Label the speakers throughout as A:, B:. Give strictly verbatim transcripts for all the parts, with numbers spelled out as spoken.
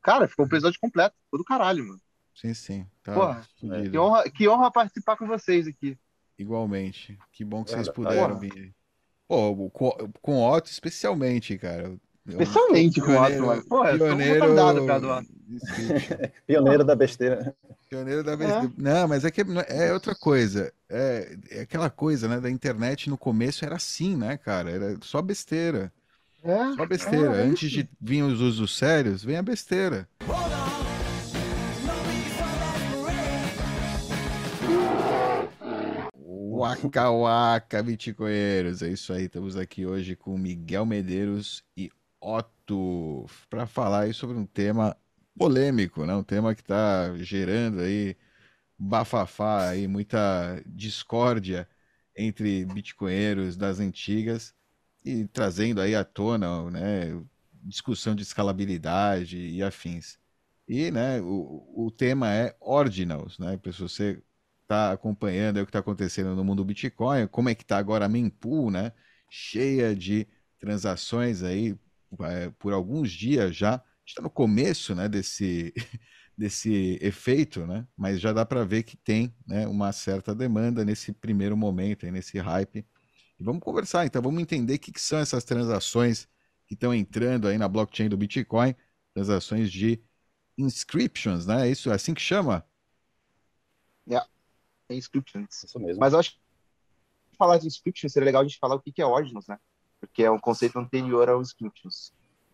A: Cara, ficou o episódio completo. Ficou do caralho, mano.
B: Sim, sim. Tá
A: Porra,
C: É,
A: que
B: fodido.
A: honra, que honra participar com vocês aqui.
B: Igualmente. Que bom que vocês
C: verdade.
B: puderam
A: Porra,
B: vir. Pô, com, com o Otto especialmente, cara. É um pio-
A: especialmente com o Otto, mano.
B: pioneiro,
A: Porra, eu sou um retardado perto do
B: pioneiro
A: Otto.
B: de Scription.
C: Pioneiro
A: Porra,
C: da besteira.
B: Pioneiro da vez.
A: é,
B: Não, mas é que é outra coisa. É, é aquela coisa, né? Da internet no começo era assim, né, cara? Era só besteira.
A: é,
B: Só besteira.
A: é, é
B: Antes
A: isso.
B: de vir os usos sérios, vem a besteira. Waka waka, bitcoinheiros. É isso aí. Estamos aqui hoje com Miguel Medeiros e Otto para falar aí sobre um tema polêmico, né? Um tema que está gerando aí bafafá aí, muita discórdia entre bitcoinheiros das antigas e trazendo aí à tona, né, discussão de escalabilidade e afins. E, né, o, o tema é Ordinals, né? Se você está acompanhando aí o que está acontecendo no mundo do Bitcoin, como é que está agora a mempool, né? Cheia de transações aí é, por alguns dias já. Está no começo, né, desse desse efeito, né? Mas já dá para ver que tem, né, uma certa demanda nesse primeiro momento, aí, nesse hype. E vamos conversar, então, vamos entender o que, que são essas transações que estão entrando aí na blockchain do Bitcoin, transações de inscriptions, né? É isso, é assim que chama?
A: É, tem inscriptions.
C: Isso mesmo.
A: Mas eu acho que falar de inscriptions seria legal a gente falar o que que é Ordinals, né? Porque é um conceito anterior ao inscriptions.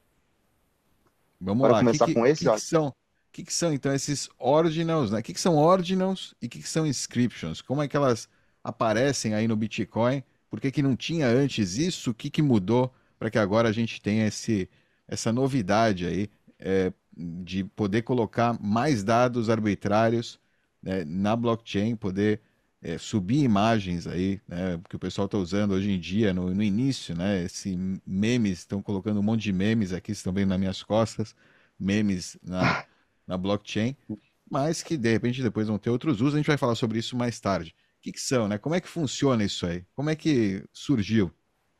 B: Vamos
A: Bora
B: lá, o que,
A: começar
B: que,
A: com esse,
B: que,
A: ó.
B: que são? O que, que são, então, esses ordinals, né? O que, que são ordinals e o que, que são inscriptions? Como é que elas aparecem aí no Bitcoin? Por que, que não tinha antes isso? O que, que mudou para que agora a gente tenha esse, essa novidade aí é, de poder colocar mais dados arbitrários, né, na blockchain, poder é, subir imagens aí, né, que o pessoal está usando hoje em dia, no, no início, né? Esse memes, estão colocando um monte de memes aqui, vocês estão vendo nas minhas costas memes na, na blockchain, mas que de repente depois vão ter outros usos. A gente vai falar sobre isso mais tarde. O que, que são, né? Como é que funciona isso aí? Como é que surgiu?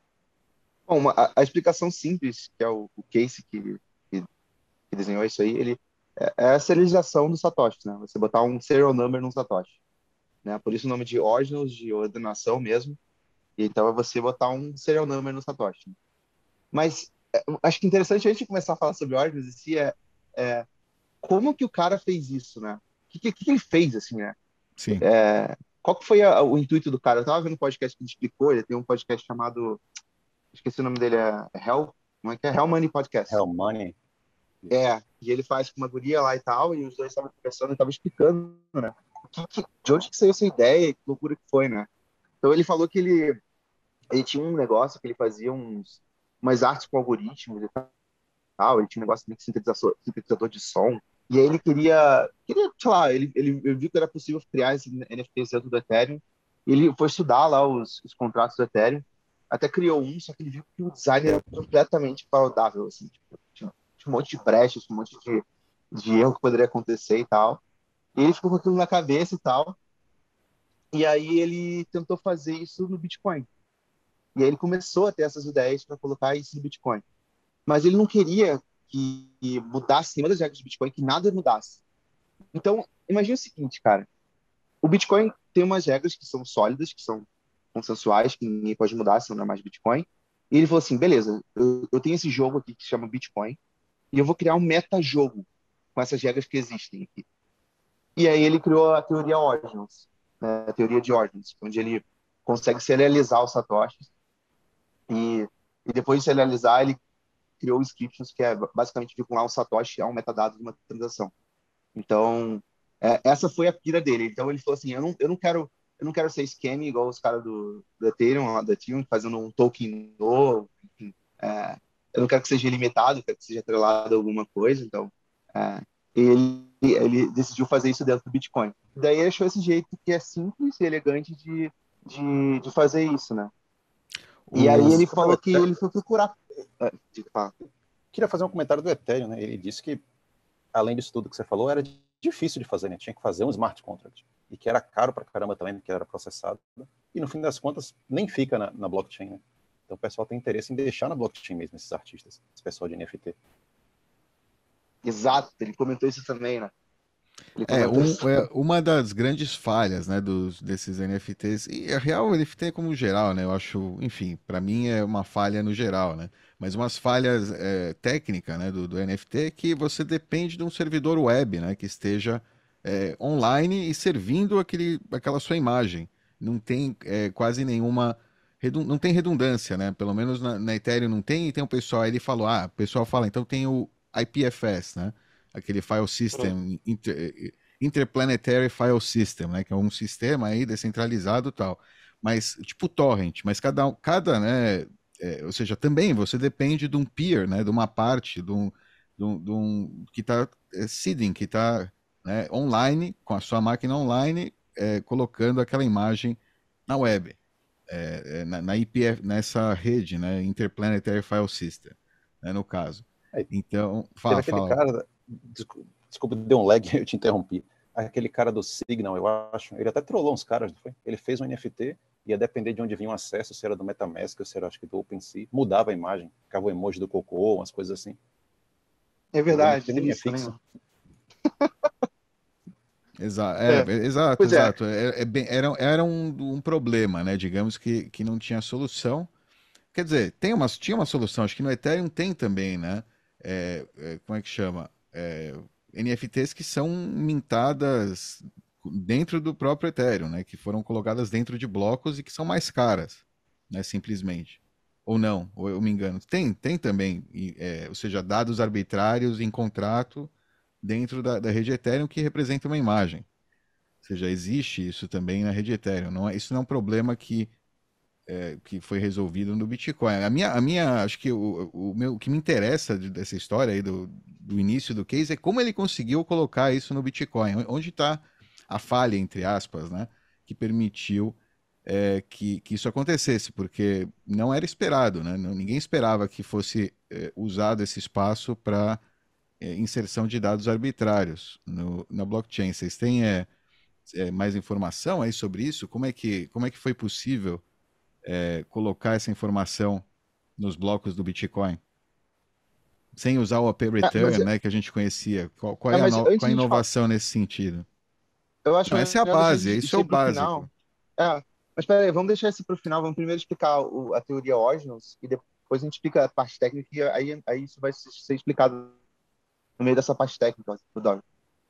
A: Bom, uma- a, a explicação simples, que é o, o Casey que, que, que desenhou isso aí, ele é, é a serialização do Satoshi, né? Você botar um serial number num Satoshi, né? Por isso o nome de ordinals, de ordenação mesmo. E então é você botar um serial number no Satoshi. Mas é, eu acho que interessante antes de começar a falar sobre ordens em si é, é como que o cara fez isso, né? O que, que, que ele fez, assim, né?
B: Sim.
A: É, qual que foi a- o intuito do cara? Eu tava vendo um podcast que ele explicou, ele tem um podcast chamado, esqueci o nome dele, é é Hell, como é que é? Hell Money Podcast.
C: Real Money.
A: É, e ele faz com uma guria lá e tal, e os dois estavam conversando e estavam explicando, né? o que que- de onde que saiu essa ideia, que loucura que foi, né? Então ele falou que ele, ele tinha um negócio que ele fazia uns, umas artes com algoritmos e tal, ele tinha um negócio de sintetizador, sintetizador de som, e aí ele queria, queria, sei lá, ele, ele viu que era possível criar esse N F Ts dentro do Ethereum, e ele foi estudar lá os, os contratos do Ethereum, até criou um, só que ele viu que o design era completamente fraudável, assim, tipo, tinha, tinha um monte de brechas, um monte de, de erro que poderia acontecer e tal, e ele ficou com aquilo na cabeça e tal, e aí ele tentou fazer isso no Bitcoin, e aí ele começou a ter essas ideias para colocar isso no Bitcoin, mas ele não queria que mudasse nenhuma das regras do Bitcoin, que nada mudasse. Então, imagine o seguinte, cara. O Bitcoin tem umas regras que são sólidas, que são consensuais, que ninguém pode mudar, senão não é mais Bitcoin. E ele falou assim, beleza, eu, eu tenho esse jogo aqui que se chama Bitcoin, e eu vou criar um meta-jogo com essas regras que existem aqui. E aí ele criou a teoria Ordinals, né, a teoria de Ordinals, onde ele consegue serializar os satoshis, e, e depois de serializar, ele criou inscriptions, que é basicamente vincular um satoshi a um metadado de uma transação. Então, é, essa foi a pira dele. Então ele falou assim, eu não, eu não quero eu não quero ser scam igual os caras do, do Ethereum, lá da Ethereum, fazendo um token novo, enfim. É, eu não quero que seja ilimitado, eu quero que seja atrelado a alguma coisa. Então, é, ele, ele decidiu fazer isso dentro do Bitcoin. Daí ele achou esse jeito que é simples e elegante de, de, de fazer isso, né? E aí
B: O...
A: ele
C: Sobre o
A: falou que
C: Ethereum,
A: ele foi procurar. É, diga, fala.
C: queria fazer um comentário do Ethereum, né? Ele disse que, além disso tudo que você falou, era difícil de fazer, né? Tinha que fazer um smart contract. E que era caro pra caramba também, porque era processado. E no fim das contas, nem fica na, na blockchain, né? Então o pessoal tem interesse em deixar na blockchain mesmo esses artistas, esse pessoal de N F T.
A: Exato, ele comentou isso também, né? Ele
B: É,
A: comentou
B: um,
A: isso.
B: é uma das grandes falhas, né, dos, desses N F Ts, e a real N F T como geral, né, eu acho, enfim, para mim é uma falha no geral, né, mas umas falhas é, técnicas, né, do, do N F T é que você depende de um servidor web, né, que esteja é, online e servindo aquele, aquela sua imagem. Não tem é, quase nenhuma, redun- não tem redundância, né, pelo menos na, na Ethereum não tem, e tem o pessoal, aí ele falou, ah, o pessoal fala, então tem o I P F S, né, aquele file system inter, Interplanetary File System, né, que é um sistema aí descentralizado e tal, mas tipo torrent, mas cada um- cada, né, é, ou seja, também você depende de um peer, né, de uma parte, de um, de um, de um- que está é, seeding, que está né, online com a sua máquina online, é, colocando aquela imagem na web, é, é, na, na I P F, nessa rede, né, Interplanetary File System, né, no caso.
C: Aí,
B: Então,
C: teve
B: fala,
C: aquele
B: fala.
C: cara, desculpa, desculpa, deu um lag, eu te interrompi. Aquele cara do Signal, eu acho, ele até trollou uns caras, não foi? Ele fez um N F T, ia depender de onde vinha o acesso, se era do MetaMask, ou se era, acho que do OpenSea, mudava a imagem, ficava o emoji do cocô, umas coisas assim.
A: É
C: O
A: verdade,
C: N F T
A: teve
C: nem é
A: isso também,
C: fixo.
A: né?
B: Exa é,
A: É,
B: é, exato,
A: pois é.
B: exato. É, é bem- era era um, um problema, né? Digamos que, que não tinha solução. Quer dizer, tem uma, tinha uma solução, acho que no Ethereum tem também, né? É, é, como é que chama? É, N F Ts que são mintadas dentro do próprio Ethereum, né? Que foram colocadas dentro de blocos e que são mais caras, né? Simplesmente. Ou não, ou eu me engano. Tem, tem também, e, é, ou seja, dados arbitrários em contrato dentro da, da rede Ethereum que representa uma imagem. Ou seja, existe isso também na rede Ethereum. Não é, isso não é um problema que, é, que foi resolvido no Bitcoin. A minha, a minha acho que o, o, meu, o que me interessa de- dessa história aí do, do início do case é como ele conseguiu colocar isso no Bitcoin. Onde está a falha, entre aspas, né, que permitiu é, que, que isso acontecesse, porque não era esperado, né? Não- ninguém esperava que fosse é, usado esse espaço para é, inserção de dados arbitrários no, na blockchain. Vocês têm é, é, mais informação aí sobre isso? Como é que, como é que foi possível é, colocar essa informação nos blocos do Bitcoin? Sem usar o pay
A: É, mas,
B: return, né, que a gente conhecia. Qual, qual
A: é,
B: é a,
A: mas
B: no-
A: antes
B: qual é a
A: de a gente falar,
B: inovação nesse sentido?
A: eu acho
B: Não, essa é a
A: melhor deixar
B: base,
A: isso
B: isso é o
A: aí para o final.
B: básico.
A: É, mas peraí, vamos deixar isso para o final. Vamos primeiro explicar o- a teoria Osnos e depois a gente explica a parte técnica e aí, aí isso vai ser explicado no meio dessa parte técnica do Dog.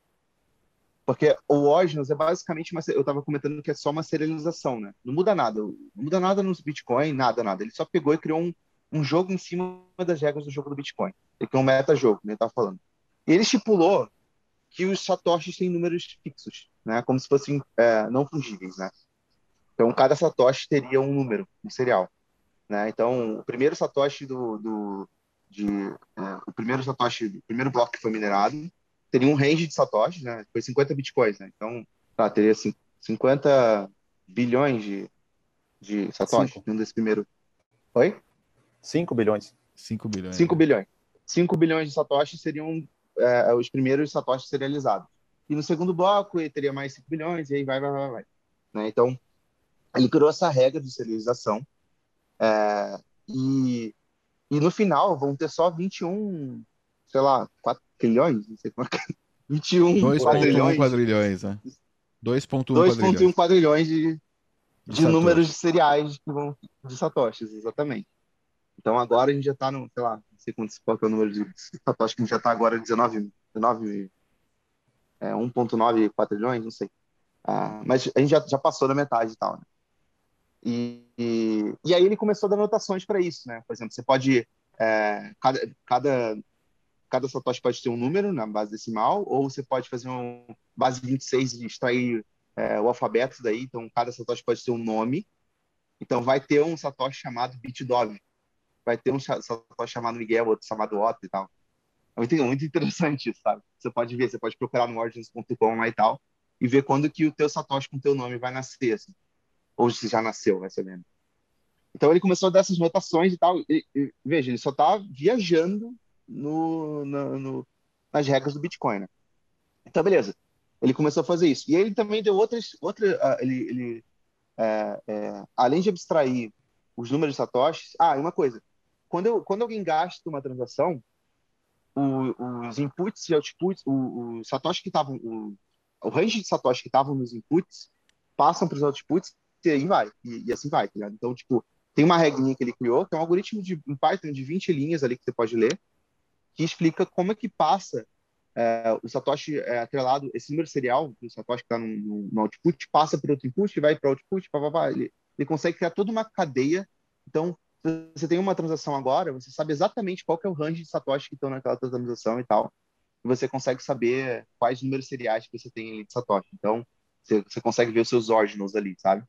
A: Porque o Osnos é basicamente uma. Eu estava comentando que é só uma serialização, né? Não muda nada. Não muda nada nos Bitcoin, nada, nada. Ele só pegou e criou um, um jogo em cima das regras do jogo do Bitcoin. Ele criou um meta-jogo, né? Ele estava falando. E ele estipulou que os satoshis têm números fixos, né? Como se fossem é, não fungíveis, né? Então, cada satoshi teria um número, um serial, né? Então, o primeiro satoshi do, do de, é, o primeiro satoshi, o primeiro bloco que foi minerado, teria um range de satoshis, né? Foi cinquenta bitcoins, né? Então, tá, teria cin- cinquenta bilhões de, de satoshis
C: Cinco.
A: num desse primeiro. Oi?
C: Cinco bilhões.
B: cinco bilhões,
A: cinco
B: né?
A: bilhões. cinco bilhões de satoshis seriam é, os primeiros satoshis serializados. E no segundo bloco, ele teria mais cinco bilhões, e aí vai, vai, vai, vai. Né? Então, ele criou essa regra de serialização. É, e, e no final vão ter só vinte e um, sei lá, quatro trilhões, não sei como é que é, vinte e um
C: Por aí.
B: dois ponto um
A: quadrilhões,
B: quadrilhões, né? dois ponto um
A: dois vírgula um
B: quadrilhões
A: quadrilhões de,
B: de
A: de números
B: Satoshi.
A: seriais que vão de satoshis, exatamente. Então agora a gente já está no, sei lá, não sei quantos, qual que é o número de satoshis, que a gente já está agora dezenove, dezenove, é, um vírgula nove quadrilhões, não sei. Ah, mas a gente já, já passou da metade e tal, né? E, e, e aí ele começou a dar anotações para isso, né? Por exemplo, você pode é, cada, cada cada satoshi pode ter um número na base decimal, ou você pode fazer um base vinte e seis e extrair é, o alfabeto daí. Então, cada satoshi pode ter um nome. Então, vai ter um satoshi chamado Bitdove, vai ter um satoshi chamado Miguel, outro chamado Otto e tal. É muito, muito interessante isso, sabe? Você pode ver, você pode procurar no origins ponto com lá e tal, e ver quando que o teu satoshi com o teu nome vai nascer, assim. Ou se já nasceu, vai ser mesmo. Então, ele começou a dar essas notações e tal. E, e, veja, ele só está viajando no, no, no, nas regras do Bitcoin, né? Então, beleza. Ele começou a fazer isso. E ele também deu outras. Outra, uh, ele, ele é, é, além de abstrair os números de satoshis. Ah, e uma coisa. Quando, eu, quando alguém gasta uma transação, o, os inputs e outputs, o, o Satoshi que estavam, o, o range de Satoshi que estavam nos inputs passam para os outputs e aí vai, e, e assim vai, tá ligado? Então, tipo, tem uma regrinha que ele criou, que é um algoritmo de, em Python de vinte linhas ali que você pode ler, que explica como é que passa é, o Satoshi é, atrelado, esse número serial do Satoshi que está no, no, no output, passa para outro input, vai para output, pá, pá, pá. Ele, ele consegue criar toda uma cadeia. Então, se você tem uma transação agora, você sabe exatamente qual que é o range de Satoshi que estão naquela transação e tal, e você consegue saber quais números seriais que você tem ali de Satoshi. Então, você, você consegue ver os seus ordinals ali, sabe?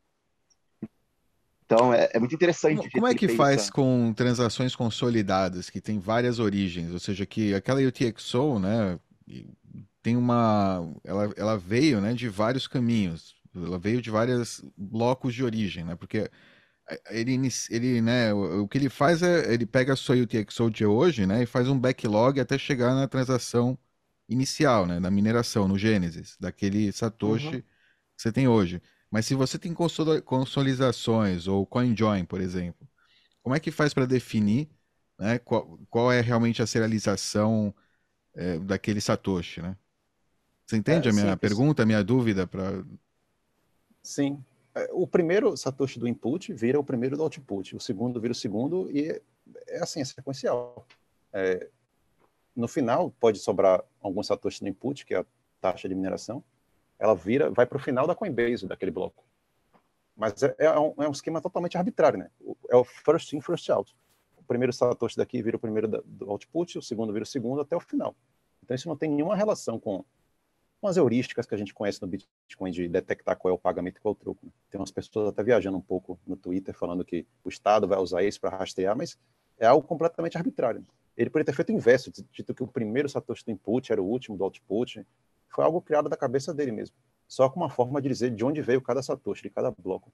A: Então, é, é muito interessante
B: Como,
A: o
B: como
A: jeito que
B: é
A: ele
B: que
A: fez
B: faz
A: essa...
B: com transações consolidadas, que tem várias origens? Ou seja, que aquela U T X O, né, e tem uma, ela, ela veio, né, de vários caminhos. Ela veio de vários blocos de origem, né? Porque ele, inici- ele, né, o, o que ele faz é, ele pega a sua U T X O de hoje, né, e faz um backlog até chegar na transação inicial, né, na mineração, no Gênesis, daquele
A: Uhum.
B: Satoshi que você tem hoje. Mas se você tem consoli- consolidações ou CoinJoin, por exemplo, como é que faz para definir, né, qual, qual é realmente a serialização é, daquele Satoshi, né? Você entende
C: É
B: a minha
C: simples,
B: pergunta, a minha dúvida para...
C: sim. É, o primeiro Satoshi do input vira o primeiro do output, o segundo vira o segundo, e é, é assim, é sequencial. É, no final, pode sobrar algum Satoshi no input, que é a taxa de mineração, ela vira, vai para o final da Coinbase, daquele bloco. Mas é, é, um, é um esquema totalmente arbitrário, né? É o first in, first out. O primeiro Satoshi daqui vira o primeiro da, do output, o segundo vira o segundo até o final. Então isso não tem nenhuma relação com, com as heurísticas que a gente conhece no Bitcoin de detectar qual é o pagamento e qual é o troco. Né? Tem umas pessoas até viajando um pouco no Twitter falando que o Estado vai usar isso para rastrear, mas é algo completamente arbitrário. Ele poderia ter feito o inverso, dito que o primeiro Satoshi do input era o último do output. Foi algo criado da cabeça dele mesmo. Só com uma forma de dizer de onde veio cada Satoshi, de cada bloco.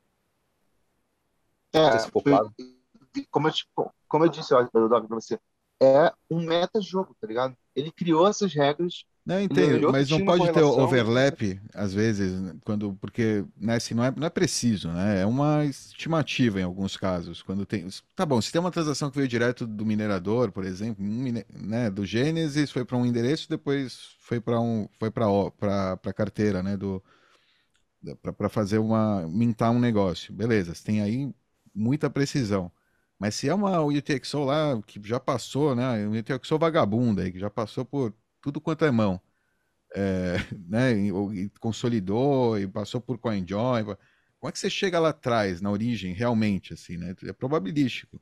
C: Não sei
A: É,
C: se ficou
A: foi,
C: claro.
A: como eu, te- como eu disse, ó, Doc, pra você, é um meta-jogo, tá ligado? Ele criou essas regras,
B: Não, eu
A: ele
B: entendo,
A: olhou que
B: mas não
A: tinha uma
B: pode ter
A: correlação e começou...
B: overlap, às vezes, né, quando, porque, né, se não é, não é preciso, né? É uma estimativa em alguns casos. Quando tem, tá bom, se tem uma transação que veio direto do minerador, por exemplo, um mine- né, do Gênesis foi para um endereço, depois foi para um, foi para para carteira, né, do para fazer uma mintar um negócio. Beleza, você tem aí muita precisão. Mas se é uma U T X O lá que já passou, né, U T X O vagabunda aí, que já passou por tudo quanto é mão, é, né, e, ou- e consolidou e passou por CoinJoin. Como é que você chega lá atrás, na origem, realmente, assim, né? É probabilístico.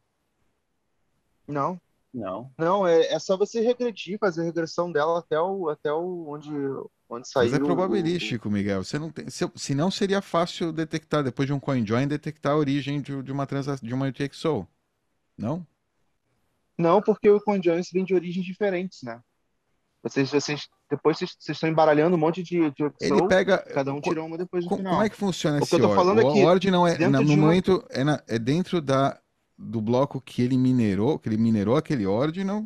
A: Não,
C: Não.
A: não, é, é só você regredir, fazer a regressão dela até o, até o onde, onde
B: Mas é
A: saiu o, o-
B: probabilístico, Miguel. Você não tem, se, se não seria fácil detectar, depois de um CoinJoin, detectar a origem de, de uma transa, de uma U T X O, não?
A: Não, porque o CoinJoins vem de origens diferentes, né? Vocês, vocês depois vocês, vocês estão embaralhando um monte de, de
B: Ele
A: opção,
B: pega.
A: cada um
B: co-
A: tirou uma depois no
B: co- Como é
A: final.
B: que funciona
A: O que eu
B: esse
A: tô
B: ordem? O
A: falando é que
B: ordem não é. na-
A: dentro
B: No
A: de uma...
B: momento, é, na- é dentro da, do bloco que ele minerou, que ele minerou aquele ordinal,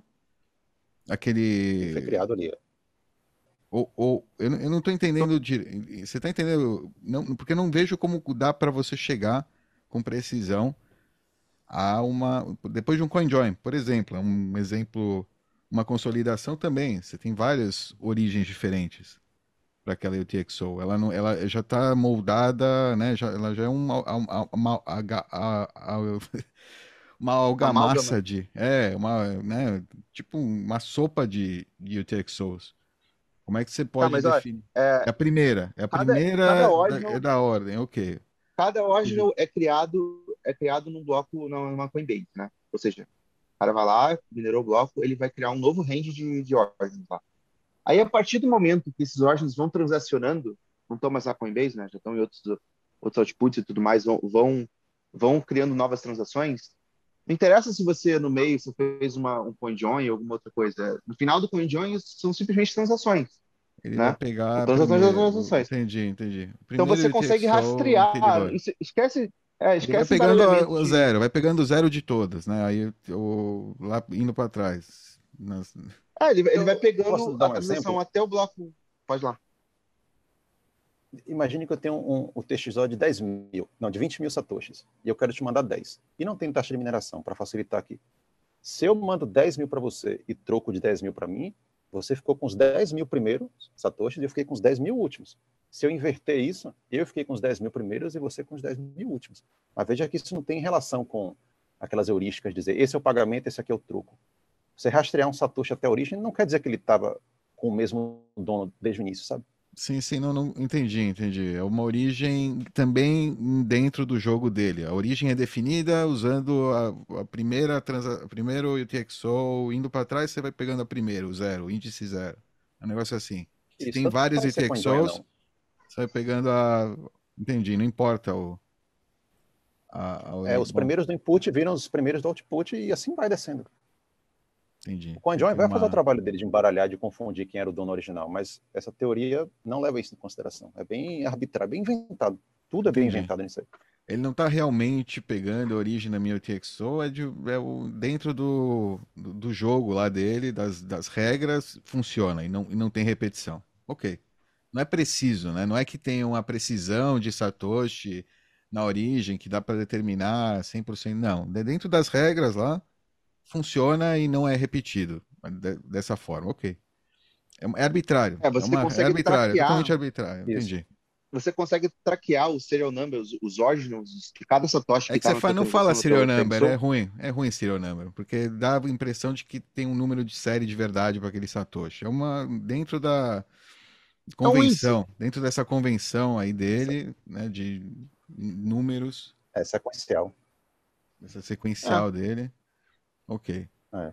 C: Ele foi
B: aquele.
C: criado ali.
B: Ou, ou eu, não- eu não estou entendendo. dire- Você está entendendo? Não, porque eu não vejo como dá para você chegar com precisão a uma. Depois de um CoinJoin, por exemplo, é um exemplo, uma consolidação também. Você tem várias origens diferentes para aquela U T X O. Ela, não, ela já está moldada, né? Já, ela já é uma, uma, uma, aga- a- a- uma
A: Amálgama.
B: algamassa de. É, uma, né? Tipo uma sopa de, de U T X Os. Como é que você
A: Tá,
B: pode
A: mas olha,
B: definir? É
A: é,
B: a primeira. É a
A: cada, cada
B: primeira da, é
A: ordinal,
B: da ordem, ok.
A: cada
B: Entendi.
A: ordinal é criado, é criado num bloco, numa Coinbase, né? Ou seja, o cara vai lá, minerou o bloco, ele vai criar um novo range de, de ordens lá. Aí, a partir do momento que esses ordens vão transacionando, não estão mais na Coinbase, né? Já estão em outros, outros outputs e tudo mais, vão, vão, vão criando novas transações. Não interessa se você, no meio, você fez uma, um CoinJoin ou alguma outra coisa. No final do CoinJoin, são simplesmente transações,
B: Ele vai
A: né?
B: pegar a
A: Transações das
B: primeira.
A: transações.
B: Entendi, entendi. O
A: Então,
B: primeiro
A: você consegue
B: U T X O
A: rastrear.
B: anterior.
A: Isso- Esquece, é,
B: Ele vai
A: esquece
B: pegando a-
A: embaralhamento
B: o
A: de...
B: zero, vai pegando o zero de todas, né? Aí o, lá indo para trás. Nas-
A: É, ele, ele vai
C: Eu posso
A: pegando
C: dar
A: a
C: um
A: transação
C: exemplo?
A: até o bloco. Pode ir lá.
C: Imagine que eu tenho um, um T X O de dez mil, não, de vinte mil satoshis, e eu quero te mandar dez. E não tem taxa de mineração, para facilitar aqui. Se eu mando dez mil para você e troco de dez mil para mim, você ficou com os dez mil primeiros satoshis e eu fiquei com os dez mil últimos. Se eu inverter isso, eu fiquei com os dez mil primeiros e você com os dez mil últimos. Mas veja que isso não tem relação com aquelas heurísticas de dizer esse é o pagamento, esse aqui é o troco. Você rastrear um satoshi até a origem não quer dizer que ele estava com o mesmo dono desde o início, sabe?
B: Sim, sim, não, não entendi, entendi. É uma origem também dentro do jogo dele. A origem é definida usando a, a primeira transa, primeiro U T X O, indo para trás você vai pegando a primeira, o zero, o índice zero. É um negócio assim. Se
C: Isso
B: tem
C: tanto
B: vários
C: faz ser CoinJoin ou
B: U T X Os,
C: não.
B: você vai pegando a. Entendi, não importa o. A, a
C: É,
B: ori...
C: os
B: Bom,
C: primeiros do input viram os primeiros do output e assim vai descendo.
B: entendi.
C: O
B: Tem,
C: CoinJoin
B: tem
C: vai fazer o
B: uma.
C: trabalho dele de embaralhar, de confundir quem era o dono original, mas essa teoria não leva isso em consideração. É bem arbitrário, bem inventado. Tudo é bem
B: Entendi.
C: inventado nisso aí.
B: Ele não está realmente pegando a origem da minha U T X O, é, de, é o, dentro do, do, do jogo lá dele, das, das regras, funciona e não, e não tem repetição. Ok. Não é preciso, né? Não é que tenha uma precisão de Satoshi na origem que dá para determinar cem por cento. Não. De- Dentro das regras lá, funciona e não é repetido de- dessa forma. Ok. É, é arbitrário.
A: É,
B: É,
A: você
B: uma, é
A: consegue
B: arbitrário, é
A: traquear,
B: totalmente arbitrário.
C: Isso.
B: Entendi.
A: você consegue traquear os serial numbers, os ordinals de cada satoshi
B: É
A: que
B: que você
A: está na
B: fa-
A: tua
B: não fala
A: transação, no teu
B: serial number, é
A: U T X O.
B: ruim. É ruim serial number, porque dá a impressão de que tem um número de série de verdade para aquele Satoshi. É uma dentro da
A: É um índice.
B: convenção, dentro dessa convenção aí dele, né, de números,
C: É sequencial.
B: essa
A: Ah,
B: sequencial dele. Ok.
C: É.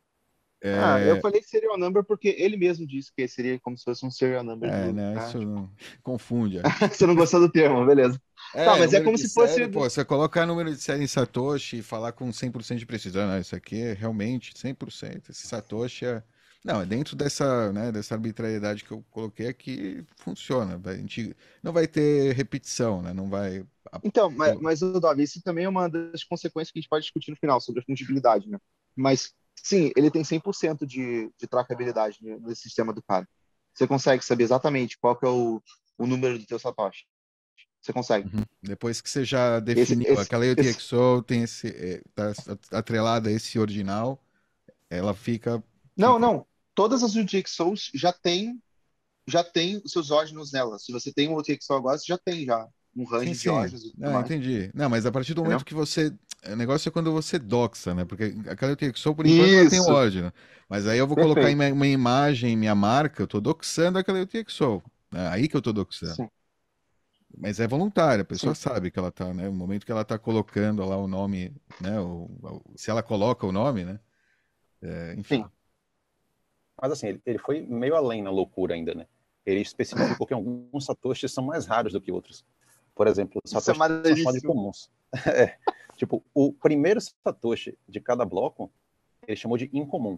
A: ah, eu
B: É,
A: falei serial number porque ele mesmo disse que seria como se fosse um serial number
B: é,
A: do,
B: né,
A: né?
B: isso não- confunde. É,
A: Você não gostou do termo, beleza. Tá,
B: É,
A: mas é
B: número
A: como
B: de
A: se fosse.
B: série, pô, você colocar número de série em Satoshi e falar com cem por cento de precisão, não, isso aqui é realmente cem por cento. Esse Satoshi é. Não, é dentro dessa, né, dessa arbitrariedade que eu coloquei aqui, funciona. Vai- a gente não vai ter repetição, né? Não vai. a-
A: Então, mas,
B: pelo-
A: mas o Davi, isso também é uma das consequências que a gente pode discutir no final, sobre a fungibilidade, né? Mas, sim, ele tem cem por cento de, de tracabilidade né, no sistema do cara. Você consegue saber exatamente qual que é o, o número do teu Satoshi. Você consegue.
B: Uhum. Depois que você já
A: Esse,
B: definiu,
A: esse,
B: aquela
A: esse...
B: U T X O tem esse, é, tá atrelada a esse ordinal, ela fica
A: Não,
B: cem por cento.
A: não. Todas as U T X Os já tem, já tem os seus ordinals nela. Se você tem um U T X O agora, você já tem já um
B: Sim,
A: range de
B: sim.
A: ordens e tudo
B: Não,
A: mais,
B: entendi. Não, mas a partir do momento
A: entendeu?
B: que você. O negócio é quando você doxa, né? Porque aquela U T X O, por enquanto, ela tem o
A: Isso,
B: ordem. Mas aí eu vou colocar em
A: perfeito.
B: minha- uma imagem, minha marca, eu tô doxando aquela U T X O. É aí que eu tô doxando.
A: Sim,
B: Mas é voluntário, a pessoa
A: sim,
B: sabe que ela tá, né? No momento que ela tá colocando lá o nome, né? O, o- se ela coloca o nome, né? É,
A: sim.
B: enfim.
C: Mas assim, ele, ele foi meio além na loucura ainda, né? Ele especificou que alguns satoshis são mais raros do que outros. Por exemplo, os
A: Isso é
C: satoshis são chamados de
A: maneiríssimo.
C: comuns. É, tipo, o primeiro satoshi de cada bloco, ele chamou de incomum.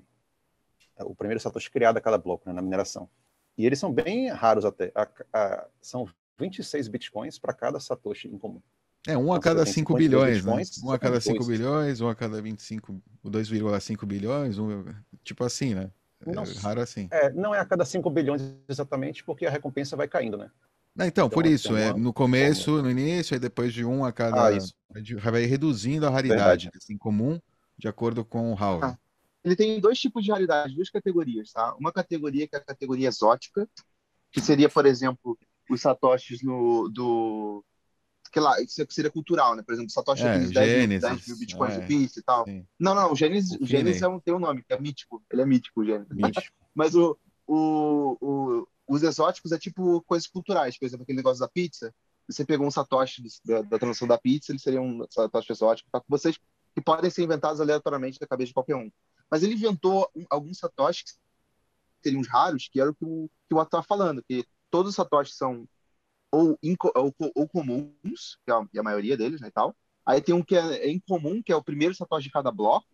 C: É o primeiro satoshi criado a cada bloco, né, na mineração. E eles são bem raros até. A, a, são vinte e seis bitcoins para cada satoshi incomum.
B: É um a
C: Então, se você
B: cada
C: tem
B: cinco
C: cinquenta e dois
B: bilhões, né?
C: bitcoins,
B: Um
C: você
B: a
C: tem
B: cada cinco
C: dois.
B: bilhões, um a cada vinte e cinco, dois vírgula cinco bilhões, um, tipo assim, né?
C: Não,
B: É raro assim.
C: é, não é a cada cinco bilhões exatamente, porque a recompensa vai caindo, né?
B: Ah, então, por
C: Então, tem
B: isso, é
C: alguma
B: no
C: fórmula.
B: começo, no início, aí depois de um a
C: Ah,
B: cada.
C: isso.
B: Vai reduzindo a raridade,
C: Verdade.
B: assim, comum, de acordo com o halving.
A: Ah, ele tem dois tipos de raridade, duas categorias, tá? Uma categoria que é a categoria exótica, que seria, por exemplo, os satoshis no, do... Que lá, isso seria cultural, né? Por exemplo, o satoshi
B: É,
A: dos dez mil, dez mil
B: Gênesis,
A: bitcoins do
B: é,
A: Pix e tal.
B: sim.
A: Não, não, o Gênesis,
B: O
A: o Gênesis
B: Finney,
A: é um, tem um nome, que é mítico. Ele é mítico, o Gênesis.
C: Mítico.
A: Mas o, o, o, os exóticos é tipo coisas culturais. Por exemplo, aquele negócio da pizza. Você pegou um satoshi da, da transação da pizza, ele seria um satoshi exótico. Tá com vocês que podem ser inventados aleatoriamente da cabeça de qualquer um. Mas ele inventou um, alguns satoshis que seriam os raros, que era o que o, que o Otto estava falando, que todos os satoshis são ou, inco, ou, ou comuns, que é a, a maioria deles, né, e tal. Aí tem um que é, é incomum, que é o primeiro satoshi de cada bloco.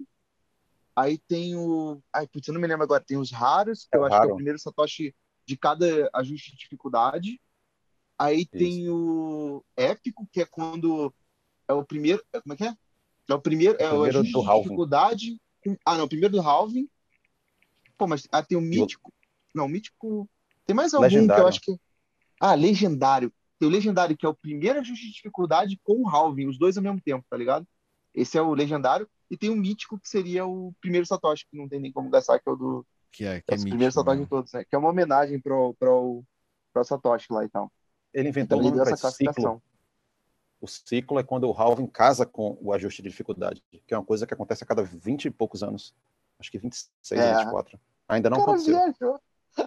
A: Aí tem o... Ai, putz, eu não me lembro agora. Tem os raros, que
C: É
A: eu
C: o
A: acho que é o
C: raro.
A: primeiro satoshi de cada ajuste de dificuldade. Aí
C: Isso.
A: tem o épico, que é quando é o primeiro... é, Como é que é? É o primeiro...
C: O
A: É o
C: primeiro
A: ajuste
C: do
A: de
C: halving.
A: dificuldade... Ah, não. O primeiro do halving. Pô, mas ah, tem o
C: E o
A: mítico... Não, o mítico... Tem mais algum que eu
C: legendário.
A: acho que... Ah, legendário. Tem o legendário, que é o primeiro ajuste de dificuldade com o halving. Os dois ao mesmo tempo, tá ligado? Esse é o legendário. e tem um mítico que seria o primeiro Satoshi, que não tem nem como gastar, que é o do
B: Que é, que
A: é
B: é
A: o primeiro
B: mítico
A: Satoshi de
B: mesmo.
A: todos, né? Que é uma homenagem pro, pro, pro Satoshi lá e tal.
C: Ele inventou
A: Então
C: um
A: ele
C: nome
A: deu
C: para
A: essa
C: isso, ciclo.
A: classificação.
C: O ciclo é quando o halving casa com o ajuste de dificuldade, que é uma coisa que acontece a cada vinte e poucos anos. Acho que vinte e seis ou
A: É,
C: vinte e quatro. Ainda
A: o
C: não
A: cara
C: aconteceu.
A: viajou.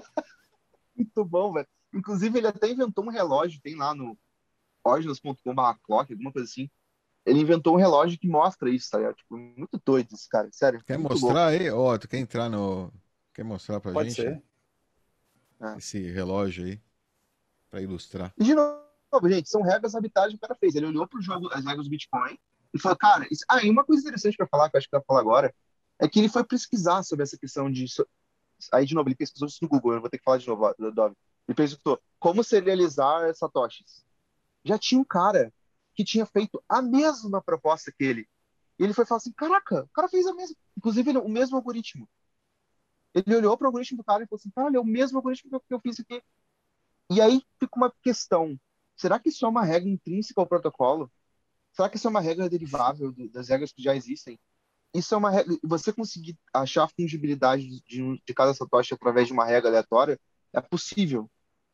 A: Muito bom, velho. Inclusive, ele até inventou um relógio, tem lá no ordinals ponto com barra clock, alguma coisa assim. Ele inventou um relógio que mostra isso, tá ligado? Tipo, muito doido esse cara, sério,
B: Quer
A: muito louco.
B: mostrar aí? Ó, tu quer entrar no. Quer mostrar pra
C: Pode
B: gente
C: ser.
A: É.
B: esse relógio aí, pra ilustrar?
A: E de novo, gente, são regras arbitrárias que o cara fez. Ele olhou pro jogo, as regras do Bitcoin, e falou, cara, isso... ah, e uma coisa interessante pra falar, que eu acho que dá pra falar agora, é que ele foi pesquisar sobre essa questão de. Aí, de novo, ele pesquisou isso no Google, eu vou ter que falar de novo, Dove. Ele pesquisou como serializar satoshis. Já tinha um cara que tinha feito a mesma proposta que ele. E ele foi falar assim: caraca, o cara fez a mesma. Inclusive, ele, o mesmo algoritmo. Ele olhou para o algoritmo do cara e falou assim: cara, olha, é o mesmo algoritmo que eu, que eu fiz aqui. E aí fica uma questão: será que isso é uma regra intrínseca ao protocolo? Será que isso é uma regra derivável do, das regras que já existem? Isso é uma regra. Você conseguir achar a fungibilidade de, um- de cada satoshi através de uma regra aleatória é possível.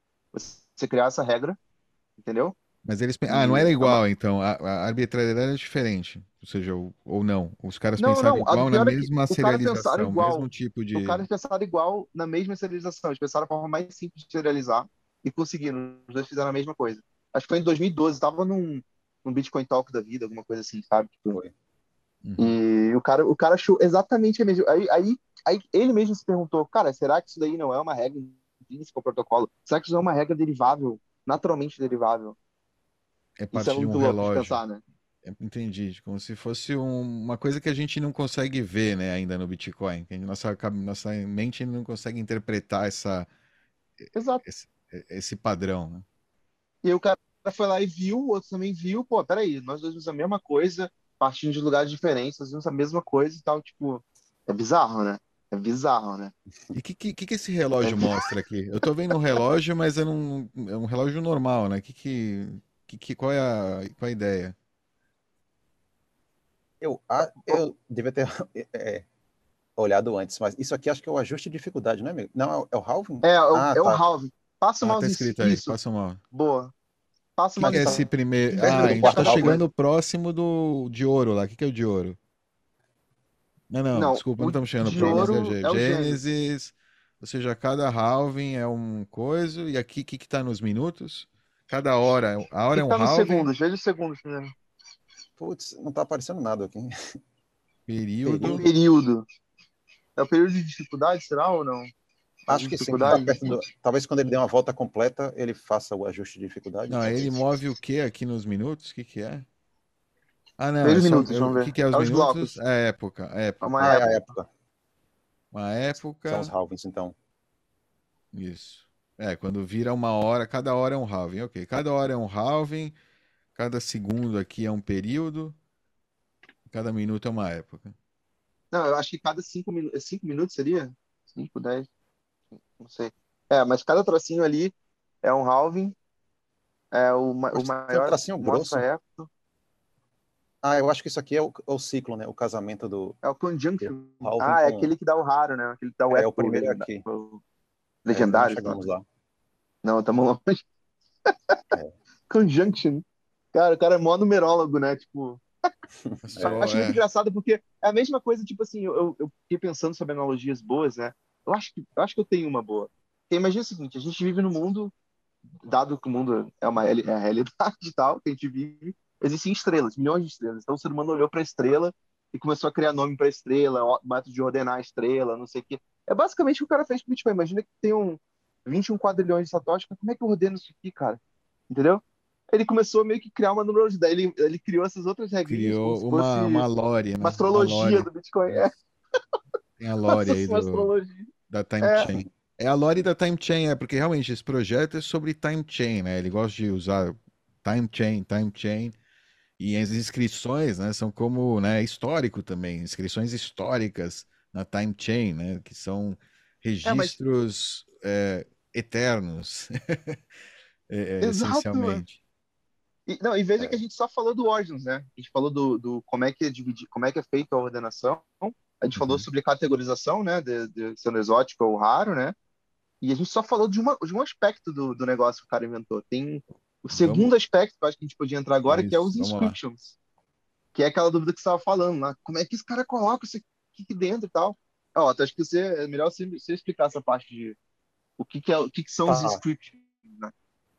A: Você criar essa regra, entendeu?
B: Mas eles. pe- Ah, não era
A: E é uma...
B: igual, então. A, a arbitrariedade era diferente. Ou seja, ou, ou não. Os caras
A: Não,
B: pensaram
A: não. A do
B: igual na
A: pior é que
B: mesma
A: o cara pensaram
B: serialização, mesmo
A: igual.
B: tipo
A: O
B: de.
A: cara pensaram igual na mesma serialização. Eles pensaram a forma mais simples de serializar e conseguiram. Os dois fizeram a mesma coisa. Acho que foi em dois mil e doze. Tava num, num Bitcoin Talk da vida, alguma coisa assim, sabe? Tipo,
C: Foi.
B: Uhum.
A: e o cara, o cara achou exatamente a mesma. Aí, aí, aí ele mesmo se perguntou, cara, será que isso daí não é uma regra intrínseca ao protocolo? Será que isso não é uma regra derivável, naturalmente derivável?
B: É
A: Isso é
B: parte de um
A: muito louco de
B: relógio.
A: pensar, né?
B: É, entendi. Como se fosse um- uma coisa que a gente não consegue ver, né, ainda no Bitcoin. Que a nossa, cabe- nossa mente não consegue interpretar essa,
A: Exato.
B: esse, esse padrão, né?
A: E aí o cara foi lá e viu, o outro também viu, pô, peraí, nós dois usamos a mesma coisa, partindo de lugares diferentes, nós usamos a mesma coisa e tal, tipo, é bizarro, né? É bizarro, né?
B: E o que, que, que esse
A: É
B: relógio
A: bi-
B: mostra aqui? Eu tô vendo um relógio, mas eu não, é um relógio normal, né? Que, que, que, que- qual é a, qual é a ideia?
C: Eu, ah, eu devia ter é, olhado antes, mas isso aqui acho que é o ajuste de dificuldade, não é, amigo? Não, é o, é o halving?
A: É, é o,
C: Ah,
A: é o
C: tá.
A: halving. Passa o
B: Ah, tá
A: mouse em
B: escrito aí.
A: isso,
B: Passa mal. O
A: boa. Passa o
B: que, que
A: mouse
B: é
A: em
B: esse
A: cima.
B: primeiro?
A: Inverte
B: Ah,
C: Perto
B: a
C: do
B: gente tá
C: quarto
A: cada
C: halving?
A: coisa.
B: chegando próximo do de ouro lá. O que, que é o de ouro? Não, não,
A: Não,
B: desculpa, não
A: o
B: estamos chegando
A: de
B: próximo. É
C: Gênesis.
A: ouro
B: Gê-
A: é o Gênesis.
B: Gênesis, ou seja, cada halving é um coisa. E aqui, o que que tá nos minutos? Cada hora, a
A: O
B: hora
A: que
B: é
A: que
B: um
A: tá nos
B: halving,
A: segundos? Veja os segundos primeiro.
C: Putz, não tá aparecendo nada aqui.
A: O
B: período.
C: Período.
A: período. É o período de dificuldade, será ou não? As
C: Acho que sim, que tá
A: dificuldades?
C: perto do. Talvez quando ele der uma volta completa, ele faça o ajuste de dificuldade,
B: Não, ele
C: talvez.
B: move o que aqui nos minutos? O que que é? Ah, não,
A: Veja
B: é
A: os
B: só.
A: minutos,
B: eu-
A: vamos
B: o que
A: ver.
B: que é os
A: É os
B: minutos?
A: blocos.
B: É a época, a
A: É uma
B: época.
C: Ah, é a
A: época.
C: época.
B: Uma
C: São os
B: época.
C: halvings, então.
B: Isso. É, quando vira uma hora, cada hora é um halving. Ok, cada hora é um halving, cada segundo aqui é um período, cada minuto é uma época.
A: Não, eu acho que cada cinco, minu... cinco minutos seria? Cinco, dez, não sei. É, mas cada tracinho ali é um halving, é o, ma- o
C: Poxa, tem um
A: maior
C: tracinho
A: mostra a
C: grosso.
A: época,
C: Ah, eu acho que isso aqui é o, é o ciclo, né? O casamento do,
A: é o
C: do
A: conjunction.
C: halving
A: Ah, é
C: com.
A: aquele que dá o raro, né? Aquele que dá o
C: É, o
A: épico, o
C: primeiro é
A: legenda-
C: aqui.
A: o
C: É, ainda não
A: legendário, sei lá.
C: chegamos lá.
A: Não, estamos longe.
C: É,
A: Conjunction. Cara, o cara é mó numerólogo, né? Tipo,
B: É
A: eu
B: só,
A: acho muito
B: é.
A: engraçado porque é a mesma coisa, tipo assim, eu, eu eu fiquei pensando sobre analogias boas, né? Eu acho que, eu acho que eu tenho uma boa. Porque imagina o seguinte, a gente vive num mundo dado que o mundo é uma reali- é a realidade e tal, que a gente vive, existem estrelas, milhões de estrelas. Então o ser humano olhou para a estrela e começou a criar nome para a estrela, ó, método de ordenar a estrela, não sei o quê. É basicamente o que o cara fez com o Bitcoin. Imagina que tem um vinte e um quadrilhões de satoshis, mas como é que eu ordeno isso aqui, cara? Entendeu? Ele começou a meio que criar uma numerologia. Ele, ele criou essas outras regrinhas como se
B: Criou uma, uma
A: fosse
B: lore,
A: uma
B: né? Uma
A: astrologia
B: lore.
A: do Bitcoin. É,
B: Isso. Tem a
A: como se
B: lore aí
A: fosse uma
B: do,
A: astrologia.
B: da time
A: É,
B: chain. É a lore da time chain, é porque realmente esse projeto é sobre time chain, né? Ele gosta de usar time chain, time chain. E as inscrições, né, são como, né, histórico também, inscrições históricas na time chain, né, que são
A: é, mas
B: registros é, eternos, é, é,
A: exato.
B: essencialmente.
A: E, não, e veja que a
C: É,
A: gente só falou do Origins, né? A gente falou do, do como é que é dividir, como é que é feita a ordenação. A gente falou
B: Uhum.
A: sobre categorização, né? De, de sendo exótico ou raro, né? E a gente só falou de, uma, de um aspecto do, do negócio que o cara inventou. Tem o
B: Vamos,
A: segundo aspecto que eu acho que a gente podia entrar agora, que é
B: isso,
A: os
B: vamos lá.
A: inscriptions, que é aquela dúvida que você estava falando, né? Como é que esse cara coloca isso aqui dentro e tal? Ó, então acho que você, é melhor você, você explicar essa parte de o que, que, é, o que, que são os
C: tá,
A: inscriptions, né?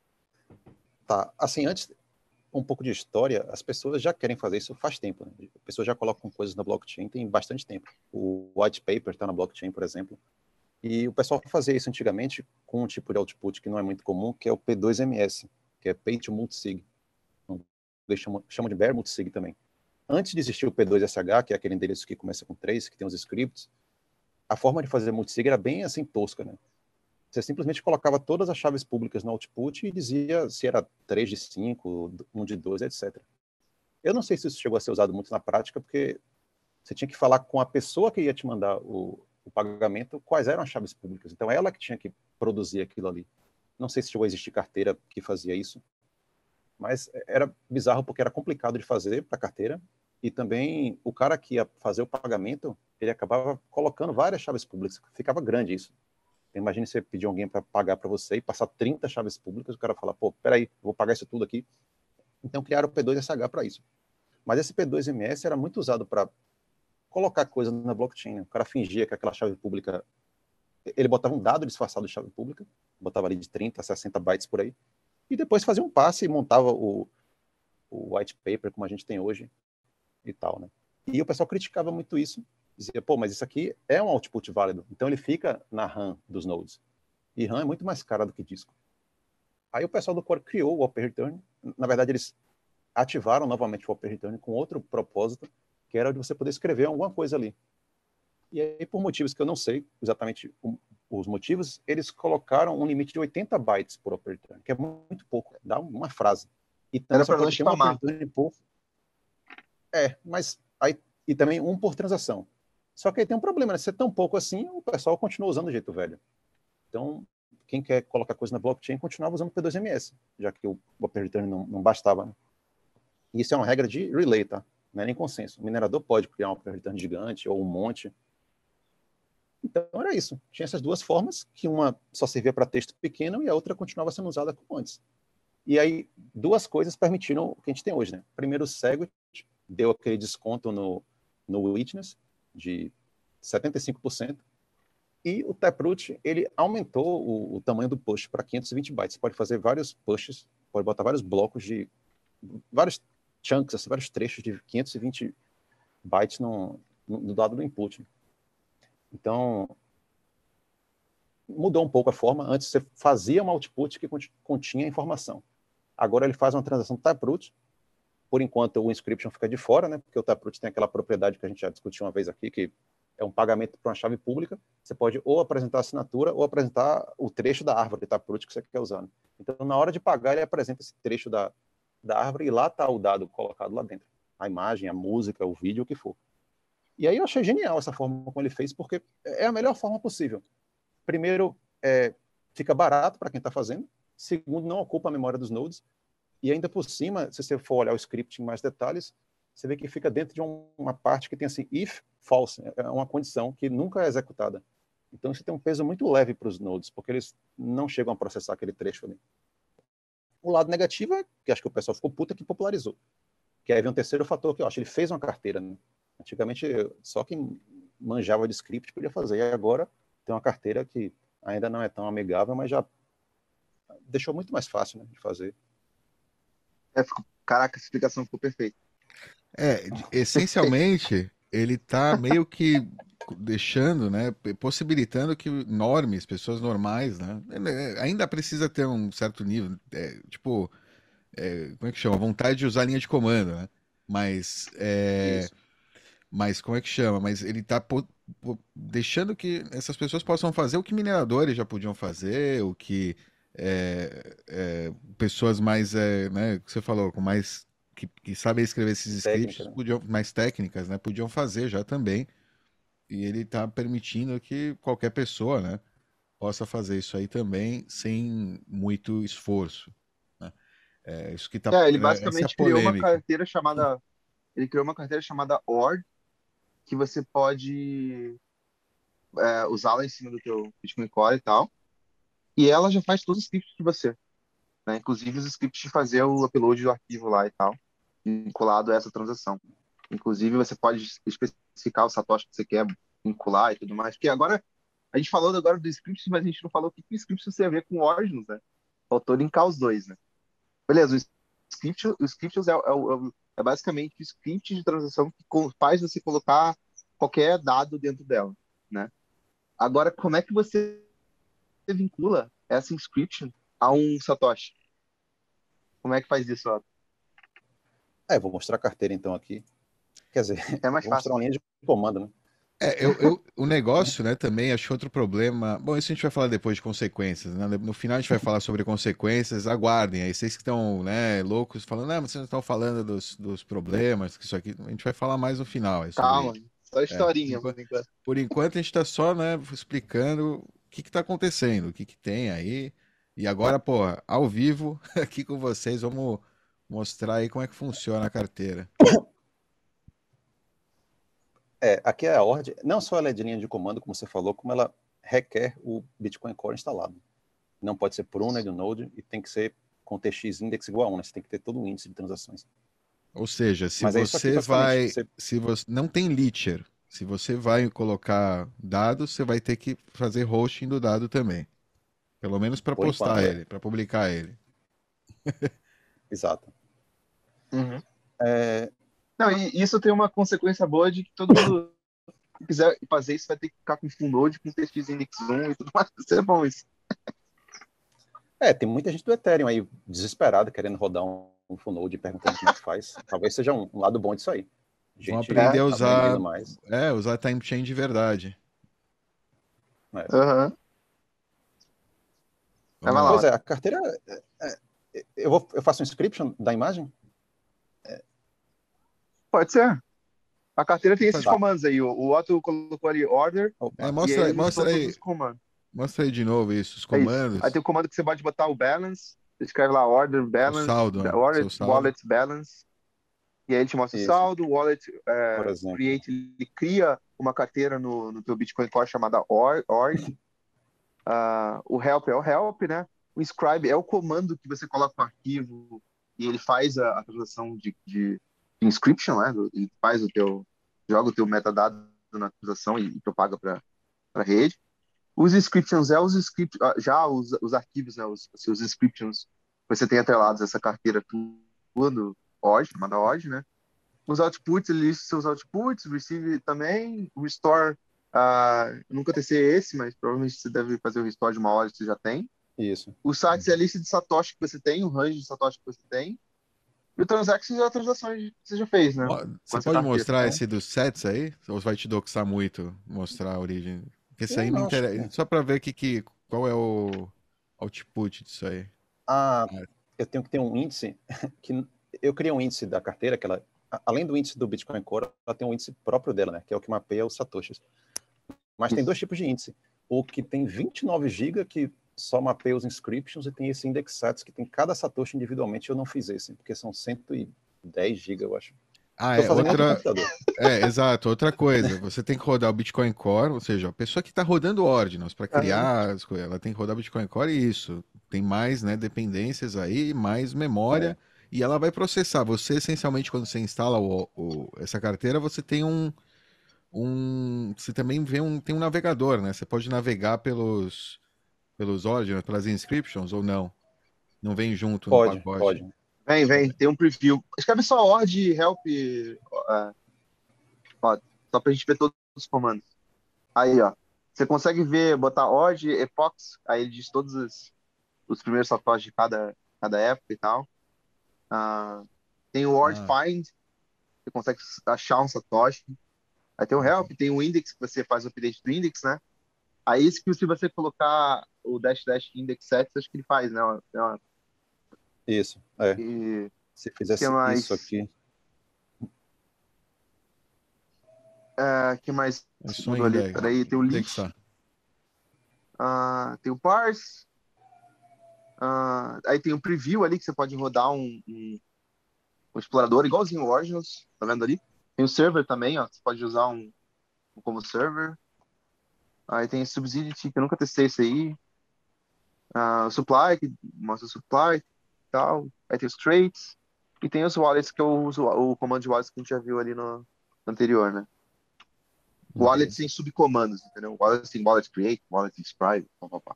C: tá. Assim, antes, um pouco de história, as pessoas já querem fazer isso faz tempo, né? As pessoas já colocam coisas na blockchain tem bastante tempo. O white paper está na blockchain, por exemplo. E o pessoal fazia isso antigamente com um tipo de output que não é muito comum, que é o P dois M S, que é Pay to Multisig. Então, eles chamam, chamam de Bare Multisig também. Antes de existir o P dois S H, que é aquele endereço que começa com três, que tem os scripts, a forma de fazer multisig era bem assim tosca, né? Você simplesmente colocava todas as chaves públicas no output e dizia se era três de cinco, um de dois, etcétera. Eu não sei se isso chegou a ser usado muito na prática, porque você tinha que falar com a pessoa que ia te mandar o, o pagamento quais eram as chaves públicas. Então, ela que tinha que produzir aquilo ali. Não sei se chegou a existir carteira que fazia isso, mas era bizarro porque era complicado de fazer para a carteira e também o cara que ia fazer o pagamento, ele acabava colocando várias chaves públicas. Ficava grande isso. Então, imagine você pedir alguém para pagar para você e passar trinta chaves públicas, o cara fala, pô, peraí, vou pagar isso tudo aqui. Então, criaram o P dois S H para isso. Mas esse P dois M S era muito usado para colocar coisa na blockchain. Né? O cara fingia que aquela chave pública... Ele botava um dado disfarçado de chave pública, botava ali de trinta a sessenta bytes por aí, e depois fazia um passe e montava o, o white paper como a gente tem hoje e tal, né? E o pessoal criticava muito isso, dizia, pô, mas isso aqui é um output válido, então ele fica na RAM dos nodes. E RAM é muito mais cara do que disco. Aí o pessoal do Core criou o Open Return. Na verdade, eles ativaram novamente o Open Return com outro propósito, que era de você poder escrever alguma coisa ali. E aí, por motivos que eu não sei exatamente os motivos, eles colocaram um limite de oitenta bytes por Open Return, que é muito pouco, dá uma frase. E também
A: Era
C: só
A: para não
C: pode ter um Open
A: spamar.
C: Return por... É, mas aí... E também um por transação. Só que aí tem um problema, né? Se é tão pouco assim, o pessoal continua usando do jeito velho. Então, quem quer colocar coisa na blockchain continuava usando o P dois M S, já que o Open Return não, não bastava. Né? E isso é uma regra de relay, tá? Não é nem consenso. O minerador pode criar um Open Return gigante ou um monte. Então, era isso. Tinha essas duas formas, que uma só servia para texto pequeno e a outra continuava sendo usada como antes. E aí, duas coisas permitiram o que a gente tem hoje. Né? Primeiro, o Segwit deu aquele desconto no, no Witness de setenta e cinco por cento. E o Taproot, ele aumentou o, o tamanho do push para quinhentos e vinte bytes. Você pode fazer vários pushes, pode botar vários blocos de... vários chunks, assim, vários trechos de quinhentos e vinte bytes no, no, no lado do input. Então, mudou um pouco a forma. Antes você fazia um output que continha informação. Agora ele faz uma transação Taproot. Por enquanto o inscription fica de fora, né? Porque o Taproot tem aquela propriedade que a gente já discutiu uma vez aqui, que é um pagamento para uma chave pública. Você pode ou apresentar a assinatura ou apresentar o trecho da árvore de Taproot que você quer usar. Né? Então, na hora de pagar, ele apresenta esse trecho da, da árvore e lá está o dado colocado lá dentro. A imagem, a música, o vídeo, o que for. E aí eu achei genial essa forma como ele fez, porque é a melhor forma possível. Primeiro, é, fica barato para quem está fazendo. Segundo, não ocupa a memória dos nodes. E ainda por cima, se você for olhar o script em mais detalhes, você vê que fica dentro de um, uma parte que tem assim, if false, é uma condição que nunca é executada. Então isso tem um peso muito leve para os nodes, porque eles não chegam a processar aquele trecho ali. O lado negativo é que acho que o pessoal ficou puta que popularizou. Que aí vem um terceiro fator que eu acho, ele fez uma carteira. Né? Antigamente, só quem manjava de script podia fazer. E agora tem uma carteira que ainda não é tão amigável, mas já deixou muito mais fácil, né, de fazer.
A: É, ficou- caraca, essa explicação ficou perfeita.
B: É, de-
A: Perfeito.
B: essencialmente, ele tá meio que deixando, né, possibilitando que normes, pessoas normais, né, é, ainda precisa ter um certo nível, é, tipo, é, como é que chama? Vontade de usar linha de comando, né? Mas, é,
C: Isso.
B: mas como é que chama? Mas ele tá po- po- deixando que essas pessoas possam fazer o que mineradores já podiam fazer, o que é, é, pessoas mais, é, né, que você falou, com mais que, que sabem escrever esses
C: Técnica,
B: scripts,
C: né?
B: podiam, mais técnicas, né, podiam fazer já também. E ele tá permitindo que qualquer pessoa, né, possa fazer isso aí também sem muito esforço, né? É isso que tá,
A: É, ele
B: é, essa é a
A: basicamente criou uma
B: polêmica.
A: carteira chamada, ele criou uma carteira chamada O R D, que você pode é, usá-la em cima do teu Bitcoin Core e tal. E ela já faz todos os scripts de você, né? Inclusive os scripts de fazer o upload do arquivo lá e tal, vinculado a essa transação. Inclusive você pode especificar o satoshi que você quer vincular e tudo mais. Porque agora, a gente falou agora do script, mas a gente não falou o que que o script tem a ver com Origins, né? Faltou linkar os dois, né? Beleza, o script, o script é, é, é, é basicamente o script de transação que co- faz você colocar qualquer dado dentro dela, né? Agora, como é que você vincula essa inscription a um Satoshi? Como é que faz isso, ó?
C: É, vou mostrar a carteira então aqui. Quer dizer,
A: É mais
C: vou mostrar
A: fácil.
C: uma linha de comando, né?
B: É, eu, eu- o negócio, né, também acho outro problema. Bom, isso a gente vai falar depois de consequências, né? No final a gente vai falar sobre consequências. Aguardem aí, vocês que estão, né, loucos, falando, ah, mas vocês não estão falando dos, dos problemas, que isso aqui. A gente vai falar mais no final aí sobre
A: Calma,
B: isso.
A: só
B: É, por
A: historinha,
B: enquanto,
A: por enquanto.
B: por enquanto a gente está só, né, explicando o que que tá acontecendo, o que que tem aí. E agora, pô, ao vivo, aqui com vocês, vamos mostrar aí como é que funciona a carteira.
C: É, aqui é a ordem. Não só ela é de linha de comando, como você falou, como ela requer o Bitcoin Core instalado. Não pode ser por UNA do Node e tem que ser com T X index igual a UNA. Você tem que ter todo o índice de transações.
B: Ou seja, se
C: Mas é isso aqui,
B: você
C: basicamente.
B: vai,
C: Você,
B: se você não tem leacher, se você vai colocar dados, você vai ter que fazer hosting do dado também, pelo menos para
C: por
B: postar
C: enquanto, é.
B: ele, para publicar ele.
C: Exato.
A: Uhum.
C: É,
A: Não, e isso tem uma consequência boa de que todo mundo que quiser fazer isso vai ter que ficar com full node, com T X index um e tudo mais. Isso é bom isso.
C: é, tem muita gente do Ethereum aí desesperada querendo rodar um, um full node e perguntando como é que faz. Talvez seja um, um lado bom disso aí.
B: Vão
C: Gente
B: aprender a
C: aprendendo
B: usar,
C: mais.
B: é, usar time chain de verdade.
C: Né?
A: Aham. Vai
B: Vamos
A: lá,
C: Pois
B: lá.
C: é,
A: ó.
C: a carteira. é, é, eu, vou, eu faço um inscription da imagem?
A: Pode ser. A carteira tem esses
B: Faz-
C: Tá.
A: comandos aí. O, o Otto colocou ali order
B: É,
C: Opa.
A: e aí
B: mostra,
A: ele listou
B: mostra
A: todos
B: aí,
A: os comandos.
B: mostra aí de novo isso, os
A: É isso. Aí
B: comandos,
A: tem o comando que você pode botar o balance. Você escreve lá order
B: o
A: balance,
B: saldo, ó,
A: wallet,
B: seu saldo.
A: wallet balance. E aí ele te mostra o
C: Isso,
A: saldo, o wallet
C: por
A: é,
C: exemplo.
A: create, ele cria uma carteira no, no teu Bitcoin Core chamada org. org. Ah, o help é o help, né? O scribe é o comando que você coloca no arquivo e ele faz a, a transação de, de, de inscription, né? Do- Ele faz o teu, joga o teu metadado na transação e, e propaga para a rede. Os inscriptions é os script, ah, já os, os arquivos, né? Os, assim, os inscriptions, você tem atrelados a essa carteira tua no org, chamada org, né? Os outputs, ele lista seus outputs, receive também, o restore, ah, eu nunca testei esse, mas provavelmente você deve fazer o restore de uma hora que você já tem.
C: Isso.
A: Os sites é a lista de Satoshi que você tem, o range de Satoshi que você tem. E o Transactions é as transações que você já fez, né?
B: Mo-
A: Com
B: Você
A: essa
B: pode
A: carteira.
B: mostrar
C: Então,
B: esse dos sets aí? Ou vai te doxar muito mostrar a origem? Porque isso
C: eu
B: aí me
C: não acho
B: interessa.
C: que.
B: Só para ver que, que, qual é o output disso aí.
C: Ah,
B: Ah,
C: eu tenho que ter um índice que eu criei um índice da carteira que ela, a- além do índice do Bitcoin Core, ela tem um índice próprio dela, né? Que é o que mapeia os satoshis. Mas tem
A: Isso.
C: dois tipos de índice. O que tem vinte e nove gigas, que só mapeia os inscriptions, e tem esse index sats, que tem cada satoshi individualmente. Eu não fiz esse, porque são cento e dez gigas, eu acho.
B: Ah,
C: Estou
B: é
C: fazendo em outro
B: outra.
C: computador.
B: É, exato. Outra coisa. Você tem que rodar o Bitcoin Core, ou seja, a pessoa que está rodando Ordinals para
A: Aham.
B: criar as coisas, ela tem que rodar o Bitcoin Core e isso. Tem mais, né, dependências aí, mais
C: É,
B: memória. E ela vai processar. Você, essencialmente, quando você instala o, o- essa carteira, você tem um, um. Você também vê um, tem um navegador, né? Você pode navegar pelos, pelos Ordinals, pelas inscriptions ou não. Não vem junto no
C: pode,
B: pacote.
C: pode.
A: Vem, vem, tem um preview. Escreve só org help, ah, ó, só pra gente ver todos os comandos. Aí, ó. Você consegue ver, botar org, epochs, aí ele diz todos os, os primeiros satoshis de cada, cada época e tal. Ah, tem o org
B: Ah,
A: find, você consegue achar um satoshi. Aí tem o help, tem o index, que você faz o update do index, né? Aí isso que se você colocar o dash dash index sets, acho que ele faz, né? Ó,
C: Isso, é.
A: e
C: Se
A: que
C: fizesse isso
A: mais?
C: aqui,
A: É, que mais
B: é só
A: mudou ali?
B: index,
A: Peraí, tem o list,
B: indexar.
A: ah, tem o parse, Ah, aí tem um preview ali que você pode rodar um, um, um explorador igualzinho o Originals, tá vendo ali? Tem o server também, ó, você pode usar um, um como server. Aí tem Subsidity, que eu nunca testei esse aí. Ah, o Supply, que mostra o Supply e tal. Aí tem os Traits. E tem os wallets que eu uso, o comando de wallets que a gente já viu ali no, no anterior, né? Wallets tem subcomandos, entendeu? Wallets tem wallet create, wallet describe, pá, pá, pá.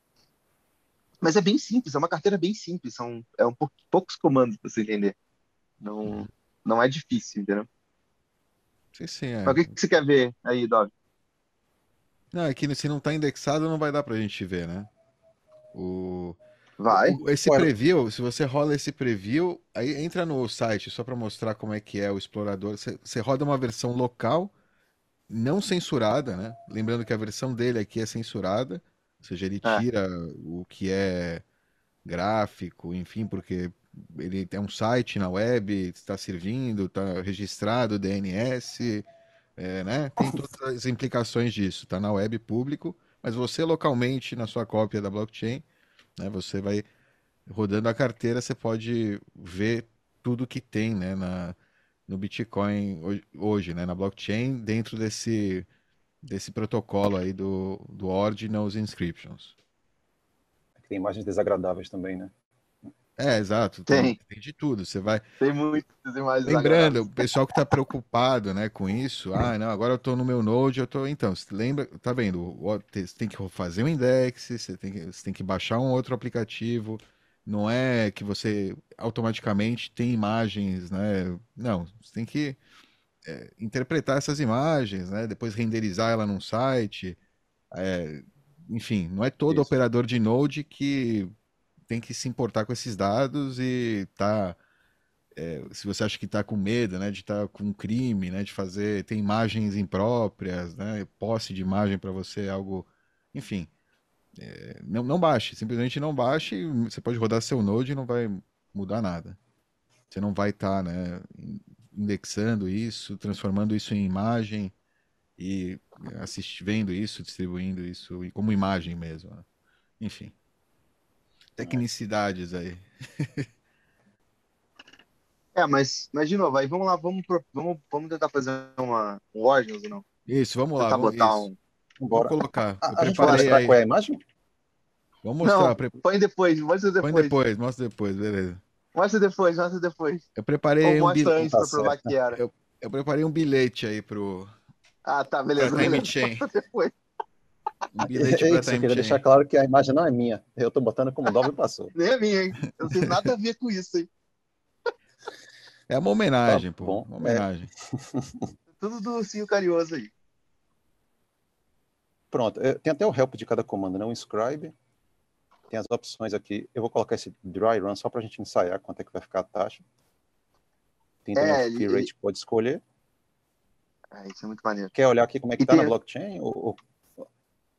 A: Mas é bem simples, é uma carteira bem simples, são é um pou, poucos comandos pra você entender. Não,
B: Uhum.
A: não é difícil, entendeu?
B: Sim, sim,
A: Mas
B: é.
A: o que, que você quer ver aí, Dog?
B: Não, é que se não tá indexado, não vai dar pra gente ver, né? O,
A: Vai.
B: o- esse
C: Olha,
B: preview, se você rola esse preview, aí entra no site só pra mostrar como é que é o explorador. Você, você roda uma versão local, não censurada, né? Lembrando que a versão dele aqui é censurada, ou seja, ele
A: É,
B: tira o que é gráfico, enfim, porque ele tem um site na web, está servindo, está registrado D N S, é, né? Tem todas as implicações disso, está na web público, mas você localmente na sua cópia da blockchain, né? Você vai rodando a carteira, você pode ver tudo que tem, né? Na, no Bitcoin hoje, hoje, né? Na blockchain, dentro desse desse protocolo aí do, do Ordinals Inscriptions.
C: tem imagens desagradáveis também, né?
B: É, exato, tem,
A: tem.
B: tem de tudo. Você vai.
A: Tem muitas imagens
B: Lembrando, o
A: desagradáveis.
B: pessoal que está preocupado, né, com isso, ah, não, agora eu estou no meu Node, eu tô. Então, você lembra, tá vendo? o- Você tem que fazer um index, você tem que, você tem que baixar um outro aplicativo. Não é que você automaticamente tem imagens, né? Não, você tem que é, interpretar essas imagens, né? Depois renderizar ela num site. É, enfim, não é todo
C: Isso.
B: operador de Node que tem que se importar com esses dados e tá se você acha que está com medo, né, de estar com um crime, né, de fazer, tem imagens impróprias, né, posse de imagem para você, é algo, enfim, é, não, não baixe, simplesmente não baixe, você pode rodar seu Node e não vai mudar nada. Você não vai estar, né, indexando isso, transformando isso em imagem e assist, vendo isso, distribuindo isso como imagem mesmo, né? Enfim, tecnicidades aí.
A: É, mas, mas de novo, aí vamos lá, vamos, pro- vamos, vamos tentar fazer uma, um Ordinals ou não?
B: Isso, vamos lá,
A: Tentar
B: vamos,
A: botar
B: isso.
A: um.
B: Vou
C: Embora.
B: colocar. Eu
C: A, a gente vai
B: preparei
C: mostrar
B: aí.
C: qual é a imagem?
B: Vamos mostrar.
A: Não, põe depois, mostra
B: Põe
A: depois.
B: depois, mostra depois, beleza.
A: Mostra depois, mostra depois.
B: Eu
A: Ou
B: preparei um
A: mostra
B: bilhete,
A: antes
C: Tá
A: pra provar
C: certo.
A: que era.
B: eu, eu preparei um bilhete aí pro
A: Ah, tá,
B: para
A: beleza,
B: Time
A: beleza.
B: Chain.
A: Mostra depois.
B: Um bilhete para
C: Isso, eu
B: Time
C: queria deixar
B: Chain.
C: claro que a imagem não é minha. Eu tô botando como Dove passou.
A: Nem a minha, hein? Eu não tenho nada a ver com isso, hein?
B: É uma
C: Tá
B: homenagem, pô,
C: bom.
B: uma
C: É,
B: homenagem.
A: Tudo do ursinho carinhoso aí.
C: pronto. É, tem até o help de cada comando, né? O inscribe. Tem as opções aqui. Eu vou colocar esse dry run só para a gente ensaiar quanto é que vai ficar a taxa. Tem também o
A: É, ele,
C: fee
A: ele...
C: rate que pode escolher.
A: Ah, isso é muito maneiro.
C: Quer olhar aqui como é que
A: E
C: tá na
A: tem...
C: blockchain? Ou, ou...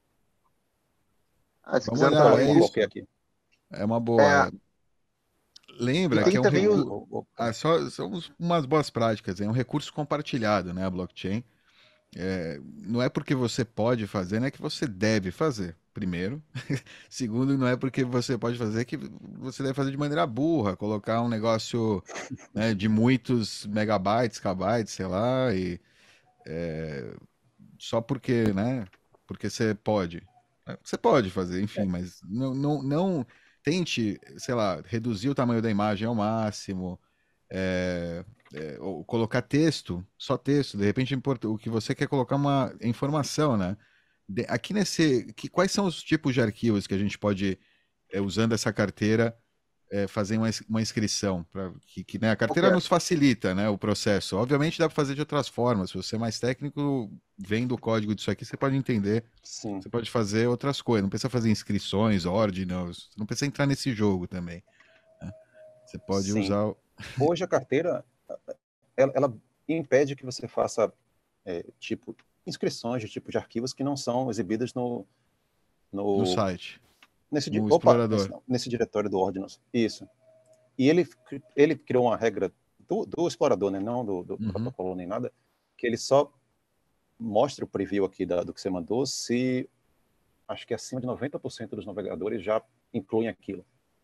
A: Ah, se
B: Vamos
A: quiser entrar
B: olhar,
A: no
C: Pronto,
B: é
C: eu
A: fluxo.
C: coloquei
B: isso.
C: aqui.
B: É uma boa.
A: É,
B: É.
A: e
B: Lembra que
A: tem
B: é um
A: também o...
B: recurso.
C: O- o-
B: Ah, só, são uns- umas boas práticas, é um recurso compartilhado, né? A blockchain. É, não é porque você pode fazer, não é que você deve fazer, primeiro. Segundo, não é porque você pode fazer que você deve fazer de maneira burra, colocar um negócio, né, de muitos megabytes, kbytes, sei lá, e é, só porque, né? Porque você pode. É, você pode fazer, enfim, mas não, não, não tente, sei lá, reduzir o tamanho da imagem ao máximo, é, é, ou colocar texto, só texto. De repente, importa- o que você quer colocar uma informação, né? De- aqui nesse, que, quais são os tipos de arquivos que a gente pode, é, usando essa carteira, é, fazer uma, ins- uma inscrição? Pra, que, que, né, a carteira
A: qualquer.
B: nos facilita, né, o processo. Obviamente dá para fazer de outras formas. Se você é mais técnico, vendo o código disso aqui, você pode entender.
C: Sim,
B: Você pode fazer outras coisas. Não precisa fazer inscrições, ordinals. Não precisa entrar nesse jogo também, né? Você pode
C: sim.
B: usar. o-
C: Hoje a carteira, ela, ela impede que você faça, é, tipo, inscrições de tipo de arquivos que não são exibidas no,
B: no
C: no
B: site,
C: nesse, di-
B: no
C: opa, nesse,
B: explorador.
C: não, nesse diretório do Ordinals. Isso. E ele, ele criou uma regra do, do explorador, né, não do, do
B: Uhum.
C: protocolo nem nada, que ele só mostra o preview aqui da, do que você mandou se acho que acima de noventa por cento dos navegadores já incluem aquilo.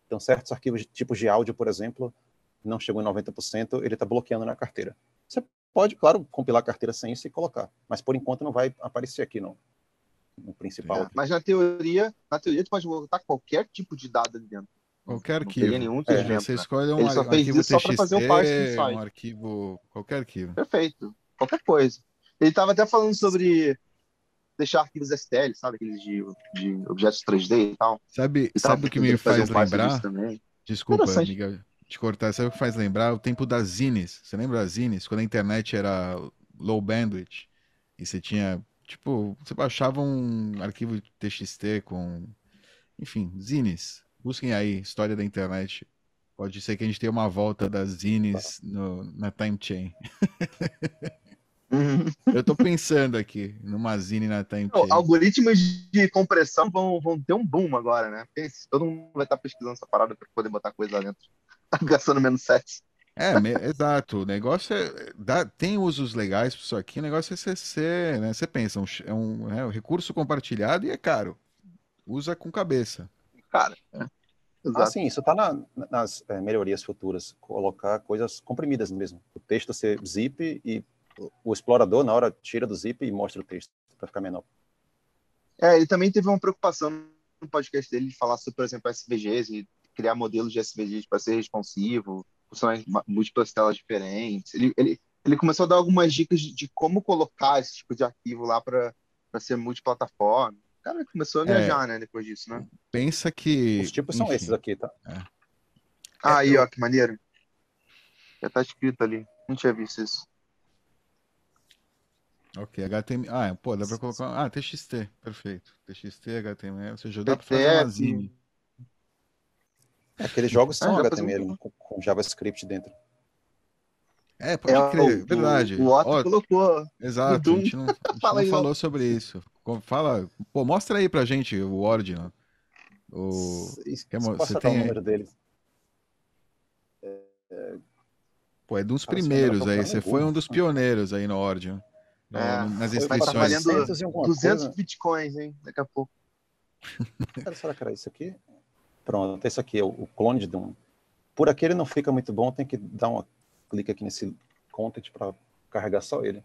C: Então, certos arquivos, tipos de áudio, por exemplo, não chegou em noventa por cento, ele está bloqueando na carteira. Você pode, claro, compilar a carteira sem isso e colocar, mas por enquanto não vai aparecer aqui no, no principal.
A: É, mas na teoria, na teoria, tu pode botar qualquer tipo de dado ali dentro.
B: Qualquer
A: Não teria
B: arquivo.
A: nenhum
B: É,
A: impedimento,
B: você
A: né?
B: escolhe um,
A: Ele só
B: ar- um
A: fez
B: arquivo
A: isso só para fazer o parse do
B: T X T, um
A: site.
B: arquivo, qualquer arquivo.
A: Perfeito. Qualquer coisa. Ele estava até falando sobre deixar arquivos S T L, sabe? Aqueles de, de objetos três D e tal.
B: Sabe,
A: E tava
B: sabe o que me
A: tentando fazer
B: faz
A: um parse disso
B: lembrar?
A: também.
B: Desculpa,
A: Interessante.
B: Miguel, te cortar. Sabe o que faz lembrar? O tempo das zines. Você lembra das zines? Quando a internet era low bandwidth e você tinha, tipo, você baixava um arquivo T X T com, enfim, zines. Busquem aí, história da internet. Pode ser que a gente tenha uma volta das zines no- na time chain.
A: Uhum.
B: Eu tô pensando aqui numa zine na time
A: Não,
B: chain.
A: algoritmos de compressão vão, vão ter um boom agora, né? Pense, todo mundo vai estar pesquisando essa parada para poder botar coisa lá dentro. Tá gastando menos sets.
B: É, me- exato. O negócio é. Dá, tem usos legais para isso aqui. O negócio é você ser, né? Você pensa, um, ch- é um, é um recurso compartilhado e é caro. Usa com cabeça.
A: Cara, é,
C: Ah,
A: exato.
C: sim, isso está na, nas é, melhorias futuras, colocar coisas comprimidas mesmo. O texto ser zip e o, o explorador, na hora, tira do zip e mostra o texto para ficar menor.
A: É, ele também teve uma preocupação no podcast dele de falar sobre, por exemplo, S V Gs e criar modelos de S V Gs para ser responsivo, funcionar em ma- múltiplas telas diferentes. Ele, ele, ele começou a dar algumas dicas de, de como colocar esse tipo de arquivo lá para ser multiplataforma. O cara começou a
B: É,
A: viajar, né, depois disso, né?
B: pensa
C: Os
B: que,
C: tipos são esses
B: enfim.
C: aqui, tá?
B: É,
A: Ah,
B: é,
A: aí, ó,
B: eu-
A: que maneiro. Já tá escrito ali. Não tinha visto isso.
B: ok, H T M L. Ah, pô, dá pra colocar. Ah, T X T, perfeito. T X T, H T M L, ou seja, dá pra fazer uma
A: P T F.
B: zine.
C: É, aqueles jogos
A: Ah,
C: são
A: já fazer um
C: H T M L, né, com, com JavaScript dentro.
B: É,
A: É,
B: pode
A: o,
B: crer,
A: o, o
B: verdade.
A: Otto
B: Ó,
A: colocou no
B: exato, a
A: Doom.
B: gente não, a gente
A: Fala
B: não
A: aí, não.
B: falou sobre isso. Co- Fala, pô, mostra aí pra gente o Ordinal. O,
C: Isso,
B: quer mo- você
C: posso dar o
B: tem.
C: número deles?
B: Pô, é dos
C: Parece que é melhor
B: primeiros aí.
C: procurar no
B: Você foi um
C: Google.
B: dos pioneiros aí no Ordion. No-
A: É,
B: no- nas
C: Foi
A: vai estar
B: inscrições.
A: valendo
C: quatrocentos e alguma
A: duzentos
C: coisa.
A: bitcoins, hein? Daqui a pouco.
C: Cara, será que era isso aqui? Pronto, esse aqui é o, o clone de Doom. Por aqui ele não fica muito bom, tem que dar uma clique aqui nesse content para carregar só ele.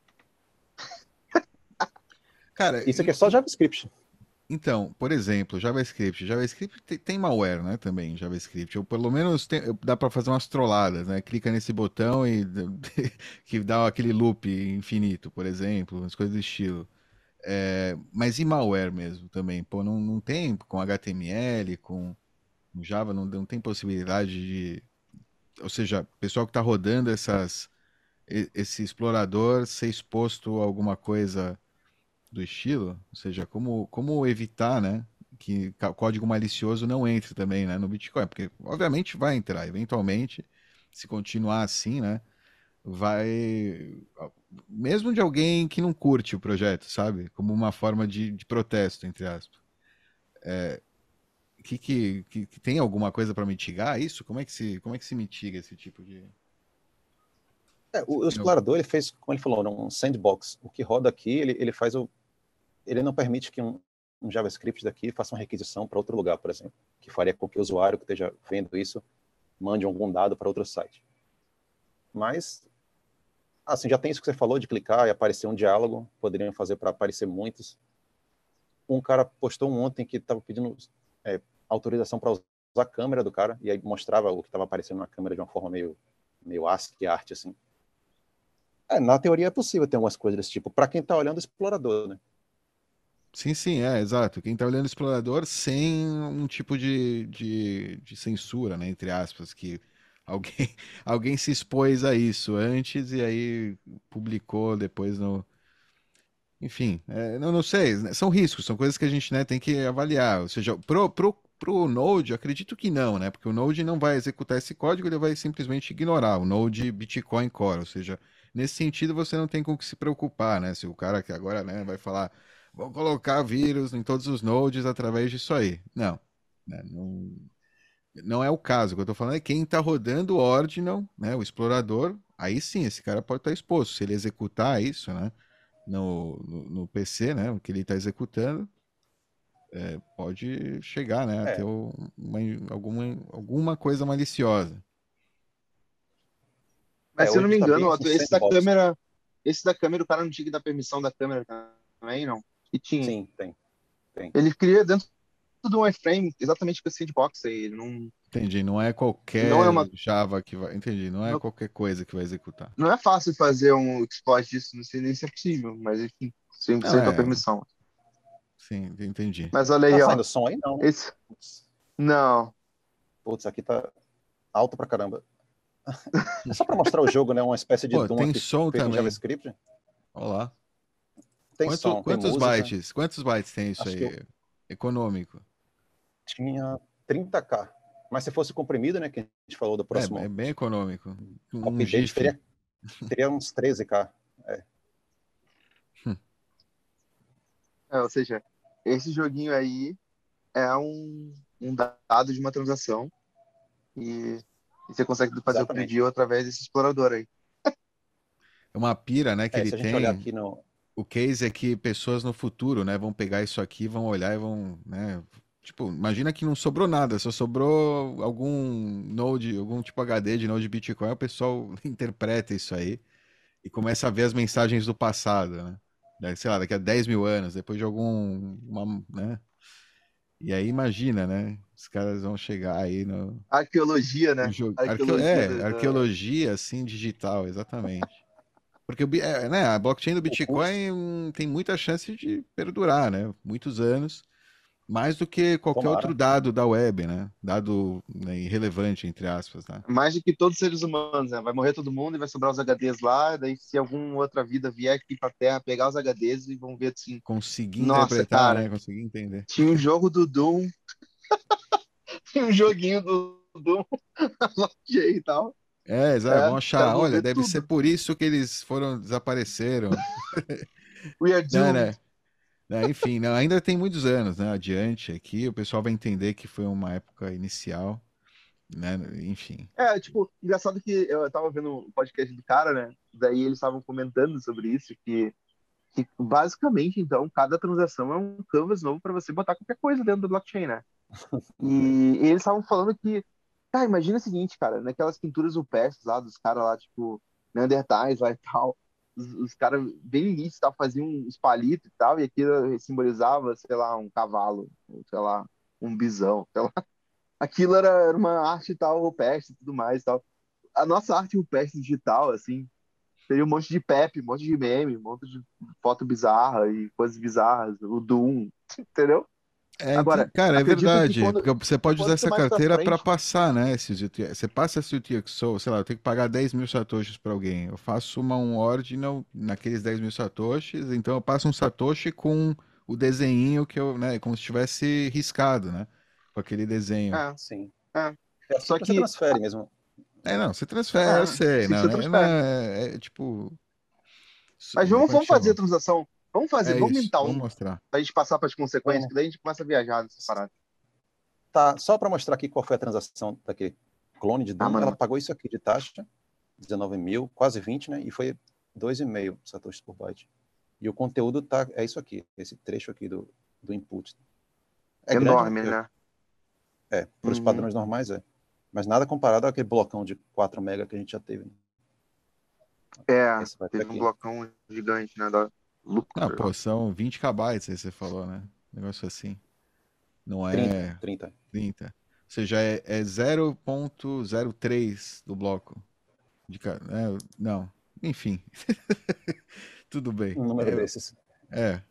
B: Cara,
C: Isso aqui é
B: e-
C: só JavaScript.
B: então, por exemplo, JavaScript. JavaScript tem, tem malware, né, também, JavaScript. Ou pelo menos tem- dá para fazer umas trolladas, né? Clica nesse botão e que dá aquele loop infinito, por exemplo, umas coisas do estilo. É, mas e malware mesmo também? Pô, não, não tem com H T M L, com Java, não, não tem possibilidade de. Ou seja, o pessoal que está rodando essas, e- esse explorador ser exposto a alguma coisa do estilo? Ou seja, como, como evitar, né, que ca- código malicioso não entre também, né, no Bitcoin? Porque, obviamente, vai entrar, eventualmente, se continuar assim, né, vai. Mesmo de alguém que não curte o projeto, sabe? Como uma forma de, de protesto, entre aspas. Que, que, que, que tem alguma coisa para mitigar isso? Como é que se, como é que se mitiga esse tipo de.
C: É, o, o
B: Tem algum-
C: explorador ele fez, como ele falou, um sandbox. O que roda aqui, ele, ele faz o, ele não permite que um, um JavaScript daqui faça uma requisição para outro lugar, por exemplo, que faria com que o usuário que esteja vendo isso mande algum dado para outro site. Mas, assim, já tem isso que você falou de clicar e aparecer um diálogo, poderiam fazer para aparecer muitos. Um cara postou um ontem que estava pedindo é, autorização para usar a câmera do cara, e aí mostrava o que estava aparecendo na câmera de uma forma meio, meio ASCII art, assim. É, na teoria é possível ter algumas coisas desse tipo, para quem está olhando o explorador, né?
B: Sim, sim, é, exato. Quem está olhando o explorador sem um tipo de, de, de censura, né, entre aspas, que alguém, alguém se expôs a isso antes e aí publicou depois no. Enfim, é, não, não sei, né, são riscos, são coisas que a gente, né, tem que avaliar. Ou seja, pro, pro, pro Node, acredito que não, né? Porque o Node não vai executar esse código, ele vai simplesmente ignorar o Node Bitcoin Core. Ou seja, nesse sentido você não tem com o que se preocupar, né? Se o cara que agora, né, vai falar, vou colocar vírus em todos os nodes através disso aí. Não, né, não, não é o caso. O que eu estou falando é quem está rodando o Ordinal, né, o explorador, aí sim, esse cara pode estar exposto. Se ele executar isso, né? No, no, no P C, né? O que ele está executando. é, pode chegar, né, a
C: É,
B: ter o- uma, alguma, alguma coisa maliciosa.
A: Mas
C: é,
A: se eu não
C: hoje
A: me
C: está
A: engano,
C: bem assim,
A: Otto, esse da
C: sandbox.
A: câmera, esse da câmera, o cara não tinha que dar permissão da câmera também, não? E tinha.
C: Sim, tem, tem.
A: Ele cria dentro de um iframe exatamente com esse sandbox aí. Ele não,
B: Entendi, não é
A: não é
B: qualquer
A: uma,
B: Java que vai. Entendi, não é
A: não,
B: qualquer coisa que vai executar.
A: não é fácil fazer um exploit disso, não sei nem se é possível, mas enfim, sem,
B: Não,
A: sem tua
B: é.
A: permissão.
B: Sim, entendi.
A: Mas olha
C: Tá
A: aí, ó.
C: saindo som aí? Não, né?
A: Esse.
C: Putz,
A: Não.
C: putz, aqui tá alto pra caramba. É só para mostrar o jogo, né? Uma espécie de
B: Pô,
C: Doom
B: tem
C: aqui
B: som
C: feito em
B: também.
C: JavaScript.
B: Olha lá.
C: Tem
B: Quanto,
C: som, tem
B: quantos
C: música.
B: bytes? Quantos bytes tem isso
C: Acho que eu
B: aí? Econômico.
C: tinha trinta K. Mas se fosse comprimido, né? Que a gente falou do
B: É, é
C: próximo
B: bem econômico. Um
C: update,
B: GIF.
C: teria, teria uns treze K. É,
B: Hum.
A: É, ou seja, esse joguinho aí é um, um dado de uma transação e, e você consegue fazer o
C: exatamente.
A: preview através desse explorador aí.
B: É uma pira, né, que
C: É,
B: ele
C: se a gente olhar
B: tem.
C: aqui no.
B: O case é que pessoas no futuro, né, vão pegar isso aqui, vão olhar e vão, né, tipo, imagina que não sobrou nada, só sobrou algum node, algum tipo H D de node Bitcoin, o pessoal interpreta isso aí e começa a ver as mensagens do passado, né? Daí, sei lá, daqui a dez mil anos, depois de algum, uma, né? E aí imagina, né? Os caras vão chegar aí no,
A: Arqueologia,
B: no
A: né?
B: jogo. Arqueo...
A: Arqueologia
B: É,
A: do, do-
B: arqueologia, assim, digital, exatamente. Porque o bi- é, né, a blockchain do
C: O custo,
B: Bitcoin hum, tem muita chance de perdurar, né? Muitos anos, mais do que qualquer outro
C: tomara.
B: dado da web, né? Dado, né, irrelevante, entre aspas, né?
A: mais do que todos os seres humanos, né? Vai morrer todo mundo e vai sobrar os H Ds lá, daí se alguma outra vida vier aqui pra Terra, pegar os H Ds e vão ver assim,
B: Conseguir
A: nossa,
B: interpretar,
A: cara,
B: né? Conseguir entender.
A: tinha um jogo do Doom, tinha um joguinho do Doom, blockchain e tal.
B: É, exato,
A: É,
B: vão
A: os caras
B: achar,
A: vão
B: olha,
A: ver
B: deve ser
A: tudo.
B: por isso que eles foram, desapareceram.
A: We are
B: Não,
A: doomed.
B: né? Né, enfim, não, ainda tem muitos anos, né? Adiante aqui, o pessoal vai entender que foi uma época inicial, né? Enfim.
A: É, tipo, engraçado que eu tava vendo o podcast do cara, né? Daí eles estavam comentando sobre isso, que, que basicamente, então, cada transação é um canvas novo para você botar qualquer coisa dentro do blockchain, né? E, e eles estavam falando que, cara, imagina o seguinte, cara, naquelas pinturas rupestres lá, dos caras lá, tipo, Neandertais lá e tal, os, os caras bem no início tal, faziam uns palitos e tal, e aquilo simbolizava, sei lá, um cavalo, ou, sei lá, um bisão, sei lá. Aquilo era, era uma arte tal, rupestre e tudo mais e tal. A nossa arte rupestre digital, assim, teria um monte de pepe, um monte de meme, um monte de foto bizarra e coisas bizarras, o Doom, entendeu?
B: É, enten-
A: Agora,
B: cara, é
A: acredito que
B: verdade,
A: quando,
B: porque você pode usar
A: quanto
B: essa
A: mais pra
B: carteira para
A: frente,
B: passar, né? Esses, U T X. Você passa esse U T X O, sei lá, eu tenho que pagar dez mil satoshis para alguém. Eu faço uma um ordinal naqueles dez mil satoshis, então eu passo um satoshi com o desenho que eu, né? Como se tivesse riscado, né? Com aquele desenho.
A: é,
C: Sim.
A: é.
C: É assim
A: Só
C: que você
A: que,
C: transfere mesmo.
B: É, não, você transfere, eu
A: é,
B: sei,
A: assim que
B: não,
A: você
B: né? Não
A: transfere.
B: é, é, tipo, su-
A: Mas
B: como
A: vamos,
B: é que
A: vamos fazer a
B: chama?
A: transação. Vamos fazer,
B: É
A: vamos
B: isso,
A: mintar
B: vamos
A: um,
B: mostrar.
A: pra gente passar para as consequências, que
C: Vamos.
A: daí a gente começa a viajar nessa parada.
C: Tá, só para mostrar aqui qual foi a transação daquele clone de
A: Ah,
C: Doom, ela
A: mano.
C: pagou isso aqui de taxa, dezenove mil, quase vinte, né? E foi dois e meio satoshis por byte. E o conteúdo tá, é isso aqui, esse trecho aqui do, do input. É grande, né?
A: Enorme,
C: Porque,
A: né?
C: é, para os
A: Uhum.
C: padrões normais é. Mas nada comparado àquele blocão de quatro mega que a gente já teve. Né?
A: É,
C: Esse vai para
A: teve um
C: aqui.
A: blocão gigante, né? Da
B: Não,
A: loucura.
B: pô, são vinte kbytes aí você falou, né? Negócio assim. Não
C: trinta,
B: é
C: trinta.
B: trinta. Ou seja, é, é zero ponto zero três do bloco. De, ca- é, não, enfim. Tudo bem.
C: Um número
B: É,
C: desses.
B: é.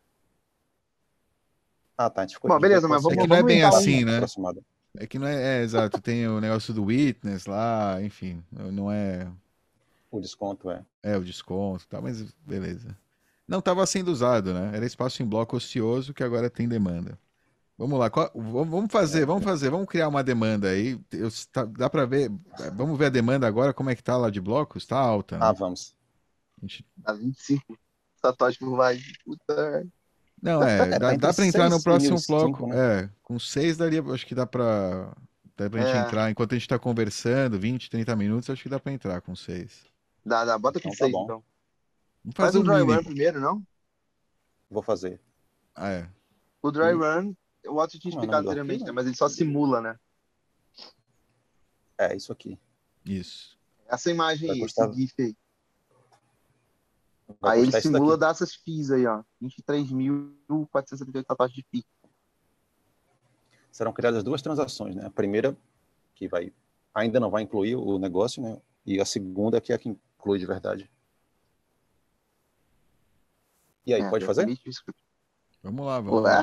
C: Ah, tá, a gente ficou
A: Bom,
C: de ver
A: beleza,
C: qual
A: mas
B: É
C: seria
B: que
A: vamos,
B: não é
A: vamos
B: bem
A: mintar
C: a
A: um.
C: taxa
B: assim, né?
C: aproximada.
B: É que não é, é exato. Tem o negócio do Witness lá, enfim. Não é.
C: O desconto é.
B: É o desconto e tal, mas beleza. Não estava sendo usado, né? Era espaço em bloco ocioso que agora tem demanda. Vamos lá, qual- vamos vamos fazer, vamos
C: é.
B: fazer, vamos criar uma demanda aí. Eu- tá- dá para ver, vamos ver a demanda agora, como é que tá lá de blocos? Tá alta,
C: Ah,
B: né?
C: vamos.
B: A gente-
A: A vinte e cinco satoshis por byte. Puta.
B: Não, é,
C: É,
B: dá,
C: tá
B: dá
C: entre
B: para entrar no
C: seis e mil e
B: próximo bloco.
C: cinco, né?
B: É, com seis daria, acho que dá para dá pra gente
A: É,
B: entrar. Enquanto a gente tá conversando, vinte, trinta minutos, acho que dá para entrar com seis.
A: dá, dá. Bota com
C: Então tá
A: seis,
C: bom.
A: então.
B: Vamos
A: Faz
B: fazer
A: um
B: o
A: dry run
B: mínimo.
A: primeiro, não?
C: Vou fazer.
B: Ah, é.
A: O dry
C: E
A: run O Otto tinha
C: Como é o nome
A: explicado
C: do
A: anteriormente,
C: arquivo?
A: né? Mas ele só simula, né?
C: É, isso aqui.
B: Isso.
A: Essa imagem
C: Vai
A: aí, esse
C: custar,
A: GIF aí.
C: vai
A: Aí ele
C: custar isso
A: simula
C: daqui.
A: dar essas fees aí, ó. vinte e três mil quatrocentos e setenta e oito tatuagens de fee.
C: Serão criadas duas transações, né? A primeira, que vai ainda não vai incluir o negócio, né? E a segunda, que é a que inclui de verdade. E aí,
A: É,
C: pode
A: deve ser
C: fazer?
A: meio difícil.
B: Vamos lá, vamos
A: Ué?
B: lá.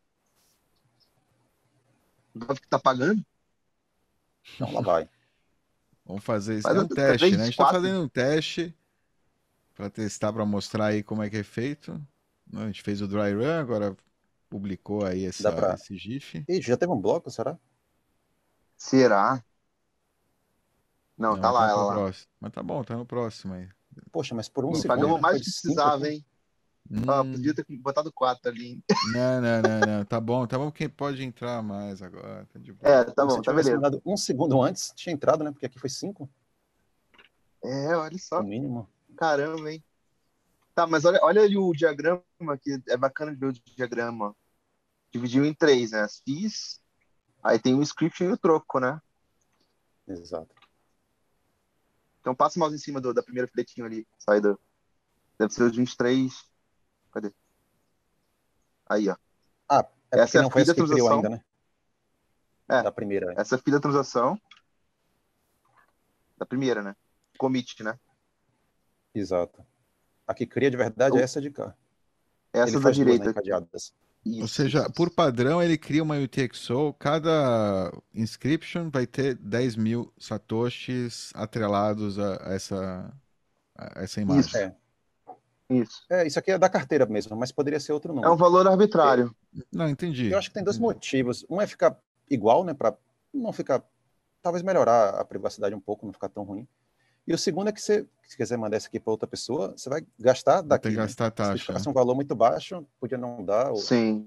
A: O Dove que tá pagando?
C: Então, lá vai.
B: Vamos fazer isso.
A: Faz
B: É
A: a
B: um teste, né? A
A: três,
B: gente está
A: quatro.
B: fazendo um teste para testar, para mostrar aí como é que é feito. A gente fez o dry run, agora publicou aí
C: Dá
B: essa,
C: pra...
B: esse GIF.
C: Ih, já teve um bloco, será?
A: Será? Não,
B: Não,
A: tá
B: mas tá
A: lá, ela
B: pro
A: lá.
B: próximo. Mas tá bom, tá no próximo aí.
C: Poxa, mas por um
A: Ih,
C: segundo,
A: pagamos
C: né?
A: mais
C: Foi
A: do
C: de
A: que
C: cinco
A: precisava,
C: aqui.
A: hein? Ó, podia
B: Hum,
A: ter botado quatro ali, hein?
B: não, não, não, não. Tá bom, tá bom. Quem pode entrar mais agora? Tá de boa.
A: É, tá
C: Pô, se
A: bom,
C: eu
A: tá
C: tivesse
A: beleza.
C: mandado um segundo antes, tinha entrado, né? Porque aqui foi cinco,
A: É, olha
C: o
A: só.
C: mínimo.
A: Caramba, hein? Tá, mas olha, olha ali o diagrama, que é bacana de ver o diagrama. Ó. Dividiu em três, né? As fees, aí tem o script e o troco, né?
C: Exato.
A: Então passa o mouse em cima do, da primeira filetinho ali, sai do. Deve ser os vinte e três. Cadê? Aí, ó.
C: Ah, é porque
A: Essa é a
C: não foi
A: fee
C: essa
A: da
C: que criou
A: transação.
C: ainda, né?
A: É,
C: Da primeira.
A: essa é a fee da transação. Da primeira, né? Commit, né?
C: Exato. A que cria de verdade é
A: O-
C: essa de cá. Ele
A: Essa da
C: faz duas, né?
A: direita aqui.
C: Encadeadas.
B: Ou
A: Isso,
B: seja,
A: isso,
B: por
A: isso.
B: padrão, ele cria uma U T X O, cada inscription vai ter dez mil satoshis atrelados a a essa, a essa imagem.
A: Isso,
C: É.
A: isso.
C: É, isso aqui é da carteira mesmo, mas poderia ser outro
A: É um
C: nome.
A: valor arbitrário.
B: Não, entendi.
C: Eu acho que tem dois
B: entendi.
C: motivos. Um é ficar igual, né? Para não ficar. Talvez melhorar a privacidade um pouco, não ficar tão ruim. E o segundo é que você, se quiser mandar isso aqui para outra pessoa, você vai gastar
B: Vou ter
C: daqui,
B: que
C: né?
B: gastar a
C: Se
B: taxa,
C: ficasse
B: né?
C: um valor muito baixo, podia não dar. Ou...
A: Sim.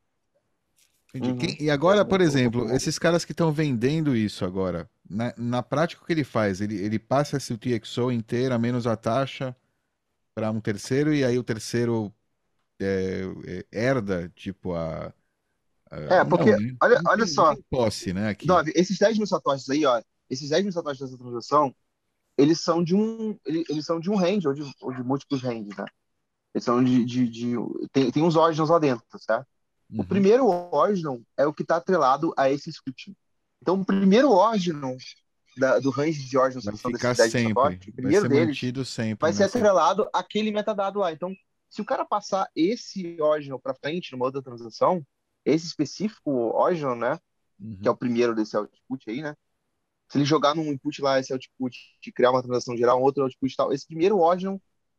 B: Entendi.
A: Uhum.
B: Quem- e
C: Eu acho
B: agora, por
C: muito
B: exemplo,
C: comum.
B: esses caras que estão vendendo isso agora, na, na prática, o que ele faz? Ele, ele passa esse U T X O inteira, menos a taxa, para um terceiro, e aí o terceiro é, é, herda, tipo, a, a-
A: É,
B: Não,
A: porque,
B: né?
A: olha,
B: Não
A: olha
B: tem, não
A: só,
B: tem posse, né, aqui.
A: Dove, esses dez mil satoshis aí, ó, esses dez mil satoshis dessa transação, eles são de um, eles, eles são de um range, ou de, ou de múltiplos ranges, né? Eles são de, de, de tem, tem uns ordens lá dentro, certo? O
B: Uhum.
A: primeiro ordem é o que está atrelado a esse scripting. Então, o primeiro ordem da, do range de ordens
B: Vai
A: são
B: ficar
A: desses dez mil
B: sempre,
A: satoshis, o
B: vai
A: primeiro
B: ser
A: deles
B: mantido sempre
A: vai ser
B: nessa.
A: atrelado àquele metadado lá. Então, se o cara passar esse ordem para frente numa outra transação, esse específico ordem, né, que é
B: Uhum.
A: o primeiro desse output aí, né? Se ele jogar num input lá, esse output, de criar uma transação geral, um outro output e tal, esse primeiro ordem,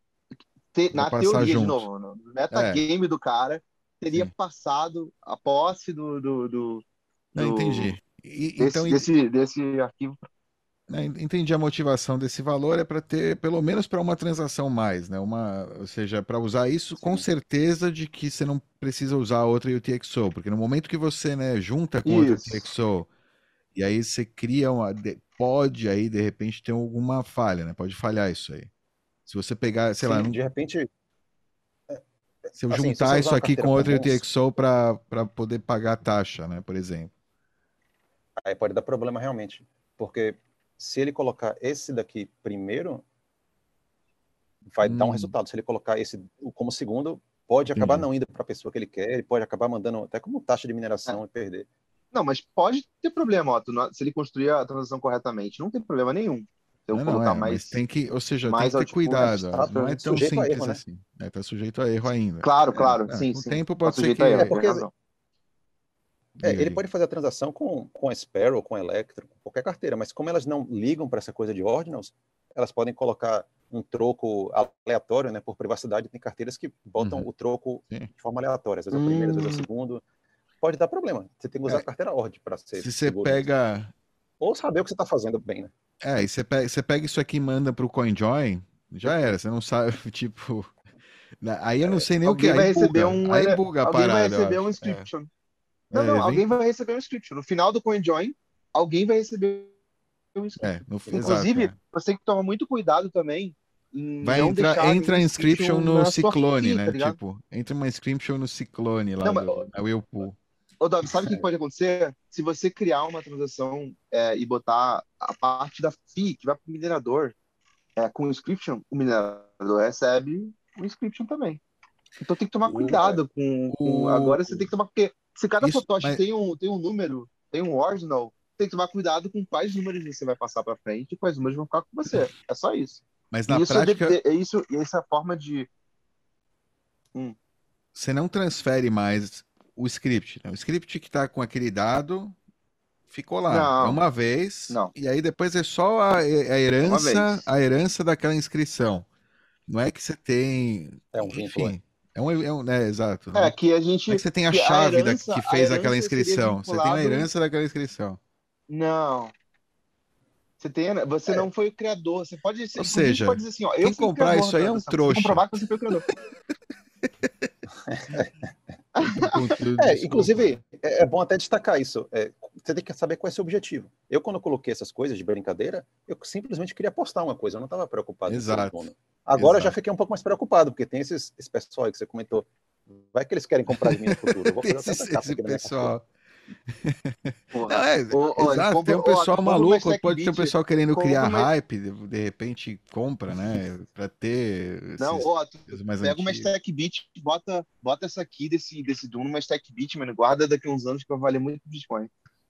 A: te,
B: Vai
A: na
B: passar
A: teoria, de
B: junto.
A: novo, no
B: É,
A: metagame do cara, teria
B: sim.
A: passado a posse do, do, do,
B: Não,
A: do
B: entendi. E- então,
A: desse, desse, desse arquivo.
B: né, entendi a motivação desse valor é para ter pelo menos para uma transação mais, né? Uma, ou seja, para usar isso com
C: Sim.
B: certeza de que você não precisa usar outra U T X O, porque no momento que você, né, junta com outra
A: Isso.
B: U T X O e aí você cria uma, de- pode aí de repente ter alguma falha, né? Pode falhar isso aí. Se você pegar, sei lá,
C: Sim,
B: não-
C: de repente,
B: se eu
C: assim, se você
B: juntar
C: usar
B: isso
C: uma
B: aqui
C: carteira
B: com outra
C: comum,
B: U T X O para para poder pagar a taxa, né, por exemplo.
C: aí pode dar problema realmente. Porque se ele colocar esse daqui primeiro, vai dar um
B: Hum,
C: resultado. Se ele colocar esse como segundo, pode acabar
B: entendi.
C: não indo para a pessoa que ele quer, ele pode acabar mandando até como taxa de
A: É.
C: mineração e perder.
A: Não, mas pode ter problema, ó, tu não- se ele construir a transação corretamente, não tem problema nenhum. Se eu
B: Não, não
A: colocar
B: é, mas
A: mais,
B: tem que, ou seja, tem
A: mais
B: que ter
A: output,
C: É,
B: cuidado.
C: tá
B: Não é tão
C: sujeito a
B: simples
C: erro, né?
B: assim. Né? Tá sujeito a erro ainda.
A: claro,
B: É,
A: claro,
B: é,
A: sim,
B: com o
A: sim,
B: tempo
A: tá
B: pode ser
A: sujeito a
C: É
A: erro,
B: que.
A: tem
C: porque
A: razão.
C: é,
B: Diga,
C: ele
B: diga.
C: pode fazer a transação com, com a Sparrow, com a Electro, com qualquer carteira, mas como elas não ligam para essa coisa de ordinals, elas podem colocar um troco aleatório, né, por privacidade. Tem carteiras que botam
B: Uhum,
C: o troco
B: sim.
C: de forma aleatória, às vezes é o primeiro, às vezes é o
A: Hum,
C: segundo. Pode dar problema. Você tem que usar a
B: É,
C: carteira ordem para ser
B: se você
C: seguro mesmo.
B: pega.
C: Ou saber o que você está fazendo bem, né?
B: É, e você pega, você pega isso aqui e manda pro CoinJoin, já era. Você não sabe, tipo. na- Aí eu não sei nem o que.
A: alguém
B: Aí
A: vai receber
B: buga.
A: um,
B: Aí
A: ele-
B: buga a
A: alguém vai
B: parada, eu
A: receber um
B: acho. É,
A: inscription. Não,
B: é,
A: não,
B: vem.
A: alguém vai receber um inscription. No final do CoinJoin, alguém vai receber um
B: É,
A: inscription.
B: no, exato.
A: Inclusive,
B: É.
A: você tem que tomar muito cuidado também em
B: Vai
A: não
B: entrar,
A: deixar nenhum
B: entra a inscription
A: inscription
B: no
A: na sua
B: Ciclone,
A: fee, tá
B: né?
A: ligado?
B: Tipo, entra uma inscription no Ciclone lá
A: Não, mas,
B: do na Whirlpool.
A: Ô, Davi, sabe o que pode acontecer? Se você criar uma transação é, e botar a parte da fee que vai para o minerador é, com o inscription, o minerador recebe o inscription também. Então tem que tomar
B: O,
A: cuidado com, com-
B: o,
A: agora você tem que tomar. Porque se cada
B: isso,
A: satoshi
B: mas,
A: tem um, tem um número, tem um ordinal, tem que tomar cuidado com quais números você vai passar para frente e quais números vão ficar com você. É só isso.
B: mas
A: E
B: na
A: isso é, de-
B: prática,
A: de- é isso, essa forma de. Hum,
B: você não transfere mais o script, né? O script que está com aquele dado ficou lá. É
A: não,
B: uma vez,
A: não.
B: e aí depois é só a, a
A: É uma
B: herança,
A: vez.
B: a herança daquela inscrição. Não é que você tem,
C: É um vínculo, é.
B: enfim, é um, é um, né, exato,
A: É,
B: né?
A: que a
B: Não é
A: gente.
B: que você tem a
A: Que a
B: chave da,
A: herança,
B: que
A: a
B: fez aquela
A: herança seria
B: inscrição, você tem a
A: vinculado.
B: herança daquela inscrição.
A: Não. Você tem, você
C: É,
A: não foi o criador. Você pode,
B: Ou
A: inclusive, você pode
B: seja,
A: dizer assim, ó, eu
B: quem
A: fui o
B: comprar
A: criador
B: isso aí
A: da
B: é um
A: dessa. Você tem que
B: trouxa.
A: comprovar que você foi o criador.
B: Tá com tudo,
C: É,
B: desculpa.
C: inclusive, é, é bom até destacar isso. É, você tem que saber qual é o seu objetivo. Eu, quando coloquei essas coisas de brincadeira, eu simplesmente queria postar uma coisa, eu não estava preocupado em ser o
B: Exato,
C: dono. Agora eu já
B: exato.
C: fiquei um pouco mais preocupado, porque tem esses, esse pessoal aí que você comentou. Vai que eles querem comprar de mim no futuro. Eu vou fazer até
B: Esse,
C: backup
B: esse
C: aqui da minha carteira.
B: pessoal. Não,
A: Porra.
B: é,
A: Ô, ô,
B: exato, tem
A: compra,
B: um
A: ó,
B: pessoal
A: compra uma
B: maluco,
A: stack
B: pode ter um
A: beat.
B: pessoal querendo
A: Compra
B: criar
A: uma.
B: hype, de, de repente compra, né, pra ter
A: Não,
B: esses
A: ó, tu
B: coisas mais
A: pega uma
B: antigos.
A: stack beat, bota, bota essa aqui desse, desse Doom numa stack beat, mano. Guarda daqui a uns anos que vai valer muito Bitcoin.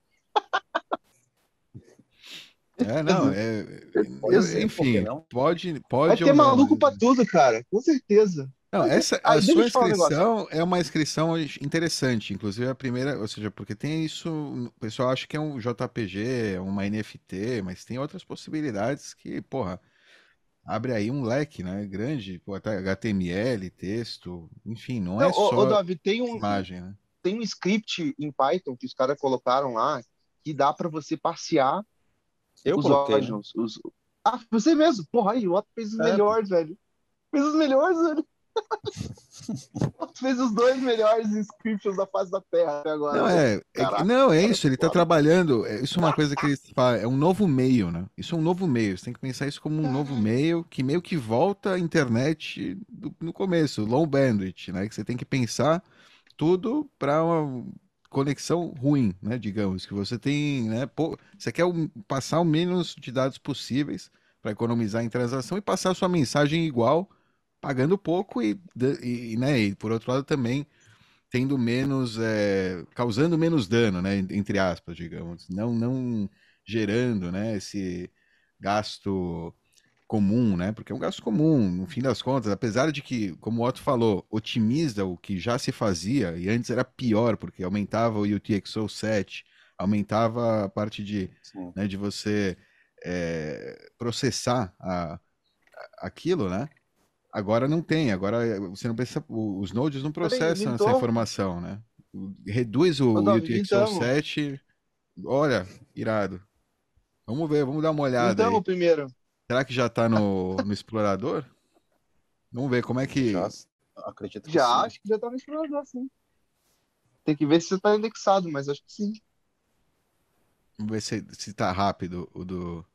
B: É, não, é,
C: Pode
B: eu-
A: Certeza.
C: ser, por que
B: enfim,
C: não?
B: pode,
A: Vai
B: pode ou
A: ter
B: não.
A: maluco pra tudo, cara. Com certeza.
B: Não,
A: Vai ter.
B: essa, a
A: Aí, deixa eu
B: sua
A: te falar um negócio.
B: inscrição é uma inscrição interessante, inclusive a primeira, ou seja, porque tem isso, o pessoal acha que é um J P G, uma N F T, mas tem outras possibilidades que, porra, abre aí um leque, né, grande, pô, até H T M L, texto, enfim, não
A: Não,
B: é
A: ô, ô
B: só
A: Davi, tem um,
B: imagem, né?
A: tem um script em Python que os caras colocaram lá que dá pra você parsear
C: Eu
A: os
C: coloquei, né?
A: ordinals. Os... Ah, você mesmo. Porra, aí, o Otto fez os
C: É, pô.
A: melhores, velho. Fez os melhores, velho. O Otto fez os dois melhores inscriptions da face da Terra até agora,
B: Não,
A: velho.
B: é, é que-
A: Caraca,
B: não, é
A: cara,
B: isso, ele tá
A: foda.
B: trabalhando, é, isso é uma coisa que ele fala, é um novo meio, né? Isso é um novo meio, você tem que pensar isso como um novo meio, que meio que volta à internet do- no começo, low bandwidth, né? Que você tem que pensar tudo para uma conexão ruim, né? Digamos, que você tem, né? Pô, você quer o- passar o menos de dados possíveis para economizar em transação e passar a sua mensagem igual, pagando pouco e, da- e, né? E por outro lado também tendo menos, é, causando menos dano, né, entre aspas, digamos, não, não gerando, né, esse gasto comum, né, porque é um gasto comum, no fim das contas, apesar de que, como o Otto falou, otimiza o que já se fazia, e antes era pior, porque aumentava o U T X O sete, aumentava a parte de,
C: Sim.
B: né, de você é, processar a, a- aquilo, né, agora não tem, agora você não precisa, o- os nodes não
A: Peraí,
B: processam essa
A: mintou.
B: informação, né? O- Reduz o
A: Ô, Davi,
B: U T X O
A: mintamos.
B: sete, olha, irado. Vamos ver, vamos dar uma olhada aí.
A: Mintamos primeiro.
B: Será que já tá no, no explorador? Vamos ver como é
C: Já
B: que.
C: acredito que
A: Já,
C: sim.
A: acho que já tá no explorador, sim. Tem que ver se tá indexado, mas acho que sim.
B: Vamos ver se, se tá rápido o do.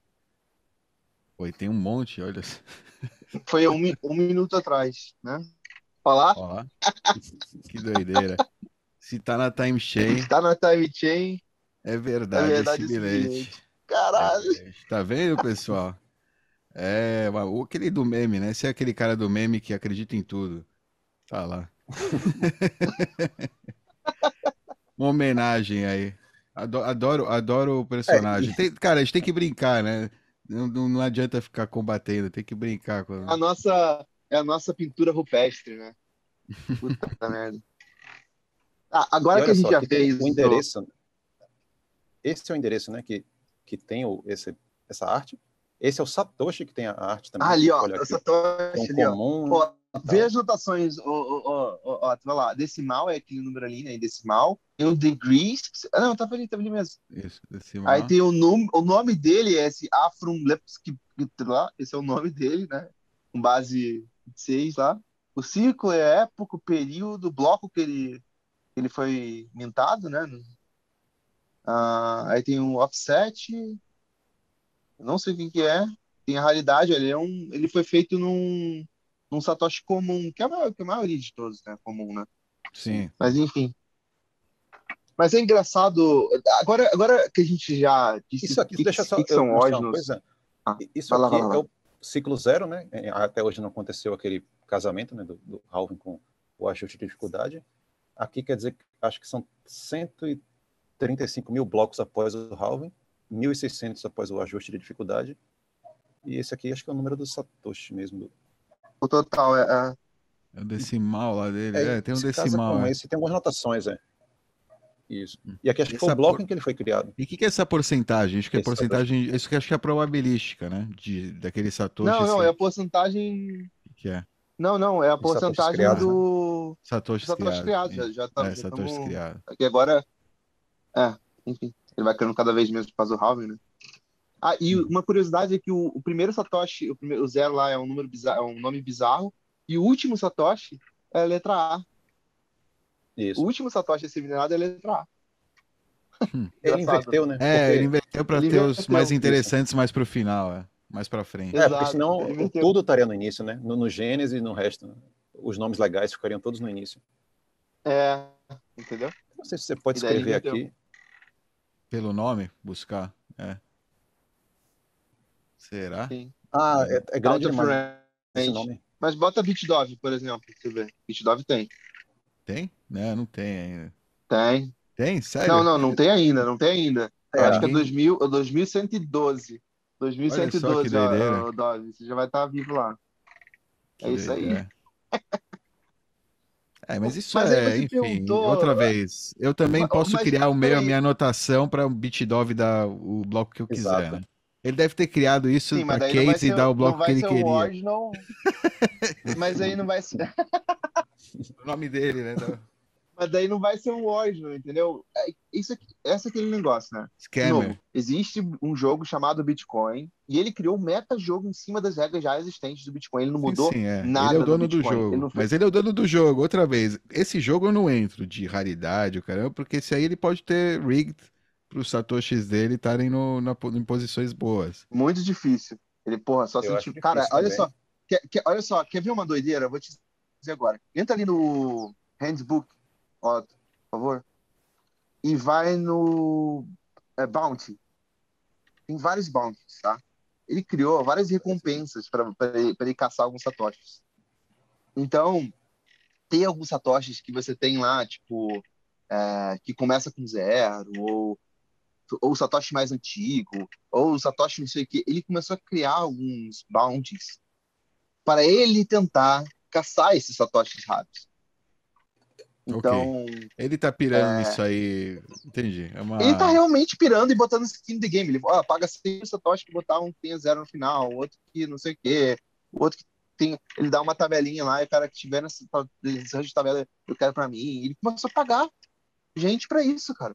B: Oi, tem um monte, olha.
A: Foi um, mi- um minuto atrás, né? Falar?
B: Ó lá, que doideira. Se tá na time chain,
A: Tá na time chain.
B: é
A: É
B: verdade esse
A: verdade esse
B: bilhete.
A: bilhete.
B: É
A: Caralho.
B: bilhete. Tá vendo, pessoal? É, mas o- aquele do meme, né? Esse é aquele cara do meme que acredita em tudo. Tá lá. Uma homenagem aí. Ado- Adoro, adoro o
C: É,
B: personagem.
C: e,
B: Tem- cara, a gente tem que brincar, né? Não, não, não adianta ficar combatendo, tem que brincar
A: É a
B: com.
A: nossa, é a nossa pintura rupestre, né? Puta merda. Ah,
C: e
A: agora que
C: olha
A: a gente
C: só,
A: já
C: aqui tem
A: fez
C: o
A: o...
C: endereço. Esse é o endereço, né? Que, que tem o, esse, essa arte. Esse é o Satoshi que tem a arte
A: Ah,
C: também.
A: ali, ó.
C: Olha aqui,
A: Essa
C: ó. Tem
A: tocha
C: um
A: ali, ó.
C: comum
A: Ó,
C: e
A: vê
C: tal.
A: as notações. Ó, ó, ó, ó, ó, tu vai lá. Decimal é aquele número ali, né? Em decimal. Tem o degrees. Ah, não, tava ali, tava ali mesmo.
B: Isso,
A: Aí
B: decimal.
A: tem o nome, o nome dele é esse Afrum Lepski, lá. Esse é o nome dele, né? Com base em seis lá. O ciclo é a época, o período, o bloco que ele, que ele foi mintado, né? Ah, aí tem o offset, eu não sei o que que é. Tem a raridade, ele é um, ele foi feito num, num Satoshi comum, que é a, maior, que é a maioria de todos, né? Comum, né?
C: Sim.
B: Sim.
A: Mas enfim. Mas é engraçado. Agora, agora que a gente já disse
C: Isso aqui,
A: que,
C: deixa só
A: que, que
C: eu
A: são
C: mostrar uma
A: Ordinals.
C: coisa.
A: Ah,
C: Isso
A: vai lá,
C: aqui
A: vai lá, vai
C: é
A: lá.
C: o ciclo zero, né? É, até hoje não aconteceu aquele casamento, né, do, do Halving com o ajuste de dificuldade. Aqui quer dizer que acho que são cento e trinta e cinco mil blocos após o Halving, mil e seiscentos após o ajuste de dificuldade. E esse aqui acho que é o número do Satoshi mesmo. Do...
A: O total é. é...
B: É o decimal lá dele.
C: É,
B: É, tem um
C: esse casa
B: decimal,
C: com
B: é.
C: esse, tem algumas notações, é. Isso. E aqui acho que
B: Essa
C: foi o bloco
B: por-
C: em que ele foi criado.
B: E o que, que é essa porcentagem? Acho que é
C: Esse
B: porcentagem. Isso que acho que é probabilística, né? De, daquele Satoshi
A: Não, não, é
B: ser.
A: a porcentagem.
B: O que que é?
A: Não, não, é a
C: De Satoshis
A: porcentagem
C: criados, né?
A: do.
B: Satoshis
A: Satoshi
B: criado.
A: criado. Já, já, tá,
B: É,
A: já
B: Satoshis
A: estamos.
B: criado.
A: Aqui agora. É, enfim. Ele vai criando cada vez menos por causa do halving, né? Ah, e
B: Uhum.
A: uma curiosidade é que o, o primeiro Satoshi, o, primeiro, o zero lá é um número bizarro, é um nome bizarro, e o último Satoshi é a letra A. O
C: Isso.
A: último Satoshi a ser minerado é a letra A.
B: Hum.
C: Ele
A: Engraçado,
C: inverteu,
A: né?
C: né?
B: É, ele
C: Porque,
B: inverteu para
A: Ele
B: ter os mais
A: inverteu.
B: interessantes mais pro final, é. Mais pra frente.
C: é, porque
A: Exato,
C: senão
A: ele
C: o-
A: inverteu.
C: tudo estaria no início, né? No, no Gênesis e no resto, né? Os nomes legais ficariam todos no início.
A: É, entendeu?
C: Não sei se você pode
A: E daí ele
C: escrever
A: inverteu.
C: aqui.
B: Pelo nome, buscar. É. Será?
A: Sim.
C: Ah,
B: É.
C: é, é grande
A: Out of
C: demais esse
A: range.
C: nome.
A: Mas bota BitDove, por exemplo, pra você ver. BitDove tem.
B: Tem? Não, não tem ainda.
A: Tem.
B: Tem?
A: Não,
B: Sério?
A: não, não tem ainda, não tem ainda. Eu
C: É,
A: acho que é
B: Ninguém.
A: dois mil, dois mil cento e doze.
B: Olha só que
A: dois mil cento e doze,
B: doideira.
A: ó, ó, Dove. Você já vai estar vivo lá.
B: Que
A: É isso aí.
B: doideira. É, mas isso
A: Mas aí
B: é,
A: você
B: enfim, outra
A: perguntou.
B: vez. Eu também
A: ma-
B: posso
A: Mas,
B: criar o meu, a
A: peraí.
B: minha anotação para o BitDove dar o bloco que eu quiser,
C: exato.
B: né? Ele deve ter criado isso
A: Sim, mas
B: para
A: daí não vai
B: Casey
A: ser,
B: dar o
A: não
B: bloco que
A: vai
B: ele
A: ser o
B: queria.
A: Ordinal. Mas aí não vai ser.
B: O nome dele, né? do-
A: Mas daí não vai ser um Ordinal, entendeu? É, Isso aqui, esse é aquele negócio, né? De novo,
B: Scammer.
A: existe um jogo chamado Bitcoin e ele criou um meta-jogo em cima das regras já existentes do Bitcoin. Ele não
B: Sim,
A: mudou
B: sim, é. Ele é o
A: nada no
B: dono do
A: Bitcoin. Ele
B: jogo.
A: não fez.
B: Mas ele é o dono do jogo. Outra vez, esse jogo eu não entro de raridade, o caramba, porque esse aí ele pode ter rigged para os satoshis dele estarem no, na, em posições boas.
A: Muito difícil. Ele, porra, só
C: Eu acho
A: sentiu. Cara,
C: difícil
A: olha
C: também.
A: só. Quer, quer- olha só, quer ver uma doideira? Eu vou te dizer agora. Entra ali no Handbook, ó, por favor, e vai no é, Bounty. Tem vários bounties, tá? Ele criou várias recompensas para ele, pra ele caçar alguns satoshis. Então, tem alguns satoshis que você tem lá, tipo, é, que começa com zero, ou, ou o satoshi mais antigo, ou o satoshi não sei o quê. Ele começou a criar alguns bounties para ele tentar caçar esses satoshis raros.
B: Ok.
A: Então,
B: Ele tá pirando nisso aí. Entendi. É
A: ele tá
B: uma.
A: realmente pirando e botando skin de game. Ele ó, paga cem satoshi que botar um que tenha zero no final, outro que não sei o quê, o outro que tem. Ele dá uma tabelinha lá e o cara que tiver nessa nessa tabela eu quero pra mim. Ele começou a pagar gente pra isso, cara.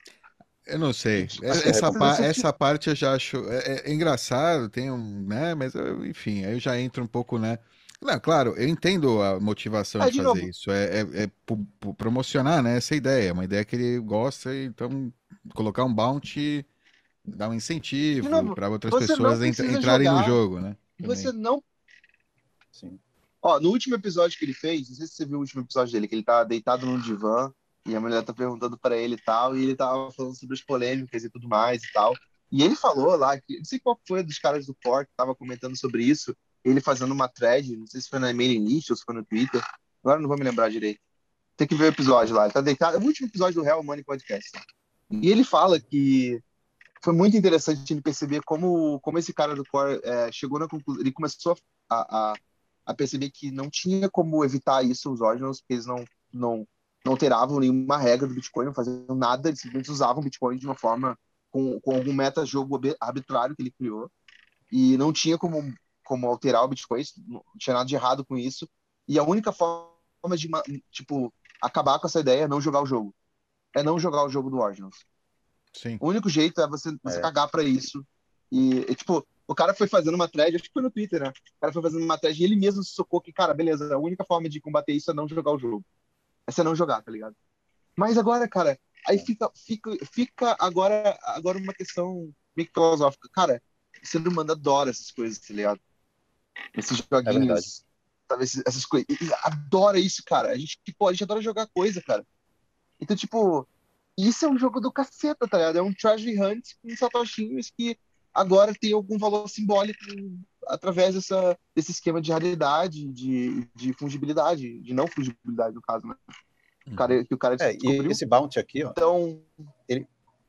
B: Eu não sei.
C: Acho
B: É-
C: que é
B: Essa, pa-
C: recompensa.
B: essa parte eu já acho. É, é- é engraçado, tem um. Né? Mas, eu- enfim, aí eu já entro um pouco, né? Não, claro, eu entendo a motivação
A: Aí,
B: de
A: de
B: fazer
A: novo,
B: isso. É, é, é pu- pu- promocionar, né? Essa ideia. É uma ideia que ele gosta, e então colocar um bounty, dar um
A: de
B: incentivo
A: novo,
B: para outras
A: você não
B: pessoas entra-
A: precisa
B: entrarem no
A: jogar.
B: jogo, né?
A: Você
B: Também.
A: não.
C: Sim.
A: Ó, no último episódio que ele fez, não sei se você viu o último episódio dele, que ele tá deitado num divã e a mulher tá perguntando pra ele e tal, e ele tava falando sobre as polêmicas e tudo mais e tal. E ele falou lá que, não sei qual foi dos caras do Core que tava comentando sobre isso, ele fazendo uma thread, não sei se foi na mailing list ou se foi no Twitter, agora não vou me lembrar direito. Tem que ver o episódio lá, ele tá deitado, é o último episódio do Real Money Podcast. E ele fala que foi muito interessante ele perceber como, como esse cara do Core é, chegou na conclusão, ele começou a, a a perceber que não tinha como evitar isso, os ordinals, porque eles não, não, não alteravam nenhuma regra do Bitcoin, não faziam nada, eles simplesmente usavam o Bitcoin de uma forma, com, com algum meta-jogo arbitrário que ele criou, e não tinha como, como alterar o Bitcoin, não tinha nada de errado com isso, e a única forma de, tipo, acabar com essa ideia é não jogar o jogo, é não jogar o jogo do ordinals.
B: Sim.
A: O único jeito é você, você
C: É.
A: cagar pra isso, e, e tipo, o cara foi fazendo uma thread, acho que foi no Twitter, né? O cara foi fazendo uma thread e ele mesmo se socou que, cara, beleza, a única forma de combater isso é não jogar o jogo. É você não jogar, tá ligado? Mas agora, cara, aí fica, fica, fica agora, agora uma questão meio que filosófica. Cara, o ser humano adora essas coisas, tá ligado? Esses
C: verdade.
A: joguinhos, sabe? Esses- Essas coisas. Ele adora isso, cara. A gente, tipo, a gente adora jogar coisa, cara. Então, tipo, Isso é um jogo do caceta, tá ligado? É um treasure hunt com satoshinhos que agora tem algum valor simbólico através dessa, desse esquema de raridade, de, de fungibilidade, de não fungibilidade, no caso, né? O
B: Uhum.
A: cara, que o cara
C: É, e
A: descobriu.
C: esse bounty aqui, ó,
A: Então,
C: ele.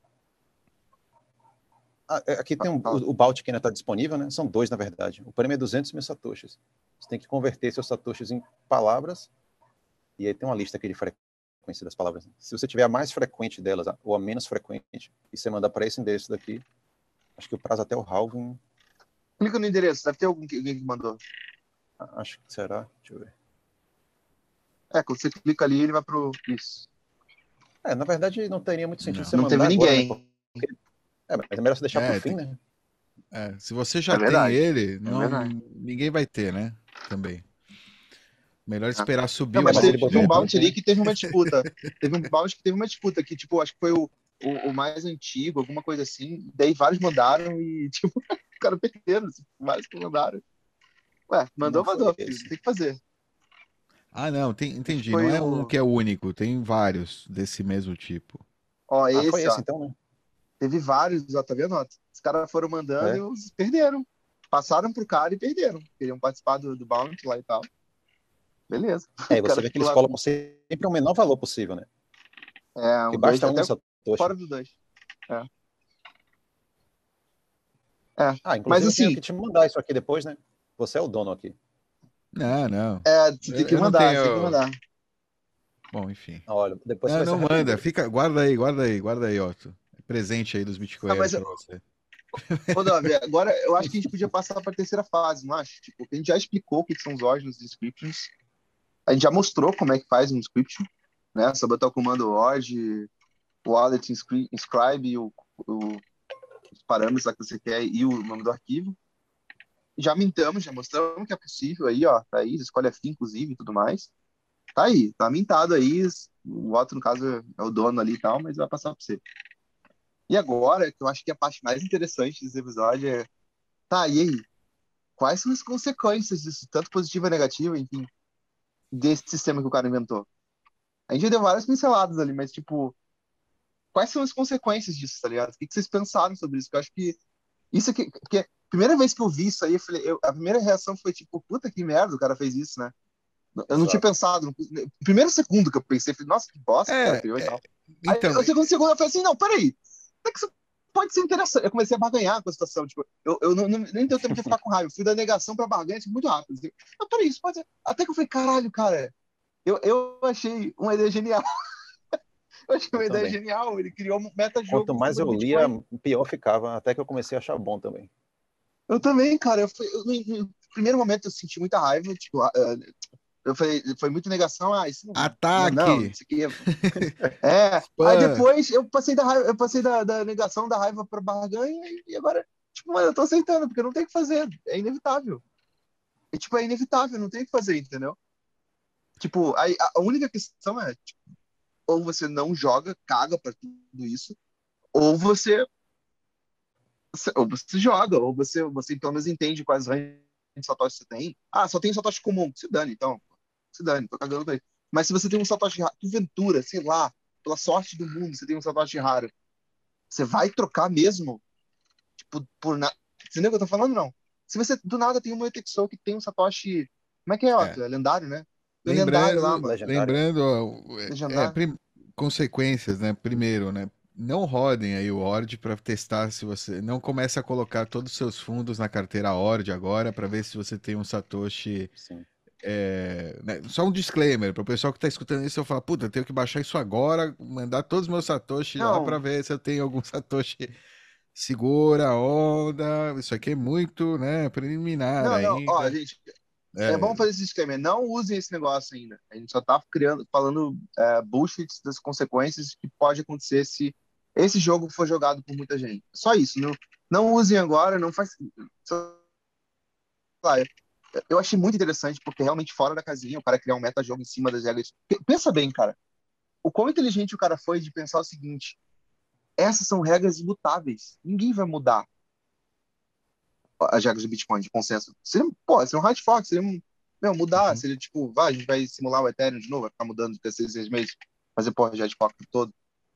C: Ah, é, aqui tem um,
A: fala.
C: o, o bounty que ainda está disponível, né? São dois, na verdade. O prêmio é duzentos mil satoshis. Você tem que converter seus satoshis em palavras, e aí tem uma lista aqui de frequência das palavras. Se você tiver a mais frequente delas, ou a menos frequente, e você mandar para esse endereço daqui, acho que o prazo até o halving,
A: Clica no endereço, deve ter algum que, alguém que mandou.
C: acho que será, deixa eu ver.
A: É, quando você clica ali, ele vai pro. Isso.
C: É, na verdade, não teria muito sentido
B: Não.
C: você
A: Não
C: mandar
A: teve
C: agora, né?
A: ninguém.
C: Porque, é, mas é melhor você deixar
B: É,
C: pro fim,
B: tem-
C: né?
B: é, se você
A: É
B: já tem
A: verdade.
B: ele,
A: É
B: não,
A: verdade.
B: ninguém vai ter, né? Também. Melhor
A: É.
B: esperar subir
A: Não,
B: o
A: mas
C: É, mas
A: teve,
C: ele
B: bounty,
A: teve
C: botou
B: né?
A: um
C: um
A: bounty
C: bounty,
A: ali
C: né?
A: que teve uma disputa. Teve um bounty que teve uma disputa, que, tipo, acho que foi o, o, o mais antigo, alguma coisa assim. Daí vários mandaram e, tipo, os caras perderam. Assim, vários que mandaram. Ué,
C: Não
A: mandou,
C: foi
A: mandou, filho.
C: esse.
A: Tem que fazer.
B: Ah, não, tem,
A: Acho que
B: entendi. Não
A: foi
B: é um
A: o.
B: que é único, tem vários desse mesmo tipo.
A: Ó,
C: Ah, foi
A: esse,
C: esse
A: ó.
C: então, né?
A: Teve vários, ó, tá vendo? Ó, os caras foram mandando e
C: É.
A: os perderam. Passaram pro cara e perderam. Queriam participar do, do bounty lá e tal. Beleza.
C: É, e
A: O
C: você
A: cara
C: vê que
A: ficou
C: eles
A: lá.
C: colocam sempre o menor valor possível, né?
A: É,
C: Porque
A: um dois,
C: basta um
A: até
C: satoshi.
A: fora do dois. É. É.
C: Ah,
A: Mas
C: inclusive eu tenho
A: assim,
C: que te mandar isso aqui depois, né? Você é o dono aqui.
B: Não, não.
A: é, você tem
B: Eu,
A: que
B: eu não
A: mandar, você tem que
B: tenho.
A: mandar.
B: Bom, enfim.
C: Olha, depois você
B: Não,
C: vai se
B: não manda.
C: arrepender.
B: Fica, guarda aí, guarda aí, guarda aí, Otto. É presente aí dos
A: Não,
B: bitcoinheiros
A: mas,
B: pra você.
A: ô, Davi, agora eu acho que a gente podia passar para a terceira fase, não acho? Tipo, a gente já explicou o que que são os ordens e descriptions. A gente já mostrou como é que faz um description, né? Só botar o comando org, o wallet inscri- inscribe e o, o- os parâmetros lá que você quer e o nome do arquivo. Já mintamos, já mostramos que é possível aí, ó. Tá aí, escolhe a fim, inclusive, e tudo mais. Tá aí, tá mintado aí. O Otto, no caso, é o dono ali e tal, mas vai passar para você. E agora, que eu acho que a parte mais interessante desse episódio é, tá, e aí? Quais são as consequências disso, tanto positiva e negativa, enfim, desse sistema que o cara inventou? A gente já deu várias pinceladas ali, mas, tipo, quais são as consequências disso, tá ligado? O que que vocês pensaram sobre isso? Porque eu acho que isso aqui, porque a primeira vez que eu vi isso aí, eu falei, eu- a primeira reação foi, tipo, puta que merda, o cara fez isso, né? Eu não tinha
C: Exato.
A: pensado. No no primeiro segundo que eu pensei, eu falei, nossa, que bosta que o cara
B: É,
A: criou e
B: é,
A: tal. Aí,
B: então,
A: o segundo segundo, eu falei assim, não, peraí, até que isso pode ser interessante. Eu comecei a barganhar com a situação, tipo, eu, eu não, não- nem deu tempo de ficar com raiva, eu fui da negação pra barganha, assim, muito rápido. Assim. Não, peraí, isso pode ser. Até que eu falei, caralho, cara, eu, eu achei uma ideia genial. Eu achei
C: Eu
A: uma ideia
C: também.
A: genial. Ele criou um meta-jogo
C: Quanto
A: em
C: mais
A: cima do
C: eu lia,
A: Bitcoin.
C: pior ficava, até que eu comecei a achar bom também.
A: Eu também, cara. Eu, fui- eu, no, no primeiro momento eu senti muita raiva, tipo, ah, ah, eu falei, foi muito negação, ah, isso não, não, não,
B: ataque!
A: isso aqui é, é. Aí
B: Spam!
A: depois eu passei da raiva, eu passei da, da negação da raiva para barganha e agora, tipo, mano, eu tô aceitando, porque não tem o que fazer, é inevitável. E, tipo, é inevitável, não tem o que fazer, entendeu? Tipo, aí a, a única questão é, tipo, ou você não joga, caga pra tudo isso, ou você, ou você joga, ou você, você pelo menos entende quais ranges de satoshi você tem. Ah, só tem satoshi comum, se dane, então, se dane, tô cagando pra isso. Mas se você tem um satoshi raro, porventura, sei lá, pela sorte do mundo, você tem um satoshi raro, você vai trocar mesmo? Tipo, por nada. Entendeu o que eu tô falando? Não. Se você do nada tem uma Etexou que tem um Satoshi. Como é que é,
B: É,
A: Otto? É lendário, né? Tem um lendário lá,
B: lembrando,
A: mano.
C: Legendário, né?
B: lembrando, ó, é, é,
A: Legendário.
B: prim- consequências, né? Primeiro, né? Não rodem aí o Ord para testar se você não comece a colocar todos os seus fundos na carteira Ord agora para ver se você tem um Satoshi.
C: Sim.
B: É, né, só um disclaimer para o pessoal que está escutando isso, eu falo, puta, eu tenho que baixar isso agora, mandar todos os meus Satoshi lá para
A: Não,
B: ver se eu tenho algum Satoshi. Segura a onda, isso aqui é muito, né, preliminar
A: não, não. Ó,
B: ainda.
A: gente, é
B: É,
A: bom fazer esse disclaimer. Não usem esse negócio ainda. A gente só tá criando, falando é, bullshit das consequências que pode acontecer se esse jogo for jogado por muita gente. Só isso. Não, não usem agora, não faz. Sei lá, eu achei muito interessante, porque realmente fora da casinha, o cara criar um meta-jogo em cima das regras. P- Pensa bem, cara. O quão inteligente o cara foi de pensar o seguinte: essas são regras imutáveis. Ninguém vai mudar as regras do Bitcoin de consenso. Seria, pô, seria um hard fork, seria um, meu, mudar,
B: uhum.
A: seria tipo, vai, a gente vai simular o Ethereum de novo, vai ficar mudando de seis, seis meses, fazer porra de hard fork todo.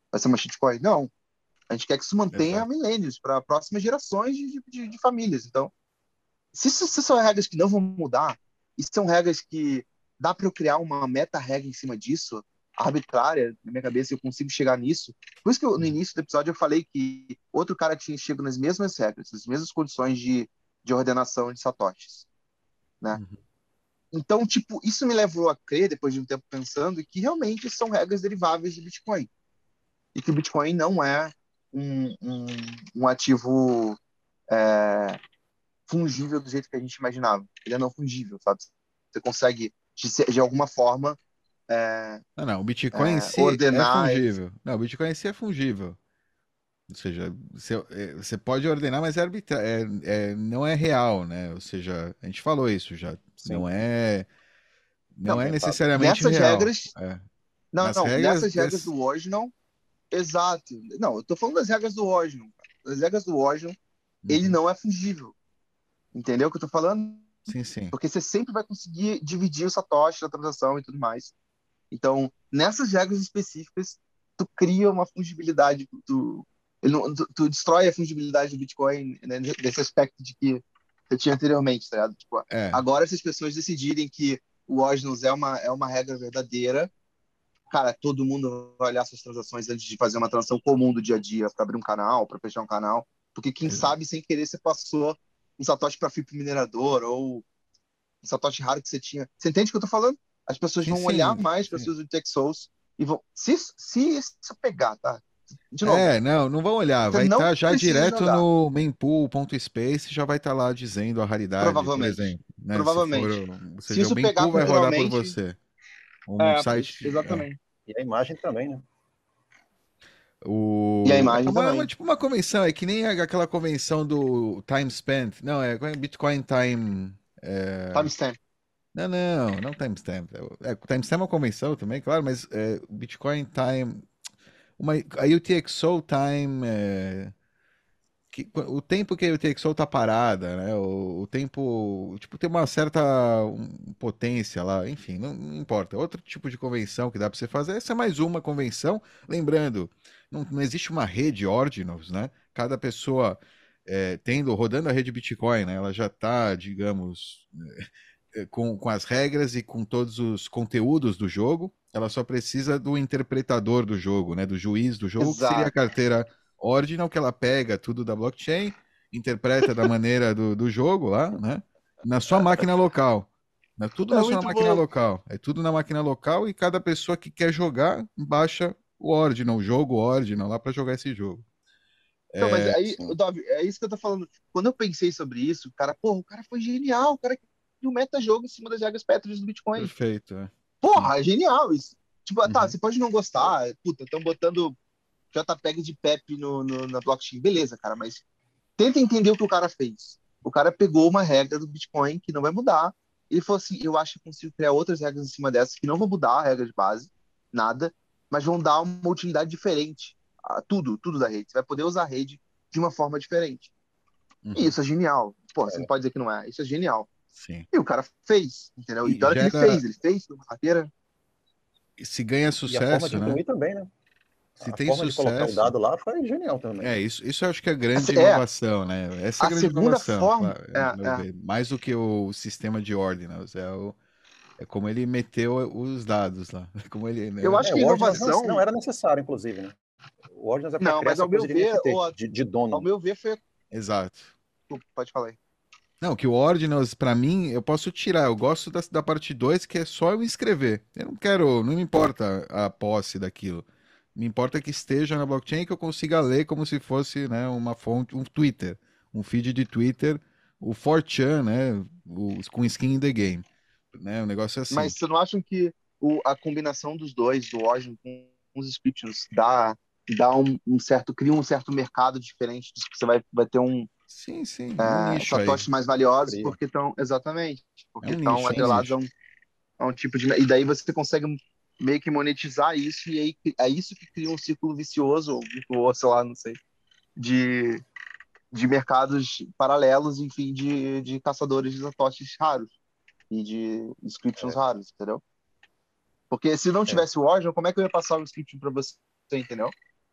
A: Vai ser uma shitcoin? Não. A gente quer que isso mantenha
B: Exato.
A: milênios para próximas gerações de, de, de famílias. Então, se, se, se são regras que não vão mudar, e são regras que dá para eu criar uma meta-regra em cima disso, arbitrária, na minha cabeça, eu consigo chegar nisso. Por isso que eu, no início do episódio eu falei que outro cara tinha chegado nas mesmas regras, nas mesmas condições de, de ordenação de satoshis, né?
B: Uhum.
A: Então, tipo, isso me levou a crer, depois de um tempo pensando, que realmente são regras deriváveis do Bitcoin. E que o Bitcoin não é um, um, um ativo é, fungível do jeito que a gente imaginava. Ele é não fungível, sabe? Você consegue, de, de alguma forma, é,
B: Não, não, o Bitcoin em
A: é,
B: si é
A: ordenar.
B: fungível. Não, o Bitcoin em si é fungível. Ou seja, você, é, você pode ordenar, mas é arbitra... é, é, não é real, né? Ou seja, a gente falou isso já.
C: Sim,
B: Não é, não
A: Não,
B: é
C: inventado.
B: necessariamente
A: nessas
B: real.
A: regras.
B: É.
A: Não,
B: Nas
A: não,
B: regras
A: nessas regras
B: desse...
A: do Ordinal, exato. Não, eu tô falando das regras do Ordinal. As regras do Ordinal, ele
B: Uhum.
A: não é fungível. Entendeu o que eu tô falando?
B: Sim, sim.
A: Porque você sempre vai conseguir dividir o satoshi da transação e tudo mais. Então, nessas regras específicas, tu cria uma fungibilidade, tu, ele não- tu, tu destrói a fungibilidade do Bitcoin, né, desse aspecto de que eu tinha anteriormente, tá ligado? Tipo,
B: É,
A: agora, se as pessoas decidirem que o Ordinals é uma, é uma regra verdadeira, cara, todo mundo vai olhar suas transações antes de fazer uma transação comum do dia a dia, para abrir um canal, para fechar um canal, porque quem
B: exa-
A: sabe, sem querer, você passou um satoshi para F I P minerador, ou um satoshi raro que você tinha. Você entende o que eu tô falando? As pessoas
B: sim,
A: vão olhar
B: sim,
A: mais para
B: sim.
A: seus Tech Souls e vão. Se, isso- se isso pegar, tá? De novo,
B: É, não, não vão olhar.
A: você
B: Vai
A: não
B: estar já
A: precisa
B: direto
A: jogar.
B: no mempool.space, já vai estar lá dizendo a raridade, por
A: Provavelmente.
B: exemplo, né? Se for,
A: Provavelmente.
B: ou
A: Se
B: seja, o
A: isso pegar
B: mempool vai rodar por
A: culturalmente.
B: você. Um
A: É,
B: site
A: ex-
B: de, é.
A: exatamente.
C: E a imagem também, né?
A: E a
B: O, é
A: imagem
B: uma, é uma-
A: também.
B: tipo uma convenção, é que nem aquela convenção do Time Spent. Não, é é Bitcoin Time. é,
A: Timestamp.
B: Não, não, não timestamp. É, é, timestamp é uma convenção também, claro, mas é, Bitcoin Time. Uma, a U T X O Time. é, que- o tempo que a U T X O tá parada, né? O, o tempo. Tipo, tem uma certa um, potência lá, enfim, não, não importa. Outro tipo de convenção que dá para você fazer. Essa é mais uma convenção. Lembrando, não, não existe uma rede Ordinals, né? Cada pessoa. é, tendo, rodando a rede Bitcoin, né? Ela já está, digamos, eh, com, com as regras e com todos os conteúdos do jogo. Ela só precisa do interpretador do jogo, né? Do juiz do jogo, que seria a
A: Exato.
B: carteira Ordinal, que ela pega tudo da blockchain, interpreta da maneira do, do jogo lá, né? Na sua máquina local. Né, tudo
A: É
B: na sua
A: muito
B: máquina
A: bom.
B: local. É tudo na máquina local e cada pessoa que quer jogar baixa o Ordinal, o jogo Ordinal lá para jogar esse jogo.
A: Não, mas
B: É,
A: aí,
C: Sim.
A: Davi, é isso que eu tô falando. Quando eu pensei sobre isso, cara, porra, o cara foi genial. O cara criou um meta-jogo em cima das regras Petris do Bitcoin.
B: perfeito. É. Sim.
A: Porra, é genial isso. Tipo, ah, tá,
B: Uhum.
A: você pode não gostar, puta, estão botando JPEG de Pepe no, no- na blockchain. Beleza, cara, mas tenta entender o que o cara fez. O cara pegou uma regra do Bitcoin que não vai mudar. Ele falou assim: eu acho que eu consigo criar outras regras em cima dessas que não vão mudar a regra de base, nada, mas vão dar uma utilidade diferente a tudo, tudo da rede. Você vai poder usar a rede de uma forma diferente. E
B: Uhum.
A: isso é genial. Pô, você não
C: É.
A: pode dizer que não é. Isso é genial.
B: Sim.
A: E o cara fez, entendeu? E
B: E
A: pior é que ele
B: gera,
A: fez, ele fez uma carteira.
B: se ganha
C: E a forma de
B: sucesso, né?
C: imprimir também, né?
B: Se
C: A
B: tem
C: forma de colocar o
B: sucesso,
C: dado lá foi genial também.
B: é isso, isso eu acho que é a
A: A
B: grande
A: se- É,
B: inovação, né? Essa é a
A: a
B: grande
A: segunda
B: inovação,
A: forma.
B: claro,
A: É,
B: no meu
A: é.
B: ver. Mais do que o sistema de ordens, é, o, é como ele meteu os dados lá. Como ele,
A: Eu
B: né?
A: acho
C: É,
A: que a
C: o Ordinals não,
A: inovação.
C: não era necessário, inclusive, né? O Ordinals é para
A: Não,
C: criar
A: mas
C: essa
A: ao meu
C: coisa de
A: ver,
C: N F T,
A: ou,
C: de, de
A: ao
C: dono.
A: meu ver foi.
B: Exato.
A: Desculpa, pode falar aí.
B: Não, que o Ordinals, pra mim, eu posso tirar. Eu gosto da, da parte dois, que é só eu escrever. Eu não quero, não me importa a posse daquilo. Me importa que esteja na blockchain e que eu consiga ler como se fosse, né, uma fonte, um Twitter, um feed de Twitter, o four chan, né, o, com skin in the game, né, um negócio assim.
A: Mas você não acham que o, a combinação dos dois, do Origin com os scriptions, dá, dá um, um certo, cria um certo mercado diferente? Diz que você vai, vai ter um
B: Sim, sim, é um
A: é,
B: nicho aí.
A: satoshis mais valiosos
C: Cria.
A: porque estão, exatamente,
B: É
A: porque
B: um
A: estão
B: nicho, é um
A: atrelados a
B: nicho.
A: um, a um tipo de. E daí você consegue meio que monetizar isso, e aí é isso que cria um círculo vicioso, ou virtuoso, sei lá, não sei, de, de mercados paralelos, enfim, de, de caçadores de satoshis raros e de inscriptions
C: É,
A: raros, entendeu? Porque se não
C: é.
A: tivesse o Origin, como é que eu ia passar o script para você, entendeu?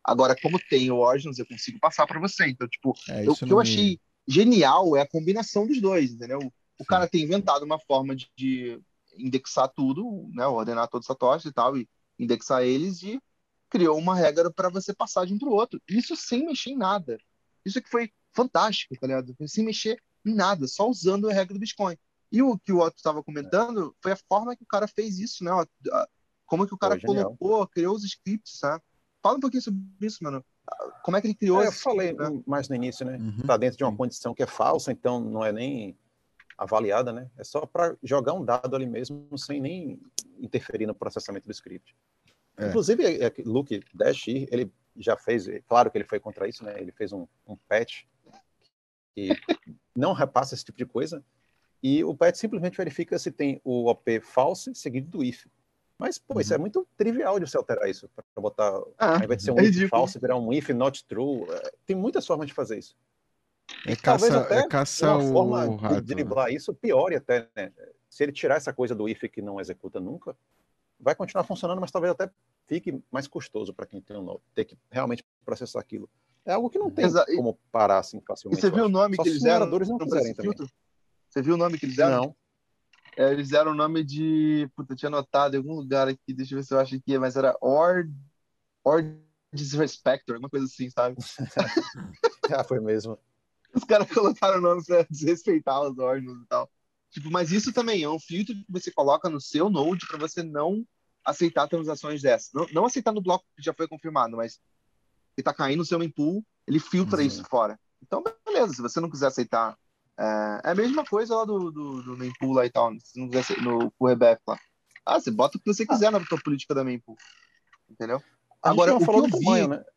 A: Agora, como tem o Origins, eu consigo passar para você. Então, tipo,
B: É,
A: eu- o
B: isso
A: que
B: não
A: eu
B: me.
A: achei genial é a combinação dos dois, entendeu? O
B: Sim.
A: cara tem inventado uma forma de, de indexar tudo, né? Ordenar todos os satoshis e tal, e indexar eles, e criou uma regra para você passar de um para o outro. Isso sem mexer em nada. Isso que foi fantástico, tá ligado? Foi sem mexer em nada, só usando a regra do Bitcoin. E o que o Otto estava comentando foi a forma que o cara fez isso, né? A- a- Como que o cara
C: Foi genial.
A: colocou, criou os scripts, né? Fala um pouquinho sobre isso, mano. Como é que ele criou
C: É, eu
A: esse script,
C: falei
A: né?
C: mais no início, né?
B: Uhum.
C: Tá dentro de uma
B: Sim.
C: condição que é falsa, então não é nem avaliada, né? É só para jogar um dado ali mesmo, sem nem interferir no processamento do script.
B: É.
C: Inclusive, é, é, Luke Dash, ele já fez, é claro que ele foi contra isso, né? Ele fez um, um patch que não repassa esse tipo de coisa, e o patch simplesmente verifica se tem o O P false seguido do if. Mas, pô, isso é
B: Uhum.
C: muito trivial de você alterar isso, para botar,
A: Ah,
C: ao invés de ser
A: é
C: um if
A: ridículo.
C: false, virar um if not true. É, tem muitas formas de fazer isso.
B: É
C: E talvez
B: caça, é
C: até
B: caça
C: uma forma
B: o
C: de
B: rato, né?
C: driblar isso piore até, né? Se ele tirar essa coisa do if que não executa nunca, vai continuar funcionando, mas talvez até fique mais custoso para quem tem um nó, ter que realmente processar aquilo. É algo que não tem
A: Exa- E,
C: como parar assim
A: e
C: facilmente,
A: você
C: eu
A: viu o
C: acho.
A: nome
C: Só
A: que
C: se
A: eles
C: os
A: deram
C: mineradores não
A: para
C: quiserem
A: esse
C: também.
A: filtro? Você viu o nome que eles deram?
C: Não.
A: É, eles deram o nome de. Puta, eu tinha anotado em algum lugar aqui, deixa eu ver se eu acho aqui, mas era Or, Or Disrespector, alguma coisa assim, sabe?
C: Ah, foi mesmo.
A: Os caras colocaram o nome pra desrespeitar os órgãos e tal. Tipo, mas isso também é um filtro que você coloca no seu Node para você não aceitar transações dessas. Não, não aceitar no bloco que já foi confirmado, mas que tá caindo no seu mempool, ele filtra
B: Uhum.
A: isso fora. Então, beleza, se você não quiser aceitar. É, é a mesma coisa lá do, do, do mempool lá e tal. Se você não quiser aceitar, no pullback lá. Ah, você bota o que você
C: Ah,
A: quiser na tua política da mempool. Entendeu?
C: a gente
A: Agora,
C: não
A: o que
C: falou
A: eu
C: do tamanho,
A: vi.
C: né?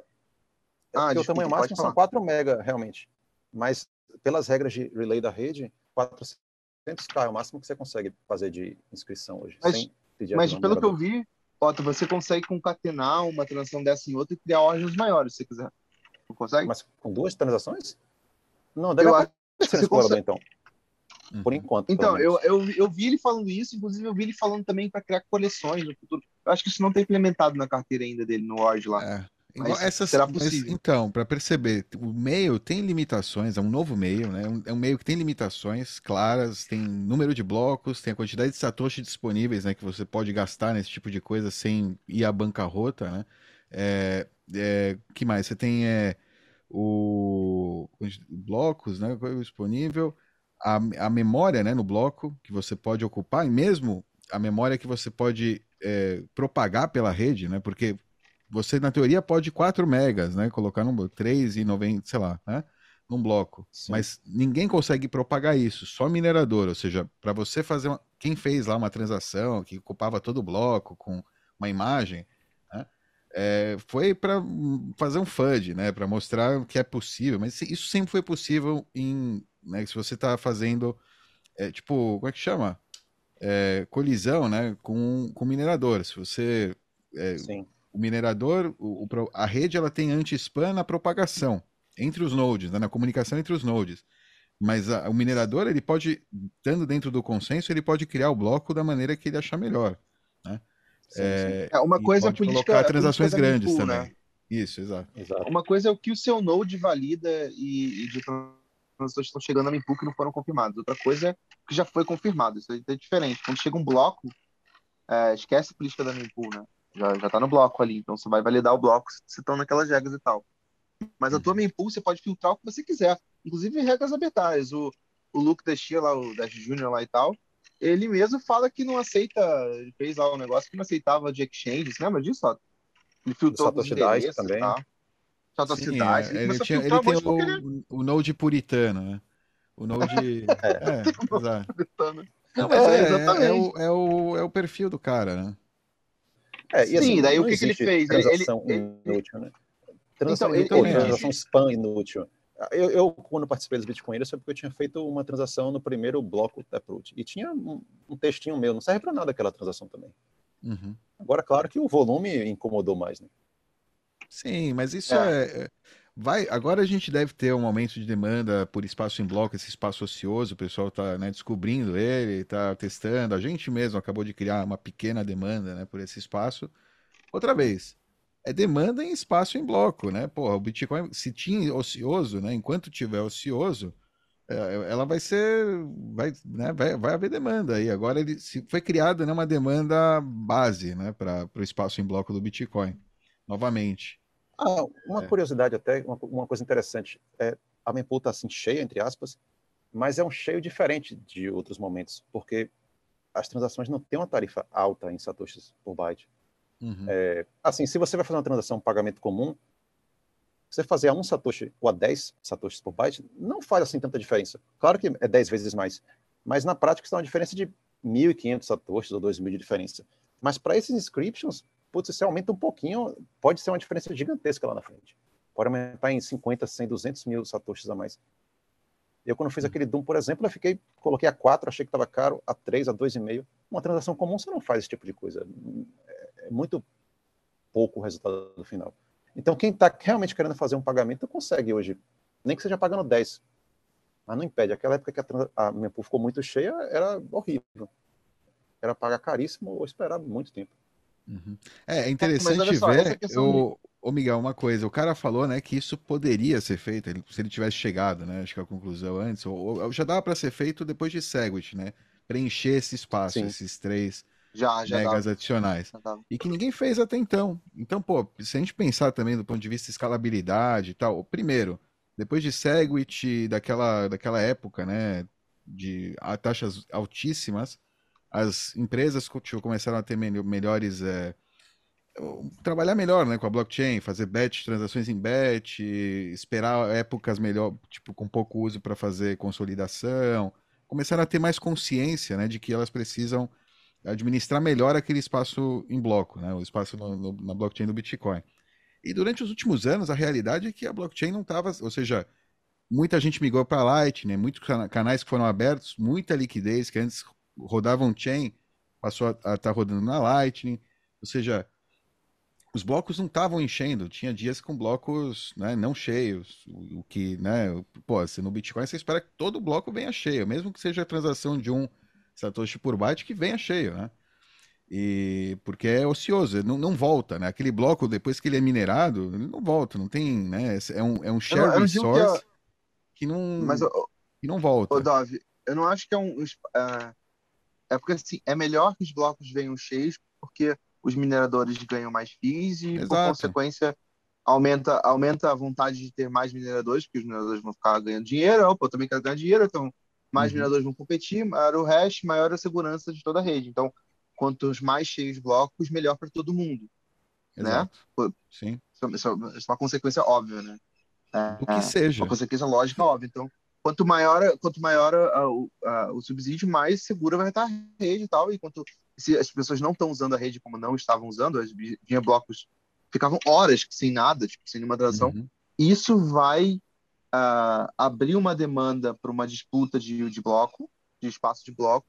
C: É
A: Ah,
C: porque o tamanho
A: desculpa, pode
C: máximo são
A: falar.
C: quatro mega, realmente. Mas pelas regras de relay da rede, quatrocentos K é o máximo que você consegue fazer de inscrição hoje,
A: Mas,
C: sem pedir
A: mas
C: ajuda ao
A: pelo que eu
C: minerador.
A: vi, Otto, você consegue concatenar uma transação dessa em outra e criar órgãos maiores, se você quiser. Não consegue?
C: Mas com duas transações? Não, deve
A: Eu acho
C: aparecer
A: que
C: no
A: você
C: explorador,
A: consegue.
C: então. Por
B: Uhum.
C: enquanto, pelo
A: Então, eu,
C: menos.
A: eu, eu vi ele falando isso, inclusive eu vi ele falando também para criar coleções no futuro. Eu acho que isso não está implementado na carteira ainda dele, no Word lá.
B: É. Igual
A: Mas
B: essas,
A: será
B: mas
A: possível.
B: então, para perceber, o meio tem limitações, é um novo meio, né? É um, é um meio que tem limitações claras, tem número de blocos, tem a quantidade de satoshi disponíveis, né? Que você pode gastar nesse tipo de coisa sem ir à bancarrota, né? É, é, que mais? Você tem é, o blocos, né? Disponível, a, a memória, né? No bloco que você pode ocupar e mesmo a memória que você pode é, propagar pela rede, né? Porque você, na teoria, pode quatro megas, né? Colocar num três e noventa, sei lá, né? Num bloco.
C: Sim.
B: Mas ninguém consegue propagar isso, só minerador. Ou seja, para você fazer uma... Quem fez lá uma transação que ocupava todo o bloco com uma imagem, né? É, foi para fazer um FUD, né? Para mostrar que é possível. Mas isso sempre foi possível em, né? Se você está fazendo, é, tipo, como é que chama? É, colisão, né? Com, com minerador. Se você é,
C: Sim.
B: o minerador, o, o, a rede ela tem anti-spam na propagação entre os nodes, né, na comunicação entre os nodes. Mas a, o minerador, ele pode, estando dentro do consenso, ele pode criar o bloco da maneira que ele achar melhor, né?
C: Sim, sim.
B: É,
A: É, uma
B: e
A: coisa é a
B: pode
A: política,
B: colocar
A: a política
B: transações
A: da
B: grandes
A: mempool, né?
B: também. Isso, exato.
C: Exato.
A: Uma coisa é o que o seu Node valida e, e de transações que estão chegando na mempool que não foram confirmadas. Outra coisa é o que já foi confirmado. Isso aí é diferente. Quando chega um bloco, é, esquece a política da mempool, né? Já, já tá no bloco ali. Então você vai validar o bloco se estão naquelas regras e tal. Mas a tua
B: Uhum.
A: mempool você pode filtrar o que você quiser, inclusive regras arbitrárias. O, o Luke Teixeira lá, o Dash Júnior lá e tal, ele mesmo fala que não aceita, ele fez lá um negócio que não aceitava de exchanges, lembra disso? Ó? Ele
C: Do
A: filtrou alguns
C: Satoshi Dice
A: endereços e
C: também.
A: tal, Satoshi
B: Sim,
A: Dice, ele
B: é, ele,
A: começou a
B: tinha, ele
A: filtrar um
B: tem
A: monte porque ele
B: o, o Node puritano, né? O Node.
C: É.
B: É,
A: tem um nome
B: exato.
A: puritano.
B: Não, mas
A: É,
B: é, é, é
A: exatamente.
B: o, é, o, é o perfil do cara, né?
C: É, e assim,
A: Sim, daí o
C: não
A: que, que ele
C: existe
A: fez? Ele, ele,
C: transação
A: ele-
C: inútil, né?
A: então,
C: Transação
A: ele,
C: inútil, ou
A: ele
B: também
C: transação
B: acho.
A: disse.
C: spam inútil. Eu, eu, quando participei dos bitcoinheiros, foi porque eu tinha feito uma transação no primeiro bloco da Taproot. E tinha um, um textinho meu, não serve para nada aquela transação também.
B: Uhum.
C: Agora, claro que o volume incomodou mais, né?
B: Sim, mas isso
A: É,
B: é. é- Vai, agora a gente deve ter um aumento de demanda por espaço em bloco, esse espaço ocioso, o pessoal está descobrindo ele, está testando. A gente mesmo acabou de criar uma pequena demanda, né, por esse espaço. Outra vez, é demanda em espaço em bloco, né? Porra, o Bitcoin, se tinha ocioso, né? Enquanto tiver ocioso, é, ela vai ser, vai, né? Vai, vai haver demanda aí. Agora ele se foi criada, né, uma demanda base, né, para o espaço em bloco do Bitcoin, novamente.
C: Ah, uma
B: É.
C: curiosidade até, uma, uma coisa interessante, é, a mempool está assim cheia, entre aspas, mas é um cheio diferente de outros momentos, porque as transações não têm uma tarifa alta em satoshis por byte.
B: Uhum.
C: É, assim, se você vai fazer uma transação pagamento comum, você fazer a um satoshi ou a dez satoshis por byte, não faz assim tanta diferença. Claro que é dez vezes mais, mas na prática isso é uma diferença de mil e quinhentos satoshis ou dois mil de diferença. Mas para esses inscriptions, putz, você aumenta um pouquinho, pode ser uma diferença gigantesca lá na frente. Pode aumentar em cinquenta, cem, duzentos mil satoshis a mais. Eu, quando fiz aquele Doom, por exemplo, eu fiquei, coloquei a quatro, achei que estava caro, a três, a dois vírgula cinco. Uma transação comum você não faz esse tipo de coisa. É muito pouco o resultado do final. Então, quem está realmente querendo fazer um pagamento consegue hoje, nem que seja pagando dez. Mas não impede. Aquela época que a, a minha pool ficou muito cheia, era horrível. Era pagar caríssimo ou esperar muito tempo.
B: Uhum. É, é
A: É, mas olha
B: interessante
A: só, essa
B: ver,
A: questão de.
B: eu, ô Miguel, uma coisa, o cara falou, né, que isso poderia ser feito, ele- se ele tivesse chegado, né, acho que a conclusão antes, ou, ou já dava para ser feito depois de Segwit, né, preencher esse espaço,
C: Sim.
B: esses três
A: Já, já
B: megas
A: dava.
B: adicionais,
A: Já dava.
B: e que ninguém fez até então. Então, pô, se a gente pensar também do ponto de vista de escalabilidade e tal, primeiro, depois de Segwit, daquela, daquela época, né, de a taxas altíssimas, as empresas co- tipo, começaram a ter melho- melhores é, trabalhar melhor, né, com a blockchain, fazer batch, transações em batch, esperar épocas melhor, tipo, com pouco uso para fazer consolidação, começaram a ter mais consciência, né, de que elas precisam administrar melhor aquele espaço em bloco, né, o espaço no, no, na blockchain do Bitcoin. E durante os últimos anos, a realidade é que a blockchain não estava, ou seja, muita gente migrou para Lightning, muitos canais que foram abertos, muita liquidez que antes rodavam chain, passou a estar tá rodando na Lightning, ou seja, os blocos não estavam enchendo, tinha dias com blocos, né, não cheios, o, o que, né, pô, se no Bitcoin você espera que todo bloco venha cheio, mesmo que seja a transação de um Satoshi por byte que venha cheio, né? E porque é ocioso, não, não volta, né? Aquele bloco, depois que ele é minerado, ele não volta, não tem, né? É um, é um
A: Eu não,
B: share
A: eu não digo que é.
B: resource que
A: Mas,
B: não,
A: ô,
B: que não
A: ô,
B: volta.
A: Dove, eu não acho que é um. É, é porque assim, é melhor que os blocos venham cheios, porque os mineradores ganham mais fees e, por
B: Exato.
A: consequência, aumenta, aumenta a vontade de ter mais mineradores, porque os mineradores vão ficar ganhando dinheiro. Opa, eu também quero ganhar dinheiro, então mais
B: Uhum.
A: mineradores vão competir, maior o hash, maior a segurança de toda a rede. Então, quantos mais cheios blocos, melhor para todo mundo, né?
B: Exato. Sim.
A: Isso, isso é uma consequência óbvia, né?
B: Do que
A: É uma
B: seja.
A: consequência lógica óbvia. Então, quanto maior, quanto maior a- o a- o subsídio, mais segura vai estar a rede e tal. E quanto se as pessoas não estão usando a rede como não estavam usando, as vi- vinha blocos ficavam horas sem nada, tipo, sem nenhuma transação.
B: Uhum.
A: Isso vai ah, abrir uma demanda para uma disputa de, de bloco, de espaço de bloco,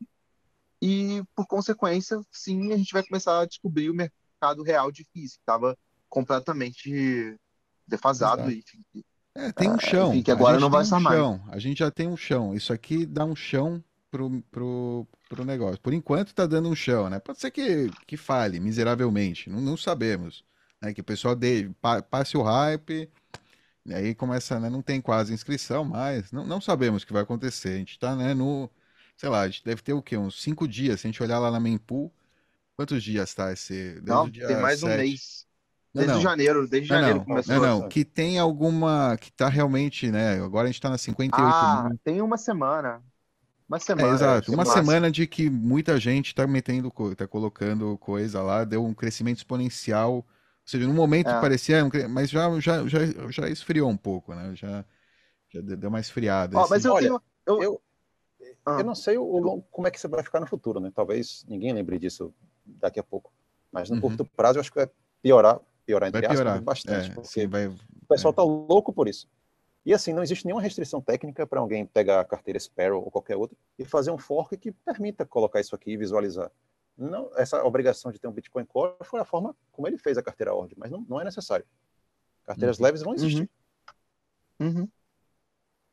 A: e por consequência, sim, a gente vai começar a descobrir o mercado real de F I I S, que estava completamente defasado,
B: Exato.
A: enfim,
B: É, tem um chão.
A: enfim, que
B: A
A: agora
B: gente
A: não
B: tem
A: vai
B: um
A: estar mais.
B: chão. A gente já tem um chão. Isso aqui dá um chão pro, pro, pro negócio. Por enquanto tá dando um chão, né? Pode ser que, que fale miseravelmente. Não, não sabemos. Né? Que o pessoal dê, pa- passe o hype. E aí começa, né? Não tem quase inscrição mais. Não, não sabemos o que vai acontecer. A gente tá, né, no. Sei lá, a gente deve ter o quê? Uns cinco dias. Se a gente olhar lá na mempool, quantos dias tá esse? Desde o
A: Não, tem
B: dia
A: mais um
B: sete.
A: mês.
B: Não,
A: Desde
B: não.
A: janeiro, desde
B: Não,
A: janeiro
B: não.
C: Não,
B: Não,
A: começou
B: não.
A: essa.
B: Que tem alguma. Que tá realmente, né? Agora a gente tá na cinquenta e oito
A: Ah,
B: mil.
A: tem uma semana. Uma
B: É,
A: semana, é,
B: exato.
A: no
B: Uma
A: máximo.
B: semana de que muita gente tá metendo, co- tá colocando coisa lá, deu um crescimento exponencial. Ou seja, no momento
A: É.
B: parecia, um cre- mas já, já, já, já esfriou um pouco, né? Já, já de- deu uma esfriada.
A: Ó, mas
B: Esse...
A: eu
C: olha,
A: tenho. Eu,
C: eu, eu
A: ah,
C: não sei o,
A: eu-
C: o- como é que você vai ficar no futuro, né? Talvez ninguém lembre disso daqui a pouco. Mas no
B: Uhum.
C: curto prazo eu acho que vai piorar, piorar
B: Vai
C: entre aspas,
B: piorar.
C: bastante,
B: É, sim,
C: porque
B: vai.
C: o pessoal
B: É.
C: tá louco por isso. E assim, não existe nenhuma restrição técnica para alguém pegar a carteira Sparrow ou qualquer outra e fazer um fork que permita colocar isso aqui e visualizar. Não, essa obrigação de ter um Bitcoin Core foi a forma como ele fez a carteira Ord, mas não, não é necessário. Carteiras
B: Uhum.
C: leves vão
A: uhum,
C: existir.
A: uhum.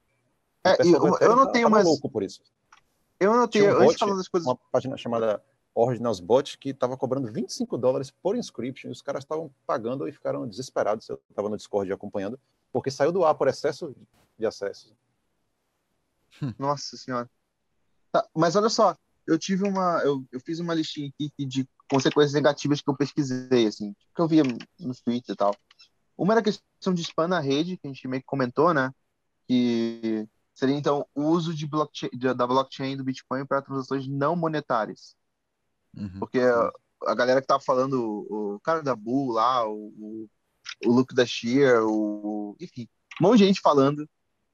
C: E o
A: É, e
C: pessoal do
A: eu, eu
C: Ethereum
A: notei
C: tava
A: umas.
C: louco por isso.
A: Eu
C: Tinha
A: notei,
C: um
A: antes de
C: bot,
A: falar das coisas.
C: uma página chamada Ordinals Bot que estava cobrando vinte e cinco dólares por inscription, e os caras estavam pagando e ficaram desesperados. Eu estava no Discord acompanhando, porque saiu do ar por excesso de acessos.
A: Nossa senhora. Tá, mas olha só, eu tive uma. Eu, eu fiz uma listinha aqui de consequências negativas que eu pesquisei, assim, que eu via no Twitter e tal. Uma era a questão de spam na rede, que a gente meio que comentou, né? Que seria, então, o uso de blockchain, de- da blockchain do Bitcoin para transações não monetárias.
B: Uhum.
A: Porque a, a galera que tava falando, o, o cara da Bull lá, o, o, o Luke da Shear, o, enfim, um monte de gente falando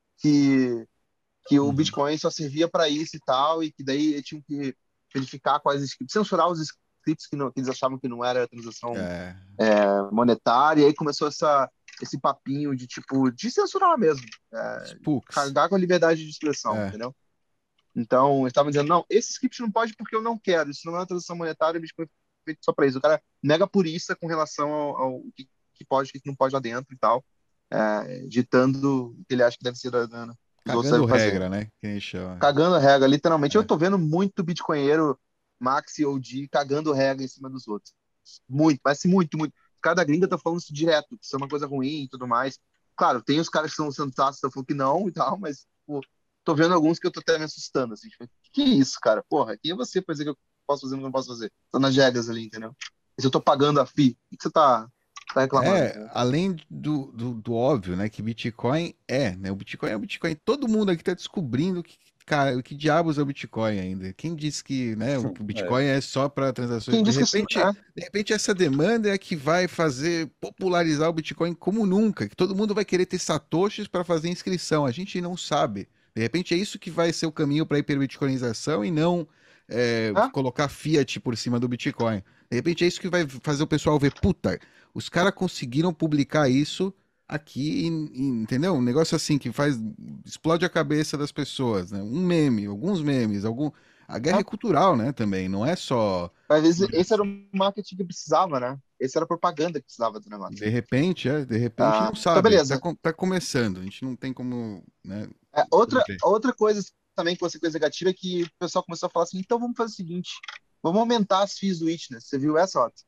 A: que, que o
B: Uhum.
A: Bitcoin só servia para isso e tal, e que daí tinham que verificar quais scripts, censurar os scripts que, não, que eles achavam que não era transação
B: É,
A: é, monetária, e aí começou essa, esse papinho de tipo, de censurar mesmo,
B: spooks.
A: cagar com a liberdade de expressão,
B: É.
A: entendeu? Então, eles estavam dizendo, não, esse script não pode porque eu não quero, isso não é uma transação monetária, o Bitcoin foi feito só para isso. O cara mega purista com relação ao, ao que, que pode e que não pode lá dentro e tal, é, ditando o que ele acha que deve ser da, da, os outros
B: Cagando
A: devem fazer.
B: regra, né? Que a gente chama.
A: Cagando a regra, literalmente.
B: É.
A: Eu tô vendo muito bitcoinheiro, Maxi O G, cagando regra em cima dos outros. Muito, parece muito, muito. Os caras da gringa tá falando isso direto, que isso é uma coisa ruim e tudo mais. Claro, tem os caras que são sensatos, estão falando que não e tal, mas, pô, tô vendo alguns que eu tô até me assustando, assim. Tipo, que isso, cara? Porra, quem é você pra dizer que eu posso fazer e não posso fazer? Tô nas regras ali, entendeu? E se eu tô pagando a FII, o que, que você tá, tá reclamando?
B: É,
A: Entendeu?
B: além do, do, do óbvio, né, que Bitcoin é, né, o Bitcoin é o Bitcoin. Todo mundo aqui tá descobrindo que, cara, o que diabos é o Bitcoin ainda. Quem disse que, né, o, o Bitcoin é, só para transações?
A: Quem
B: De
A: disse que isso
B: repente,
A: é?
B: de repente essa demanda é a que vai fazer popularizar o Bitcoin como nunca, que todo mundo vai querer ter satoshis para fazer inscrição. A gente não sabe. De repente é isso que vai ser o caminho para a hiperbitcoinização e não é,
A: É?
B: colocar fiat por cima do Bitcoin. De repente é isso que vai fazer o pessoal ver, puta, os caras conseguiram publicar isso aqui, em- em- entendeu? Um negócio assim que faz, explode a cabeça das pessoas, né? Um meme, alguns memes, algum. A guerra
A: É?
B: é cultural, né? Também, não é só.
A: Às vezes esse era o marketing que precisava, né? Esse era a propaganda que precisava do negócio.
B: De repente, é, de repente
A: Ah,
B: não
A: então,
B: sabe, tá,
A: beleza.
B: com- tá começando, a gente não tem como, né,
A: É, outra,
B: prever.
A: outra coisa também, consequência negativa, é que o pessoal começou a falar assim, então vamos fazer o seguinte, vamos aumentar as fees do Witness. Você viu essa, Otto?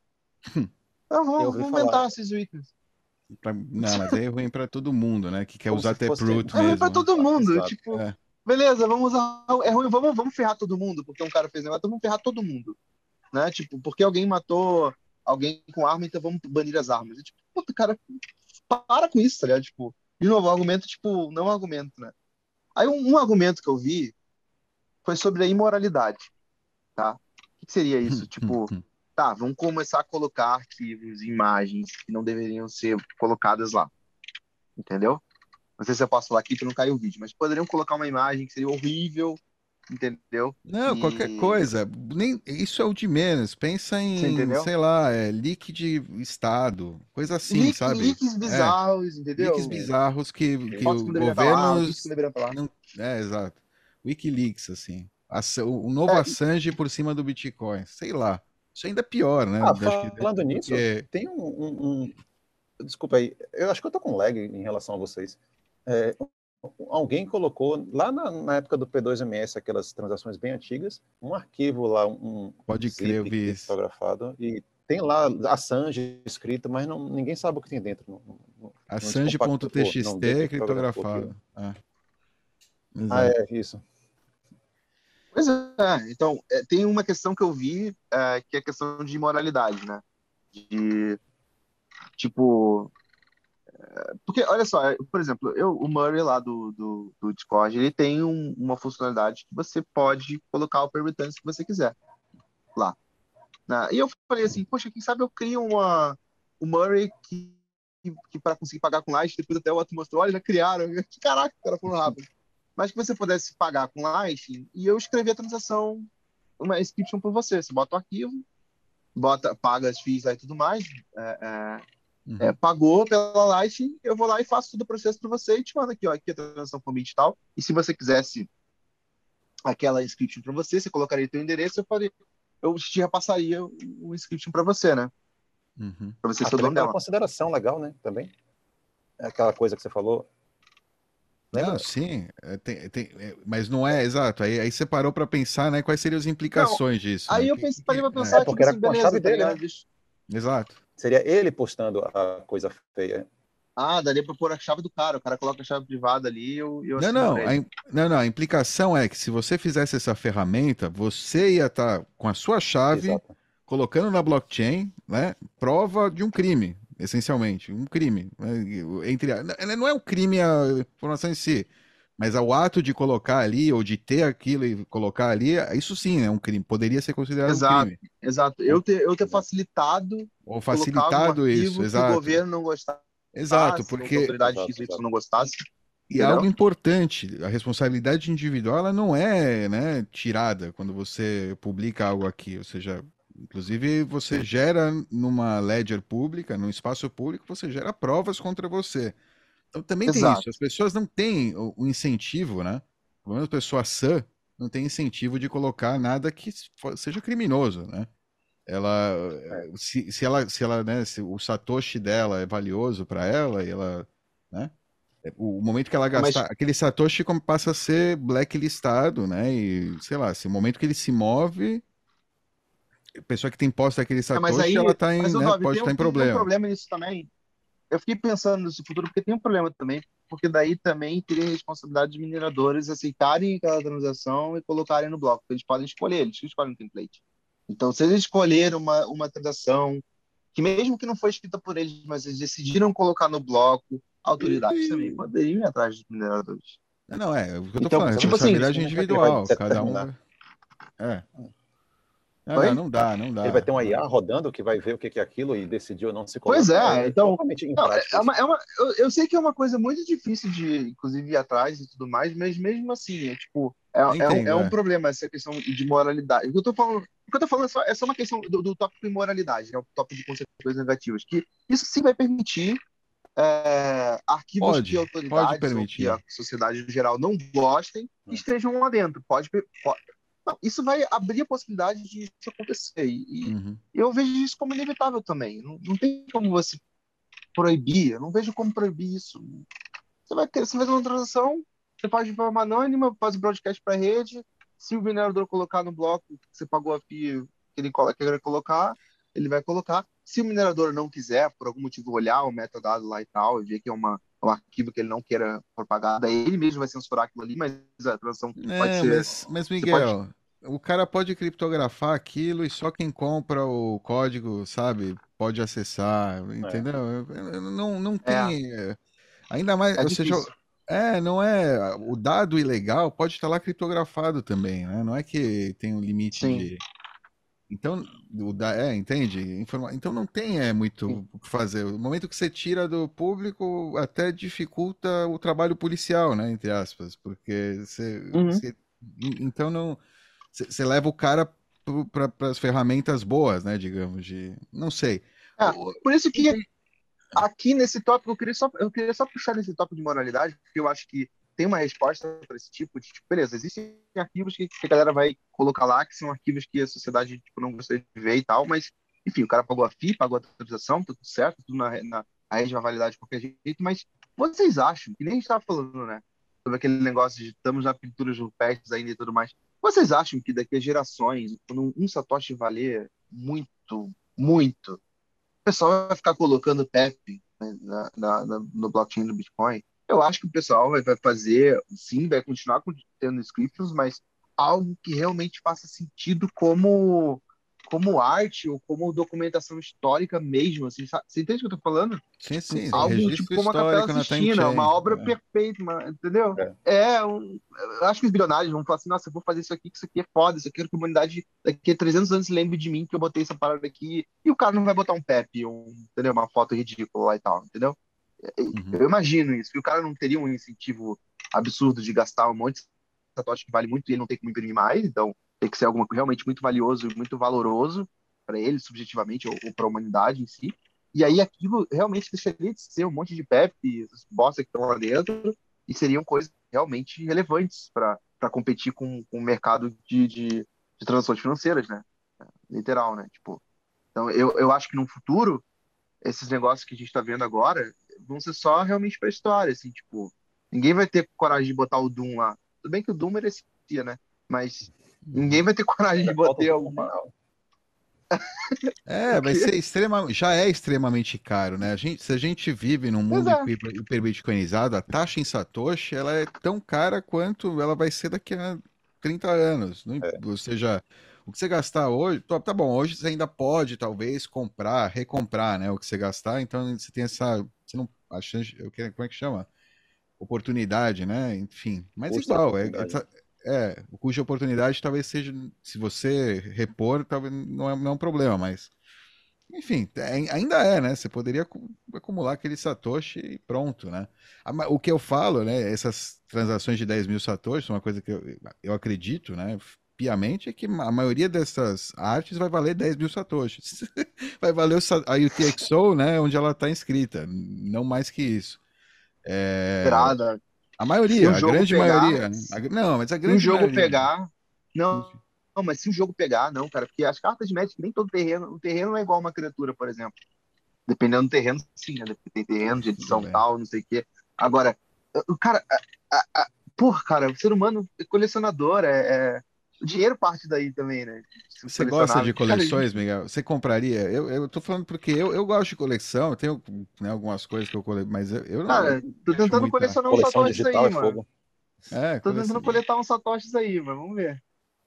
A: Então,
C: Eu
A: vamos,
C: ouvi
A: vamos
C: falar.
A: aumentar as fees do Witness.
B: Pra- não, mas aí é ruim pra todo mundo, né? Que quer
C: Como
B: usar
C: se fosse.
B: Taproot
A: É ruim pra
B: mesmo, né?
A: todo mundo.
C: Exato.
A: Tipo,
B: É.
A: beleza, vamos usar. É ruim, vamos, vamos ferrar todo mundo, porque um cara fez negócio, então vamos ferrar todo mundo. Né? Tipo, porque alguém matou alguém com arma, então vamos banir as armas. E, tipo, puta, cara, para com isso, tá ligado? Tipo, de novo, o argumento, tipo, não é um argumento, né? Aí um, um argumento que eu vi foi sobre a imoralidade, tá? O que que seria isso? Tipo, tá, vamos começar a colocar arquivos, imagens que não deveriam ser colocadas lá, entendeu? Não sei se eu posso falar aqui para não cair o vídeo, mas poderiam colocar uma imagem que seria horrível, entendeu?
B: Não, qualquer
A: E
B: coisa, nem isso é o de menos. Pensa
A: você
B: em,
A: entendeu?
B: sei lá, é, leak de estado, coisa assim,
A: Leak,
B: sabe?
A: leaks
B: É,
A: bizarros,
B: leaks
A: entendeu?
B: bizarros que, que
A: Fotos que
B: o
A: não deveriam estar lá, vídeos que
B: governos
A: não deveriam estar lá.
B: não. É, exato. WikiLeaks, assim. Assa- O o novo
A: É, e-
B: Assange por cima do Bitcoin. Sei lá. Isso ainda é pior, né?
C: Ah,
B: Acho que
C: falando
B: do
C: nisso,
B: que.
C: tem um, um- um- Desculpa aí, eu acho que eu tô com lag em relação a vocês. É, alguém colocou, lá na, na época do P dois M S, aquelas transações bem antigas, um arquivo lá, um, um
B: Pode crer, eu
C: zip
B: vi isso.
C: criptografado, e tem lá Assange escrito, mas não, ninguém sabe o que tem dentro. Não, não, não descompactou, não
B: Assange.txt
C: decriptografou aquilo.
B: criptografado. É,
C: Ah,
B: exato.
C: é, isso.
A: Pois é, então, é, tem uma questão que eu vi, é, que é a questão de moralidade, né? De, tipo, porque, olha só, é, por exemplo, eu, o Murray lá do, do, do Discord, ele tem um- uma funcionalidade que você pode colocar o permittance que você quiser lá, né? E eu falei assim, poxa, quem sabe eu crio uma, o Murray que, que, que para conseguir pagar com Light, depois até o outro mostrou, olha, já criaram. Eu, caraca, o cara foram rápido. Mas que você pudesse pagar com Light e eu escrever a transação, uma inscription por você. Você bota o arquivo, bota, paga as fees lá e tudo mais, é, é, é,
B: Uhum.
A: pagou pela Light, eu vou lá e faço todo o processo para você e te mando aqui, ó, aqui a transação combite e tal. E se você quisesse aquela inscription para você, você colocaria o teu endereço, eu faria, eu te repassaria o, o inscription para você, né?
B: Uhum.
A: Para você ser o
C: Aquela é
A: dono
C: aquela
A: dela.
C: consideração legal, né, também. É aquela coisa que você falou, Lembra?
B: Não, sim, é, tem- tem- é, mas não é exato. Aí, aí você parou para pensar, né, quais seriam as
A: Não,
B: implicações disso, né?
A: aí eu
B: Que,
A: pensei,
B: que-
A: parei
B: que-
A: pra
B: é,
C: É
A: pensar, tipo
C: porque era
A: assim,
C: com a chave
A: beleza, tá
C: dele,
A: ligado?
C: né?
A: Deixa-
B: exato.
C: Seria ele postando a coisa feia.
A: Ah, daria pra pôr a chave do cara. O cara coloca a chave privada ali e eu, eu
B: Não,
A: assino
B: não,
A: pra
B: a,
A: ele.
B: im- não, não, a implicação é que se você fizesse essa ferramenta, você ia estar com a sua chave
C: Exato.
B: colocando na blockchain, né, prova de um crime, essencialmente, um crime, né, entre a- não não é um crime a informação em si, mas o ato de colocar ali ou de ter aquilo e colocar ali, isso sim é um crime, poderia ser considerado um
A: Exato,
B: crime,
A: exato.
B: ou,
A: Eu ter, eu ter
C: Exato.
A: facilitado
B: ou
A: colocar um
B: facilitado isso,
A: arquivo que o
B: exato,
A: governo não gostasse,
B: exato,
A: ou que a
B: porque
A: autoridade
C: Exato,
A: X ou Y
C: exato.
A: não gostasse,
B: e é algo
A: entendeu?
B: importante, a responsabilidade individual ela não é, né, tirada quando você publica algo aqui, ou seja, inclusive você gera numa ledger pública, num espaço público, você gera provas contra você. Então também tem isso, as
A: Exato.
B: pessoas não têm o, o incentivo, né? Pelo menos a pessoa sã não tem incentivo de colocar nada que fo- seja criminoso, né? Ela,
C: É.
B: eh, se, se ela, se ela, né, se o satoshi dela é valioso para ela e ela, né? O momento que ela
A: É, mas,
B: gastar, aquele Satoshi como passa a ser blacklistado, né? E sei lá, se o momento que ele se move, a pessoa que tem posse daquele
A: é, mas
B: Satoshi, ela
A: aí,
B: tá em,
A: mas, ô,
B: né?
A: Dove,
B: Pode
A: tem,
B: estar
A: um-
B: em
A: tem um
B: problema.
A: problema nisso também. Eu fiquei pensando nesse futuro, porque tem um problema também, porque daí também teria responsabilidade de mineradores aceitarem aquela transação e colocarem no bloco. Eles podem escolher, eles escolhem o template. Então, se eles escolheram uma, uma transação que mesmo que não foi escrita por eles, mas eles decidiram colocar no bloco, autoridades também
B: E...
A: poderiam ir atrás dos mineradores.
B: Não, não, é, o que eu tô
A: Então,
B: falando,
A: tipo assim,
B: responsabilidade
C: Dificilmente ele vai
B: individual, cada um
C: determinar.
B: vai... É. Não, não,
A: oi?
B: não dá, não
C: Ele vai
B: dá.
C: ter uma
B: Não.
C: I A rodando que vai ver o que que é aquilo e decidir ou não se
A: Pois
C: coloca.
A: é,
C: É
A: então,
C: totalmente
A: não, é
C: imprático
A: é
C: isso.
A: uma, é uma, eu, eu sei que é uma coisa muito difícil de, inclusive, ir atrás e tudo mais, mas mesmo assim, é tipo, é,
B: Eu
A: é, um, é
B: entendo,
A: um
B: é.
A: problema essa questão de moralidade. O que eu tô falando, o que eu tô falando é só, é só uma questão do, do tópico imoralidade, né, o tópico de consequências negativas, que isso sim vai permitir é, arquivos que
B: Pode, pode
A: autoridades ou que a
B: permitir.
A: sociedade no geral não gostem
C: Hum.
A: estejam lá dentro. Pode, pode, não, isso vai abrir a possibilidade de isso acontecer. E, e
B: Uhum.
A: eu vejo isso como inevitável também. Não, não tem como você proibir. Eu não vejo como proibir isso. Você vai ter, você faz uma transação, você faz de forma anônima, faz o broadcast para a rede. Se o minerador colocar no bloco que você pagou a FII que ele colo- quer colocar, ele vai colocar. Se o minerador não quiser, por algum motivo, olhar o metadado lá e tal, e ver que é uma, um arquivo que ele não queira propagar, daí ele mesmo vai censurar aquilo ali, mas a transação pode
B: É,
A: ser.
B: mas, mas
A: Você pode.
B: Miguel, o cara pode criptografar aquilo e só quem compra o código, sabe, pode acessar,
C: É.
B: entendeu? Não, não
A: É,
B: tem. é, Ainda mais,
A: é
B: ou seja,
A: difícil.
B: é, não é. O dado ilegal pode estar lá criptografado também, né? Não é que tem um limite
A: Sim,
B: de. Então, o da, é, entende? Informa... Então não tem é,
A: sim.
B: muito o que fazer. O momento que você tira do público até dificulta o trabalho policial, né? Entre aspas, porque você,
A: Uhum.
B: você- então não. Você você leva o cara para as ferramentas boas, né? Digamos, de. Não sei.
A: É,
B: O-
A: por isso que aqui nesse tópico, eu queria só, eu queria só puxar nesse tópico de moralidade, porque eu acho que tem uma resposta para esse tipo de, tipo, beleza, existem arquivos que, que a galera vai colocar lá, que são arquivos que a sociedade tipo, não gostaria de ver e tal, mas, enfim, o cara pagou a FII, pagou a atualização, tudo certo, tudo na, na a rede vai validar de qualquer jeito, mas vocês acham, que nem a gente estava falando, né, sobre aquele negócio de estamos na pintura rupestres ainda e tudo mais, vocês acham que daqui a gerações, quando um, um satoshi valer muito, muito, o pessoal vai ficar colocando P E P, né, na, na- na- no blockchain do Bitcoin. Eu acho que o pessoal vai, vai fazer, sim, vai continuar com- tendo inscriptions, mas algo que realmente faça sentido como, como arte ou como documentação histórica mesmo. Assim, sabe? Você entende o que eu tô falando?
B: Sim,
A: Tipo,
B: sim,
A: algo tipo
B: registro
A: como a Capela
B: histórico na time
A: Sistina, uma
B: chain.
A: obra perfeita, uma- entendeu?
C: É.
A: É, um, eu acho que os bilionários vão falar assim, nossa, eu vou fazer isso aqui, que isso aqui é foda, isso aqui é que a comunidade daqui a trezentos anos se lembre de mim que eu botei essa parada aqui, e o cara não vai botar um Pepe, um, entendeu? Uma foto ridícula lá e tal, entendeu?
B: Uhum.
A: Eu imagino isso, que o cara não teria um incentivo absurdo de gastar um monte de satoshi que vale muito e ele não tem como imprimir mais, então tem que ser algo realmente muito valioso e muito valoroso para ele, subjetivamente, ou, ou para a humanidade em si. E aí aquilo realmente deixaria de ser um monte de Pepe, bosta que estão lá dentro, e seriam coisas realmente relevantes para para competir com, com o mercado de, de, de transações financeiras, né? Literal, né? Tipo, então eu, eu acho que no futuro esses negócios que a gente está vendo agora vão ser só realmente para história, assim, tipo, Ninguém vai ter coragem de botar o Doom lá. Tudo bem que o Doom merecia, né? Mas ninguém vai ter coragem de
C: Ainda falta o
A: botar
C: Doom na
A: alguma.
C: moral.
B: É,
A: O
B: vai
A: quê?
B: ser extrema, já é extremamente caro, né? A gente, se a gente vive num mundo
A: Exato.
B: hiper- hiperbitcoinizado, a taxa em Satoshi, ela é tão cara quanto ela vai ser daqui a trinta anos. Não im-
C: É,
B: ou seja, o que você gastar hoje, tá, tá bom, hoje você ainda pode, talvez, comprar, recomprar, né? O que você gastar, então você tem essa, você não, a chance, eu quero- como é que chama? Oportunidade, né? Enfim, mas
C: custo da
B: igual, é,
C: oportunidade, né?
B: é, é, o custo de oportunidade talvez seja, se você repor, talvez não é, não é um problema, mas enfim, é- ainda é, né? Você poderia acu- acumular aquele Satoshi e pronto, né? A ma- O que eu falo, né? Essas transações de dez mil Satoshi, uma coisa que eu, eu acredito, né? Piamente, é que a maioria dessas artes vai valer dez mil Satoshis. Vai valer o sa- a U T X O, né? Onde ela está inscrita, não mais que isso. É,
A: Esperada.
B: a
A: Se
B: maioria,
A: um
B: a
A: jogo
B: grande
A: pegar,
B: maioria, né? A gr- não, mas a
A: se um
B: grande
A: jogo
B: maioria.
A: pegar, não, não, mas se o jogo pegar, não, cara, porque as cartas de Magic nem todo terreno, o terreno não é igual uma criatura, por exemplo. Dependendo do terreno, sim, né? Tem terreno de
B: Tudo
A: edição
B: bem.
A: tal, não sei o quê. Agora, o cara, a, a, a, porra, cara, o ser humano é colecionador, é, é- o dinheiro parte daí também, né? Se
B: Você gosta
A: colecionar,
B: de
A: cara, a
B: coleções,
A: gente,
B: Miguel? Você compraria? Eu, eu tô falando porque eu, eu gosto de coleção, eu tenho, né, algumas coisas que eu coleciono, mas eu, eu não, eu
A: cara, tô
B: não acho
A: tentando
B: muita.
A: colecionar uns
C: Coleção
A: satoshis
C: digital
A: aí,
C: é
A: mano.
C: fogo.
B: É,
A: Tô tentando
B: coleção.
A: coletar uns satoshis aí, mas vamos ver.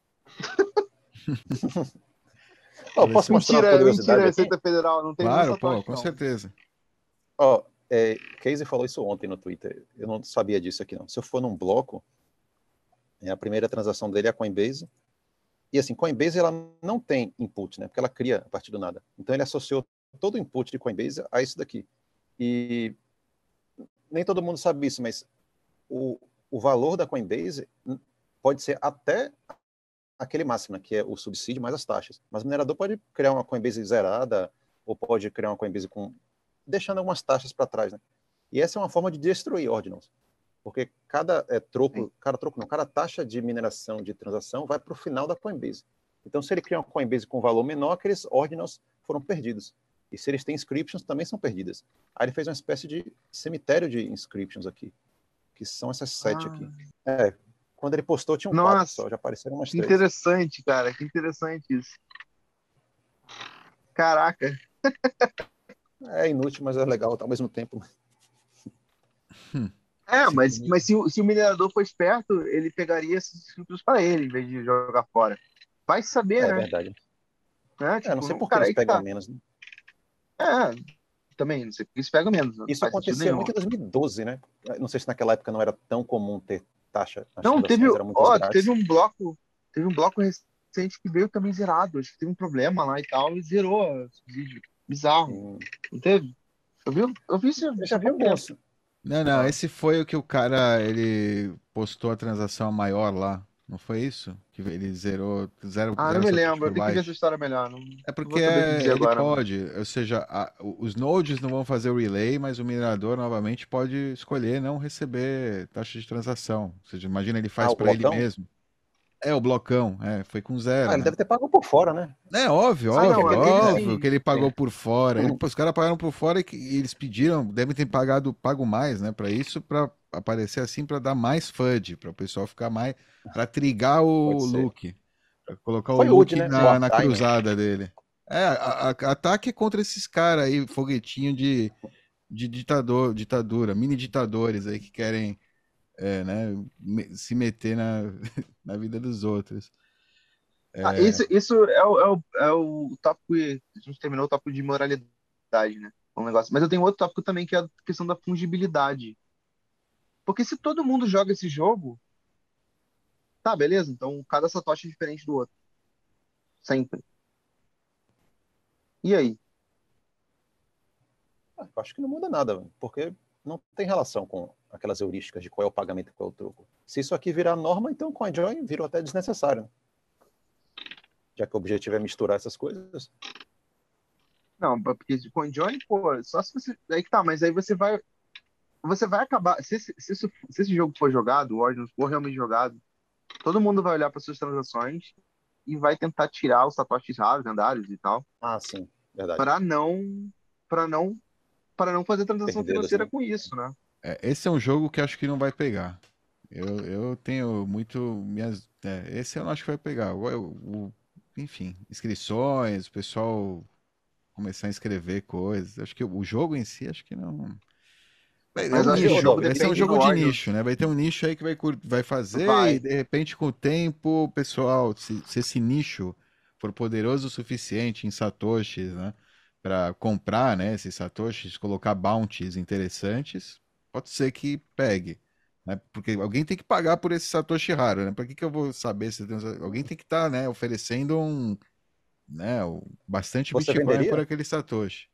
C: Ó, posso
B: Coleção.
C: mostrar uma
A: Mentira, mentira,
C: curiosidade aqui?
A: Receita Federal, não tem nenhum
B: Claro, pô,
A: satoshi,
B: com
A: não.
B: certeza.
C: Ó, é, Casey falou isso ontem no Twitter. Eu não sabia disso aqui, não. Se eu for num bloco, é, a primeira transação dele é a Coinbase. E assim, Coinbase ela não tem input, né? Porque ela cria a partir do nada. Então ele associou todo o input de Coinbase a isso daqui. E nem todo mundo sabe isso, mas o, o valor da Coinbase pode ser até aquele máximo, né, que é o subsídio mais as taxas. Mas o minerador pode criar uma Coinbase zerada ou pode criar uma Coinbase com deixando algumas taxas para trás, né? E essa é uma forma de destruir ordinals, porque cada é,
A: Sim.
C: troco, cada troco não, cada taxa de mineração de transação vai para o final da Coinbase. Então, se ele cria uma Coinbase com valor menor, aqueles ordinals foram perdidos. E se eles têm inscriptions, também são perdidas. Aí ele fez uma espécie de cemitério de inscriptions aqui, que são essas sete
A: Ah,
C: aqui. É, quando ele postou, tinham quatro
A: nossa,
C: só, já apareceram umas
A: que
C: três.
A: interessante, cara, que interessante isso. Caraca.
C: É inútil, mas é legal ao mesmo tempo.
B: Hum,
A: É,
B: cinco
A: mas,
B: mil.
A: mas se, o- se o minerador for esperto, ele pegaria esses inscritos para ele, em vez de jogar fora. Vai saber,
C: É
A: né?
C: verdade.
A: né?
C: É, não
A: Tipo,
C: sei
A: não,
C: por que
A: cara,
C: eles
A: aí que
C: pegam a
A: tá.
C: menos, né?
A: É, também, não sei porque isso pega menos, não
C: Isso
A: faz sentido
C: acontecia
A: nenhum.
C: muito em dois mil e doze, né? Não sei se naquela época não era tão comum ter taxa nas
A: Não, teve,
C: transações, eram muitas
A: ó, teve
C: grátis.
A: um bloco, teve um bloco recente que veio também zerado, acho que teve um problema lá e tal, e zerou o subsídio. Bizarro,
C: Sim.
A: não teve? Eu vi, eu vi isso,
C: Eu
A: isso
C: já
A: há
C: vi
A: pouco tempo.
C: alguns.
B: Não, não,
A: Ah.
B: esse foi o que o cara, ele postou a transação maior lá, não foi isso? Que ele zerou, zero,
A: Ah, não
B: zero
A: me
B: Satoshi
A: lembro, eu
B: por
A: tenho que ver essa
B: byte.
A: história melhor, não,
B: É
A: não
B: porque
A: vou saber te
B: é,
A: dizer
B: ele
A: agora, não.
B: pode, ou seja, a- os nodes não vão fazer o relay, mas o minerador novamente pode escolher não receber taxa de transação. Ou seja, imagina ele
C: Ah,
B: faz
C: o
B: para ele
C: blocão?
B: mesmo. É o blocão, é, foi com
C: Ah,
B: zero,
C: ele
B: né?
C: deve ter pago por fora, né?
B: É óbvio,
A: Ah,
C: Sim,
A: não,
B: óbvio,
C: aquele.
A: aquele
C: É,
B: óbvio que
A: sim.
B: ele pagou
C: sim.
B: por fora. Ele- os caras pagaram por fora e, que- e eles pediram, devem ter pagado, pago mais, né, para isso, para aparecer assim, para dar mais F U D, para o pessoal ficar mais, para trigar
C: Pode
B: o
C: ser.
B: look, para colocar o
C: Foi U D,
B: look
C: né?
B: na,
C: War
B: na
C: Time.
B: cruzada dele. É, a- a- ataque contra esses caras aí, foguetinho de, de ditador, ditadura, mini ditadores aí que querem, é, né, me- se meter na, na vida dos outros.
A: Ah,
B: É,
A: isso, isso é o, é o, é o tópico, a gente terminou o tópico de moralidade, né? Um negócio. Mas eu tenho outro tópico também, que é a questão da fungibilidade. Porque se todo mundo joga esse jogo, tá, beleza, então cada satoshi é diferente do outro, sempre. E aí?
C: Ah, eu acho que não muda nada, porque não tem relação com aquelas heurísticas de qual é o pagamento e qual é o troco. Se isso aqui virar norma, então o CoinJoin virou até desnecessário, né? Já que o objetivo é misturar essas coisas.
A: Não, porque de CoinJoin, pô, só se você. Aí que tá, mas aí você vai. Você vai acabar. Se esse, se, isso- se esse jogo for jogado, o Origins for realmente jogado, todo mundo vai olhar para suas transações e vai tentar tirar os satoshis raros, lendários e tal,
C: Ah, sim, verdade.
A: para não, para não, para não fazer transação
C: Perdê-los,
A: financeira
C: né?
A: com isso, né?
B: É, esse é um jogo que acho que não vai pegar. Eu, eu tenho muito minhas. É, esse eu não acho que vai pegar. O, o- enfim, inscrições, o pessoal começar a inscrever coisas. Acho que o jogo em si, acho que não. Vai- É
A: Mas
B: um
A: eu acho que o
B: nicho.
A: jogo
B: Vai ser um
A: depende do
B: jogo de
A: óleo.
B: nicho, né? Vai ter um nicho aí que vai, cur- vai fazer e
A: Vai.
B: de repente com o tempo, o pessoal, se, se esse nicho for poderoso o suficiente em satoshis, né? Para comprar, né? Esses satoshis, colocar bounties interessantes, pode ser que pegue. Né? Porque alguém tem que pagar por esse satoshi raro, né? Para que que eu vou saber se tem... um- alguém tem que estar, né? Oferecendo um, né? um- bastante
C: Você
B: Bitcoin por
C: venderia?
B: aquele satoshi.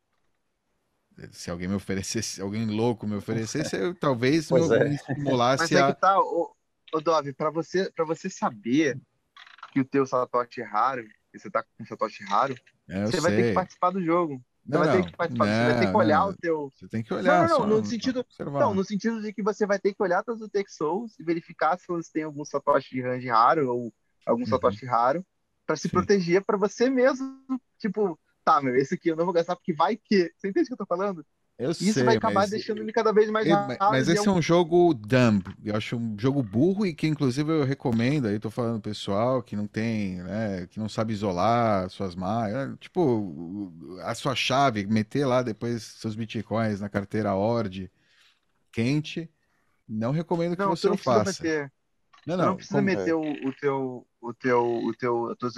B: Se alguém me oferecesse, alguém louco me oferecesse, eu, talvez me,
C: Pois é.
B: me
A: Mas
B: estimulasse
A: é que
B: a.
A: tá, ô, ô Dove, para você, para você saber que o teu Satoshi é raro, que você tá com um Satoshi raro,
B: É, eu
A: você vai ter que
B: sei.
A: participar do jogo. Você
B: Não,
A: vai ter
B: não,
A: que participar, você vai ter
B: não,
A: que olhar o
B: não.
A: teu.
B: Você tem que
A: Não,
B: olhar,
A: não,
B: só
A: não, no sentido. Não,
B: observar.
A: no sentido de que você vai ter que olhar todos os Take Souls e verificar se eles têm algum Satoshi de range raro ou algum
B: Uhum,
A: Satoshi raro para se
B: sim.
A: proteger para você mesmo. Tipo, tá, meu, esse aqui eu não vou gastar porque vai que. Você entende o que eu tô falando?
B: Eu
A: E isso vai
B: sei,
A: acabar
B: mas,
A: deixando ele cada vez mais
B: e-
A: raro
B: mas
A: e é
B: esse é
A: um.
B: um jogo dumb. Eu acho um jogo burro e que, inclusive, eu recomendo. Aí tô falando pro pessoal que não tem, né, que não sabe isolar suas malhas. Tipo, a sua chave, meter lá depois seus bitcoins na carteira Ord quente. Não recomendo que
A: Não,
B: você
A: tu
B: o
A: não precisa
B: faça.
A: meter.
B: Não,
A: Tu não
B: não.
A: precisa
B: Como,
C: É,
A: meter o, o teu, o teu, o teu, a tua-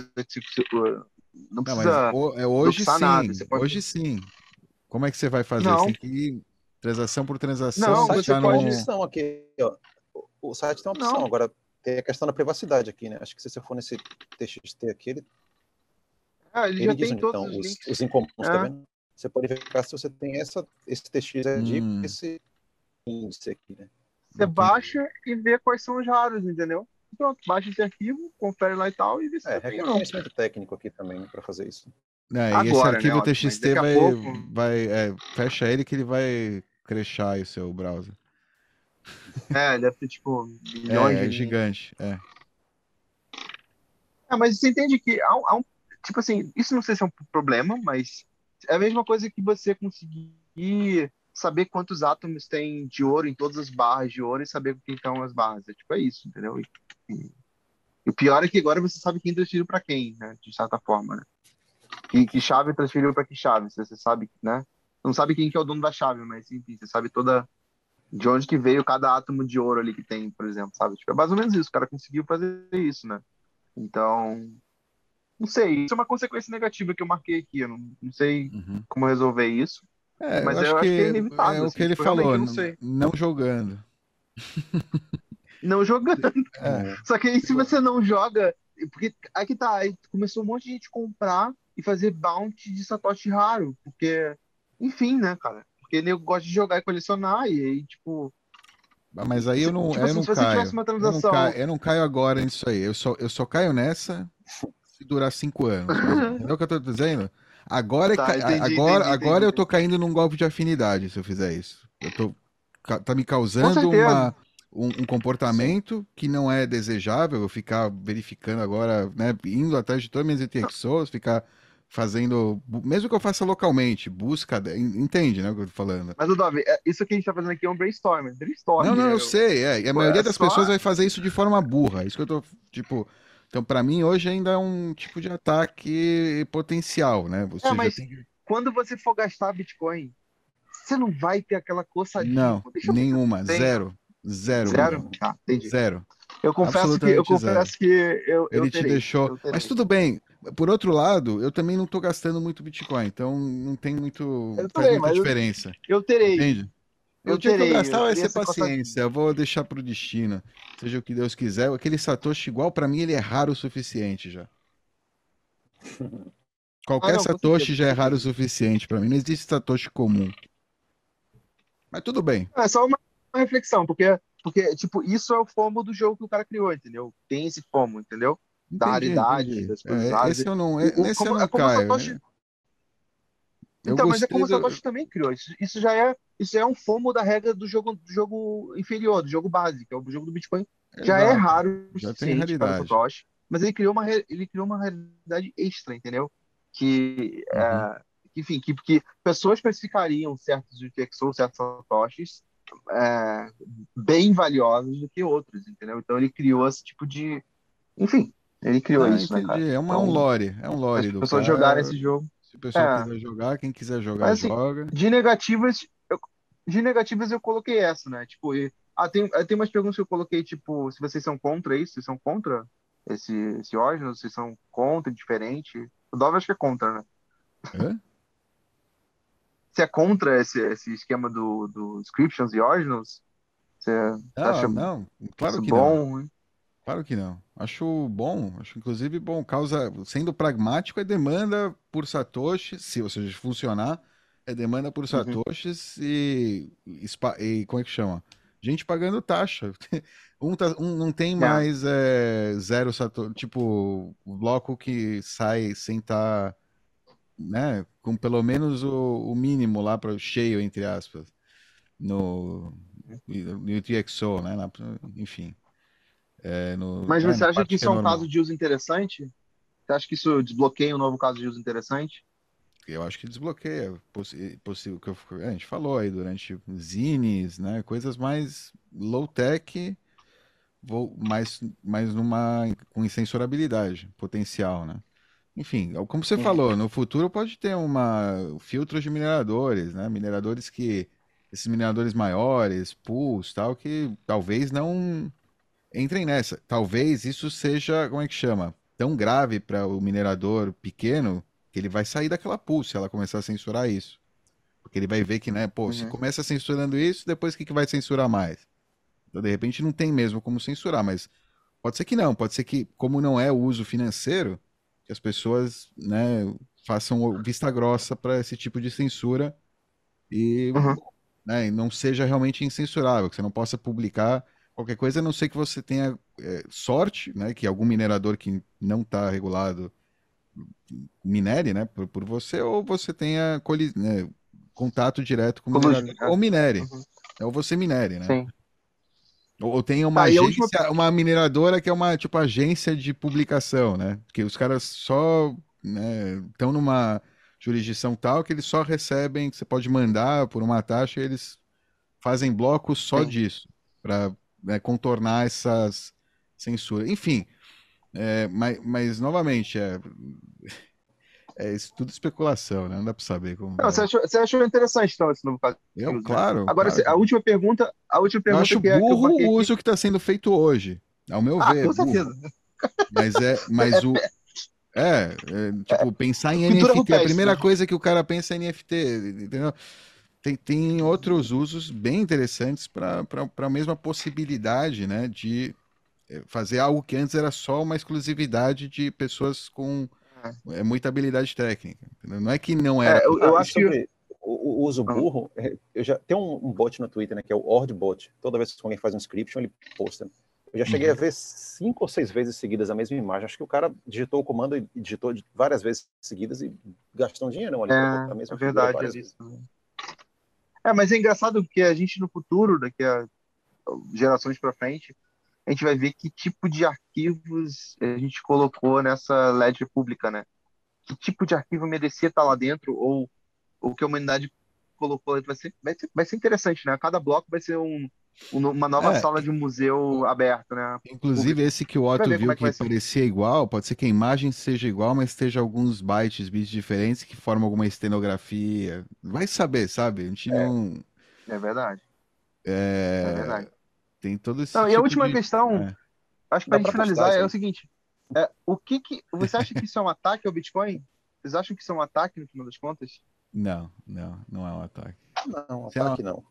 A: não
B: não, mas
A: precisa
B: ho- é hoje
A: doxar nada.
B: sim.
A: Você pode.
B: Hoje sim. Como é que você vai fazer? Você
A: Não,
B: tem que ir transação por
C: o
B: transação,
A: não,
C: site
A: você
B: botar
C: tem uma
A: pode.
B: no.
C: opção aqui, ó. O o site tem uma opção.
A: Não,
C: Agora, tem a questão da privacidade aqui, né? Acho que se você for nesse T X T aqui, ele,
A: ah, ele já
C: ele diz
A: tem
C: onde
A: todos
C: estão
A: os
C: os,
A: links.
C: os incomuns, tá
A: É,
C: vendo? Você pode verificar se você tem essa, esse T X é de
B: Hum,
C: esse índice aqui, né?
A: você
B: entendi.
A: baixa e vê quais são os raros, entendeu? Pronto, baixa esse arquivo, confere lá e tal, e vê se
C: É,
A: você tem
C: requer
A: ou não.
C: conhecimento técnico aqui também, né, para fazer isso.
B: É, e esse
A: Agora, né,
B: arquivo
A: óbvio, mas
B: T X T
A: daqui a
B: vai,
A: pouco.
B: vai, é, fecha ele que ele vai crashar aí o seu browser.
A: É, deve ter tipo milhões
B: É,
A: de
B: é
A: links.
B: gigante. É.
A: É, mas você entende que há, um, há um- tipo assim, isso não sei se é um problema, mas é a mesma coisa que você conseguir saber quantos átomos tem de ouro em todas as barras de ouro e saber o que estão as barras. É tipo, é isso, entendeu? E, e- e o pior é que agora você sabe quem transferiu para quem, né? De certa forma, né? E que chave transferiu para que chave, você, você sabe, né? Não sabe quem que é o dono da chave, mas enfim, você sabe toda de onde que veio cada átomo de ouro ali que tem, por exemplo, sabe? Tipo, é mais ou menos isso, o cara conseguiu fazer isso, né? Então, não sei, isso é uma consequência negativa que eu marquei aqui. Eu não, não sei
B: Uhum.
A: como resolver isso,
B: É, eu
A: mas
B: acho
A: eu acho que é
B: que é
A: inevitável,
B: o que
A: assim.
B: ele
A: Tipo, realmente
B: falou,
A: eu não
B: n-
A: sei.
B: não jogando.
A: Não jogando.
B: É,
C: É,
A: Só que aí, se você não joga. Porque aqui tá, aí começou um monte de gente comprar e fazer bounty de Satoshi raro. Porque, enfim, né, cara? Porque eu gosto de jogar e colecionar, e aí, tipo.
B: mas aí eu
A: se-
B: não,
A: Tipo
B: eu
A: assim,
B: não
A: se você tivesse
B: caio.
A: uma
B: Eu não caio,
A: transação.
B: eu não caio agora nisso aí. Eu só, eu só caio nessa se durar cinco anos, mais ou menos. Entendeu o que eu tô dizendo? Agora, é ca-
A: Tá, entendi,
B: agora,
A: entendi,
B: agora
A: entendi,
B: eu tô
A: entendi.
B: caindo num golpe de afinidade se eu fizer isso. Eu tô, ca- tá me
A: Com
B: causando
A: certeza.
B: uma, um, um
C: sim.
B: comportamento que não é desejável. Eu ficar verificando agora, né, indo atrás de todas as minhas pessoas, ficar fazendo, bu- mesmo que eu faça localmente, busca, de- entende, né, o que eu tô falando?
A: Mas, o Dove, é- isso que a gente tá fazendo aqui é um brainstorm. Brainstorm,
B: Não, não,
A: né,
B: eu
A: meu?
B: sei, é, e a
A: Tipo,
B: maioria
A: é
B: das pessoas
A: só.
B: vai fazer isso de forma burra. Isso que eu tô, tipo, então para mim hoje ainda é um tipo de ataque potencial, né?
A: É,
B: Você já
A: mas
B: tem que...
A: quando você for gastar Bitcoin, você não vai ter aquela coçadinha.
B: Não,
A: Pô, deixa eu ver se eu
B: nenhuma,
A: tenho.
B: zero, zero,
A: Zero?
B: Miguel,
A: Tá, entendi.
B: zero,
A: Eu confesso que eu
B: absolutamente zero.
A: confesso que eu, eu
B: Ele te
A: terei.
B: deixou,
A: Eu
B: mas
A: terei.
B: tudo bem. Por outro lado, eu também não tô gastando muito Bitcoin, então não tem muito,
A: Eu
B: faz
A: também,
B: muita
A: mas eu,
B: diferença,
A: eu terei.
B: entende? O
A: Eu
B: dia que eu
A: terei.
B: gastar
A: Eu
B: vai
A: terei
B: ser
A: essa
B: paciência,
A: coçadinha.
B: eu vou deixar pro destino, seja o que Deus quiser. Aquele Satoshi igual para mim ele é raro o suficiente já.
A: Ah,
B: Qualquer
A: não, com
B: Satoshi
A: certeza, com
B: já é raro o
A: certeza.
B: suficiente para mim. Não existe Satoshi comum. Mas tudo bem.
A: É só uma, uma reflexão, porque, porque, tipo, isso é o FOMO do jogo que o cara criou, entendeu? Tem esse FOMO, entendeu? Da
B: Entendi,
A: raridade,
B: entendi.
A: das coisas
B: É,
A: raras.
B: esse eu não, é-
A: O, o,
B: nesse eu
A: como,
B: não
A: é como o
B: caio,
A: Satoshi.
B: né? Eu
A: Então, mas é
B: gostei
A: como o
B: do.
A: Satoshi também criou. Isso, isso já é, isso já é um FOMO da regra do jogo, do jogo inferior, do jogo básico, que é o jogo do Bitcoin. Já é
B: Exato.
A: raro o
B: Já tem
A: suficiente cada
B: raridade.
A: Satoshi, mas ele criou uma, re- ele criou uma realidade extra, entendeu? Que,
B: Uhum.
A: é, que, enfim, que, que pessoas precificariam certos U T X ou certos Satoshis é, bem valiosos do que outros, entendeu? Então ele criou esse tipo de... Enfim, ele criou
B: Não,
A: isso, né,
B: entendi.
A: cara?
B: É, uma, é um
A: Então,
B: lore. É um
A: as
B: lore do
A: pessoas jogarem
B: cara.
A: esse jogo.
B: Se o pessoal
A: É,
B: quiser jogar, quem quiser jogar,
A: mas assim,
B: joga.
A: de negativas, eu, de negativas eu coloquei essa, né? Tipo, e, ah, tem, eh, tem umas perguntas que eu coloquei, tipo, se vocês são contra isso, vocês são contra esse, esse Ordinals, vocês são contra, diferente. O Dove acho que é contra, né?
B: Hã?
A: Você é contra esse, esse esquema do, do Inscriptions e Ordinals? Você
B: Não,
A: acha
B: não. Claro
A: isso
B: que não.
A: bom, ruim?
B: Claro que não. Acho bom, acho inclusive bom. Causa, sendo pragmático, é demanda por satoshis, se ou seja, funcionar, é demanda por
A: Uhum.
B: satoshis e, espa- e como é que chama? Gente pagando taxa. Um, tá- um não tem
A: É,
B: mais é, zero satoshi, tipo, o bloco que sai sem estar, né, com pelo menos o, o mínimo lá para cheio, entre aspas, no, no U T X O, né? na- enfim, é, no,
A: mas
B: né,
A: você
B: na
A: acha que
B: parte que
A: isso
B: é
A: é um caso
B: normal.
A: de uso interessante? Você acha que isso desbloqueia um novo caso de uso interessante?
B: Eu acho que desbloqueia. possi- Possível que eu, a gente falou aí durante zines, né? Coisas mais low-tech, vou- mais, mais numa com insensurabilidade potencial, né? Enfim, como você
A: Uhum.
B: falou, no futuro pode ter uma filtros de mineradores, né? Mineradores que esses mineradores maiores, pools, tal, que talvez não entrem nessa. Talvez isso seja, como é que chama? Tão grave para o minerador pequeno que ele vai sair daquela pool se ela começar a censurar isso. Porque ele vai ver que, né, pô, se
A: Uhum.
B: começa censurando isso, depois o que, que vai censurar mais? Então, de repente, não tem mesmo como censurar, mas pode ser que não, pode ser que, como não é o uso financeiro, que as pessoas, né, façam vista grossa para esse tipo de censura e,
A: Uhum.
B: né, e não seja realmente incensurável, que você não possa publicar qualquer coisa, a não ser que você tenha é, sorte, né, que algum minerador que não está regulado minere, né, por, por você, ou você tenha coli- né, contato direto com o
A: Colugem,
B: minerador,
A: né?
B: ou minere,
A: Uhum.
B: ou você minere, né?
A: Sim.
B: Ou, ou tenha uma
A: Tá, e a última.
B: agência, uma mineradora que é uma, tipo, agência de publicação, né? Que os caras só, né, estão numa jurisdição tal que eles só recebem, que você pode mandar por uma taxa e eles fazem blocos só
A: Sim.
B: disso, para contornar essas censuras. Enfim, é, mas, mas, novamente, é, é isso tudo especulação, né? Não dá para saber como
A: Não, você
B: vai.
A: achou, você achou interessante, então, esse novo caso de
B: Eu,
A: uso, né?
B: claro,
A: Agora,
B: claro
A: se-
B: que
A: a última pergunta, a última
B: eu
A: pergunta
B: acho
A: que, é, que eu
B: burro
A: marquei
B: o
A: aqui.
B: uso que está sendo feito hoje. Ao meu
A: Ah,
B: ver,
A: com
B: burro.
A: certeza.
B: Mas é, mas o é, é, tipo, pensar em
A: Pintura
B: N F T, a
A: rupestre,
B: primeira
A: né?
B: coisa que o cara pensa é N F T, entendeu? Tem, tem outros usos bem interessantes para a mesma possibilidade, né, de é, fazer algo que antes era só uma exclusividade de pessoas com é, muita habilidade técnica, entendeu? Não é que não era
A: É, eu,
C: Ah,
A: eu
C: e
A: acho que.
C: sobre o, o uso
A: Ah,
C: burro, é, eu já tem um, um bot no Twitter, né, que é o OrdBot. Toda vez que alguém faz um scription, ele posta. Eu já cheguei a
B: Uhum.
C: ver cinco ou seis vezes seguidas a mesma imagem. Acho que o cara digitou o comando e digitou várias vezes seguidas e gastou um dinheirão ali
A: é,
C: para botar a
A: é
C: mesma figura
A: verdade,
C: várias
A: é
C: vezes.
A: isso também. É, mas é engraçado porque a gente no futuro, daqui a gerações para frente, a gente vai ver que tipo de arquivos a gente colocou nessa ledger pública, né? Que tipo de arquivo merecia estar lá dentro, ou o que a humanidade colocou. Vai ser, vai ser, vai ser interessante, né? Cada bloco vai ser um, um- uma nova
B: É,
A: sala de um museu aberto, né?
B: inclusive
A: Público.
B: esse que o
A: A gente vai
B: Otto
A: ver como
B: viu
A: é que
B: que
A: vai ser.
B: parecia igual, pode ser que a imagem seja igual, mas esteja alguns bytes, bits diferentes que formam alguma estenografia. Vai saber, sabe? A gente
C: É,
B: não
A: É verdade, é
B: é,
A: verdade.
B: tem todo esse
A: Não, e a
B: tipo
A: última
B: de.
A: questão,
B: É.
A: acho que para
C: dá
A: a gente
C: para postar
A: finalizar,
C: isso
A: é o
C: aí.
A: seguinte: é, o que que você acha que isso é um ataque ao Bitcoin? Vocês acham que isso é um ataque no final das contas?
B: Não, não, não é um ataque.
C: Não,
B: Isso é uma,
C: ataque não.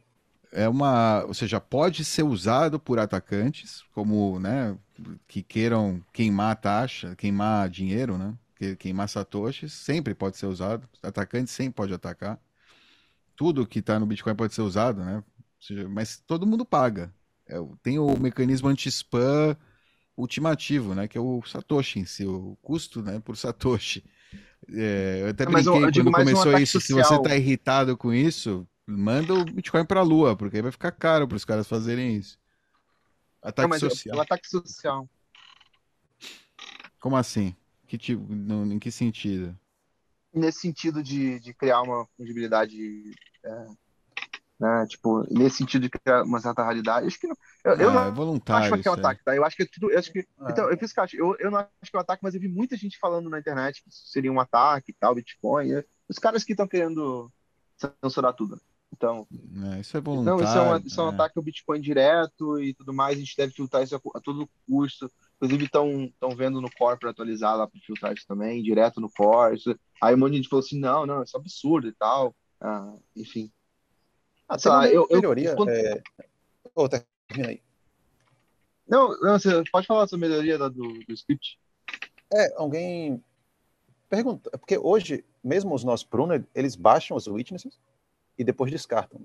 B: é uma, ou seja, pode ser usado por atacantes, como, né, que queiram queimar a taxa, queimar dinheiro, né? que- Queimar satoshis, sempre pode ser usado. Atacante sempre pode atacar. Tudo que está no Bitcoin pode ser usado, né? Ou seja, mas todo mundo paga. É, o- tem o mecanismo anti-spam ultimativo, né? Que é o Satoshi em si, o custo, né, por Satoshi. É, eu até
A: Mas eu,
B: brinquei
A: eu digo
B: quando
A: mais um
B: começou
A: ataque
B: isso. Se você
A: social.
B: tá irritado com isso, manda o Bitcoin pra Lua, porque aí vai ficar caro para os caras fazerem isso.
A: Não,
B: Ataque
A: mas é o
B: social.
A: ataque social.
B: Como assim? Que tipo, no- em que sentido?
A: Nesse sentido de, de criar uma fungibilidade. né? Tipo, nesse sentido de criar uma certa realidade. Acho que não, eu, eu
B: Não, é
A: não acho
B: voluntário
A: que é um
B: isso aí.
A: ataque, tá? Eu acho que é tudo. Eu acho que, então,
C: É.
A: eu fiz que eu acho. Eu, eu não acho que é um ataque, mas eu vi muita gente falando na internet que isso seria um ataque e tal, Bitcoin. né? Os caras que estão querendo censurar tudo. Né? Então,
B: É, isso é
A: não, isso é, uma,
B: voluntário.
A: isso é um
B: É.
A: ataque ao Bitcoin direto e tudo mais. A gente deve filtrar isso a, a todo custo. Inclusive, estão estão vendo no Core para atualizar lá para filtrar isso também, direto no Core. Isso- Aí um monte de gente falou assim: não, não, isso é absurdo e tal. Ah, enfim.
C: Ah,
A: Sei
C: teve
A: lá,
C: uma
A: eu, eu,
C: melhoria.
A: quando-
C: É... Ô, termina aí.
A: não, não, você pode falar sobre a melhoria da- do, do script?
C: É, alguém pergunta, porque hoje, mesmo os nossos pruner, eles baixam os witnesses e depois descartam.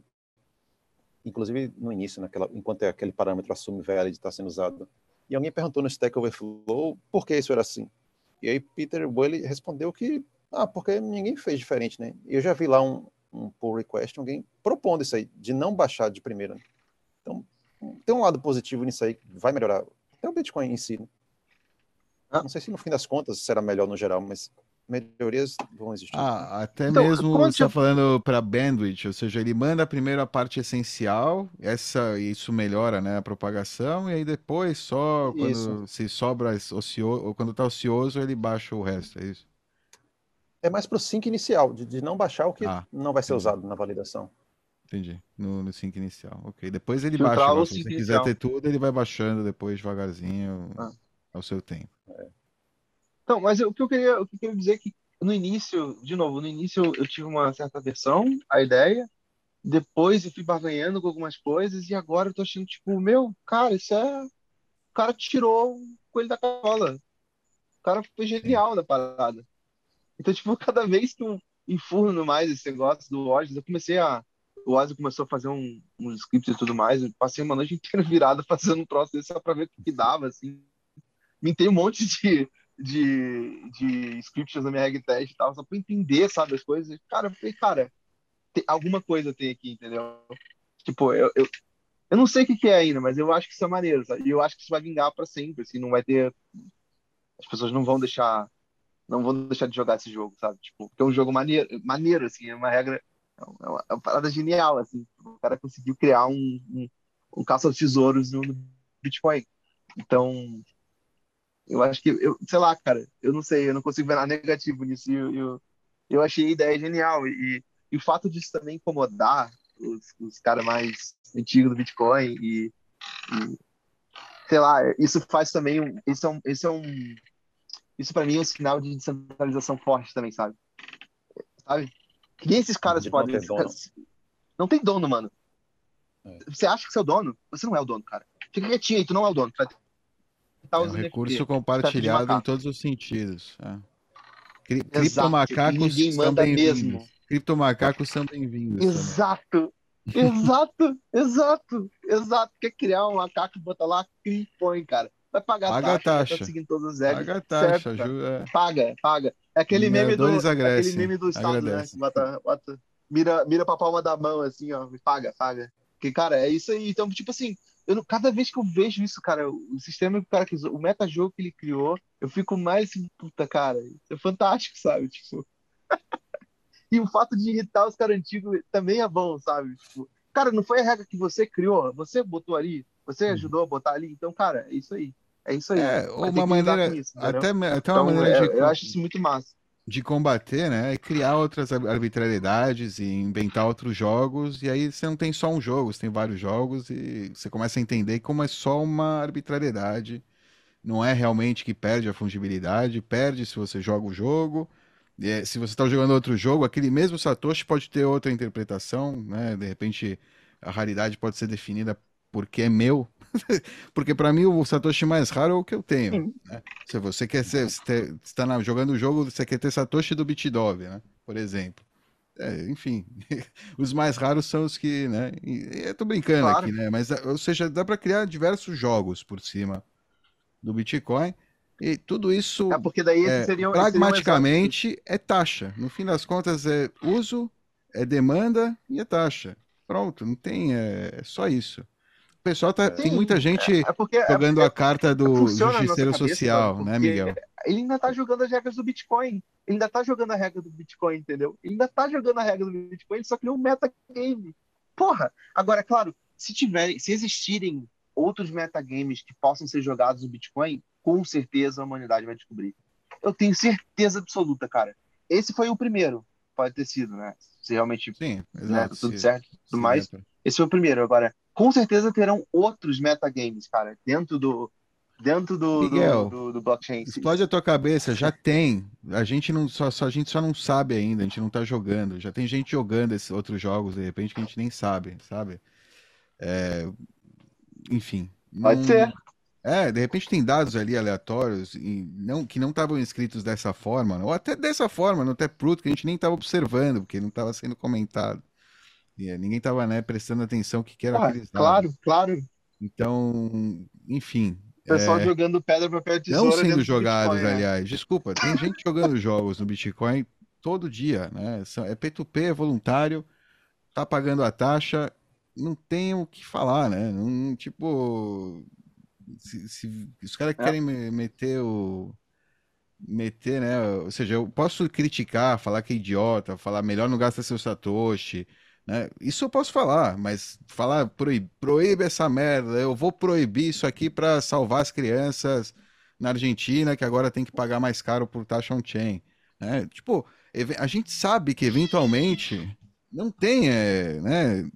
C: Inclusive no início, naquela, enquanto aquele parâmetro assume valid está sendo usado. E alguém perguntou no Stack Overflow por que isso era assim. E aí Peter Boyle respondeu que, ah, porque ninguém fez diferente, né? Eu já vi lá um, um pull request, alguém propondo isso aí, de não baixar de primeira. Né? Então, tem um lado positivo nisso aí, que vai melhorar até o Bitcoin em si. Né?
A: Ah,
C: Não sei se no fim das contas será melhor no geral, mas melhorias vão existir.
B: Ah, até
A: então,
B: mesmo
A: como
B: você está
A: tinha.
B: falando para bandwidth, ou seja, ele manda primeiro a parte essencial, essa isso melhora, né, a propagação, e aí depois só
C: Isso.
B: quando se sobra ocioso, ou quando está ocioso, ele baixa o resto, é isso?
C: É mais para o sync inicial, de, de não baixar o que
B: Ah,
C: não vai ser
B: entendi,
C: usado na validação.
B: entendi. No, no sync inicial, ok. Depois ele baixa,
A: Filtrar
B: igual
A: o
B: se
A: sync
B: você quiser
A: inicial.
B: ter tudo, ele vai baixando depois devagarzinho
A: Ah.
B: ao seu tempo.
A: Então, mas eu- o que eu queria, o que eu queria dizer é que no início, de novo, no início eu, eu tive uma certa aversão à ideia, depois eu fui barganhando com algumas coisas e agora eu tô achando, tipo, meu, cara, isso é. O cara tirou o coelho da cachola. O cara foi
B: Sim.
A: genial na parada. Então, tipo, cada vez que eu enfurno mais esse negócio do Oz, eu comecei a. O Ozzy começou a fazer um, uns scripts e tudo mais. Eu passei uma noite inteira virada fazendo um troço desse só pra ver o que que dava, assim. Mintei um monte de, de, de scripts na minha reg test e tal, só pra entender, sabe, as coisas. Cara, eu falei, cara, tem, alguma coisa tem aqui, entendeu? Tipo, eu, eu, eu não sei o que que é ainda, mas eu acho que isso é maneiro, sabe? E eu acho que isso vai vingar pra sempre, assim, não vai ter. As pessoas não vão deixar não vou deixar de jogar esse jogo, sabe? Tipo, porque é um jogo maneiro, maneiro assim, é uma regra, é uma, é uma parada genial, assim. O cara conseguiu criar um, um, um caça aos tesouros no, no Bitcoin. Então, eu acho que, eu, sei lá, cara, eu não sei, eu não consigo ver nada negativo nisso. E Eu, eu, eu achei a ideia genial. E, e o fato disso também incomodar os, os caras mais antigos do Bitcoin e, e, sei lá, isso faz também, um, isso é um, isso é um, isso para mim é um sinal de descentralização forte também, sabe? Sabe? Que nem esses caras
C: De não
A: podem.
C: ter dono.
A: Não tem dono, mano.
C: É.
A: Você acha que você é o dono? Você não é o dono, cara. Fica quietinho aí, tu não é o dono. Tu vai tentar
B: É um
A: os
B: recurso
A: N F T. Tu vai pedir
B: compartilhado em
A: macaco.
B: todos os sentidos. É. Cri-
A: Exato. E
B: Criptomacacos
A: ninguém
B: são
A: manda mesmo.
B: bem-vindos. Criptomacacos são bem-vindos também.
A: Exato. Exato. Exato. Exato. Quer criar um macaco, bota lá, cria e põe, cara. Vai pagar
B: Paga a
A: taxa, já tá
B: taxa.
A: seguindo todas as regras.
B: Paga a
A: Certo,
B: taxa,
A: cara.
B: ajuda.
A: Paga, paga. É aquele meme do,
B: Mineradores
A: aquele
B: agradecem.
A: meme do Estado, né? Que
B: Agradecem.
A: bota, bota, mira, mira pra palma da mão, assim, ó. Paga, paga. Porque, cara, é isso aí. Então, tipo assim, eu, não- cada vez que eu vejo isso, cara, o, o sistema que o cara que o metajogo que ele criou, eu fico mais assim, puta, cara, isso é fantástico, sabe? Tipo, e o fato de irritar os caras antigos também é bom, sabe? Tipo, cara, não foi a regra que você criou, você botou ali, você ajudou a botar ali, então, cara, é isso aí. É isso aí.
B: É,
A: Vai ter
B: uma
A: que lidar com
B: maneira,
A: isso, entendeu?
B: até, até uma
A: Então,
B: maneira de,
A: é, eu
B: co-
A: acho isso muito massa.
B: de combater, né? É criar outras ar- arbitrariedades e inventar outros jogos, e aí você não tem só um jogo, você tem vários jogos, e você começa a entender como é só uma arbitrariedade. Não é realmente que perde a fungibilidade, perde se você joga o jogo. E, é, se você está jogando outro jogo, aquele mesmo Satoshi pode ter outra interpretação, né? De repente, a raridade pode ser definida porque é meu. Porque para mim o Satoshi mais raro é o que eu tenho,
A: Sim,
B: né? Se você quer ser, está jogando o jogo, você quer ter Satoshi do Bitdove, né? Por exemplo. É, enfim, os mais raros são os que, né? e- Eu tô brincando aqui,
A: claro.
B: né? Mas, ou seja, dá para criar diversos jogos por cima do Bitcoin. E tudo
A: É
B: isso,
A: porque daí esses
B: é,
A: seriam, esses seriam exóticos.
B: pragmaticamente, é taxa. No fim das contas, é uso, é demanda e é taxa. Pronto, não tem, é, é só isso. O pessoal tá, tem
A: Sim,
B: muita gente
A: é, é porque é,
B: jogando a carta
A: é,
B: do
A: funciona na nossa
B: justiceiro
A: cabeça, brother,
B: social, né,
A: porque
B: Miguel?
A: ele ainda tá jogando as regras do Bitcoin. Ele ainda tá jogando a regra do Bitcoin, entendeu? Ele ainda tá jogando a regra do Bitcoin, ele só criou um metagame. Porra, agora, claro, se tiverem, se existirem outros metagames que possam ser jogados no Bitcoin, com certeza a humanidade vai descobrir. Eu tenho certeza absoluta, cara. Esse foi o primeiro, pode ter sido, né? Se realmente,
B: Sim,
A: né,
B: exato.
A: tá tudo
B: Se,
A: certo e tudo
B: se der
A: mais.
B: pra...
A: Esse foi o primeiro. Agora, com certeza terão outros metagames, cara, dentro do, dentro do, do,
B: Miguel,
A: do, do blockchain.
B: explode a tua cabeça, já tem. A gente não só, só- a gente só não sabe ainda, a gente não tá jogando. Já tem gente jogando esses outros jogos de repente que a gente nem sabe, sabe? Enfim,
A: Pode ser.
B: não. É, de repente tem dados ali aleatórios e não, que não estavam escritos dessa forma, ou até dessa forma, no Taproot, que a gente nem estava observando, porque não estava sendo comentado. E, eh, ninguém estava, né, prestando atenção o que, que eram
A: Porra,
B: aqueles dados.
A: claro, claro.
B: Então, enfim,
A: Pessoal
B: é,
A: jogando pedra, papel,
B: não
A: tesoura
B: sendo
A: dentro do
B: jogados,
A: Bitcoin, né?
B: aliás. Desculpa, tem gente jogando jogos no Bitcoin todo dia, né? São- É P dois P, é voluntário, tá pagando a taxa, não tem o que falar, né? Não, tipo, se, se os caras
A: É.
B: querem me- meter o meter, né? Ou seja, eu posso criticar, falar que é idiota, falar melhor não gasta seu Satoshi, né? Isso eu posso falar, mas falar proíbe, proíbe essa merda, eu vou proibir isso aqui para salvar as crianças na Argentina que agora tem que pagar mais caro por taxa on-chain, né? Tipo, eve- a gente sabe que eventualmente não tem, é, né,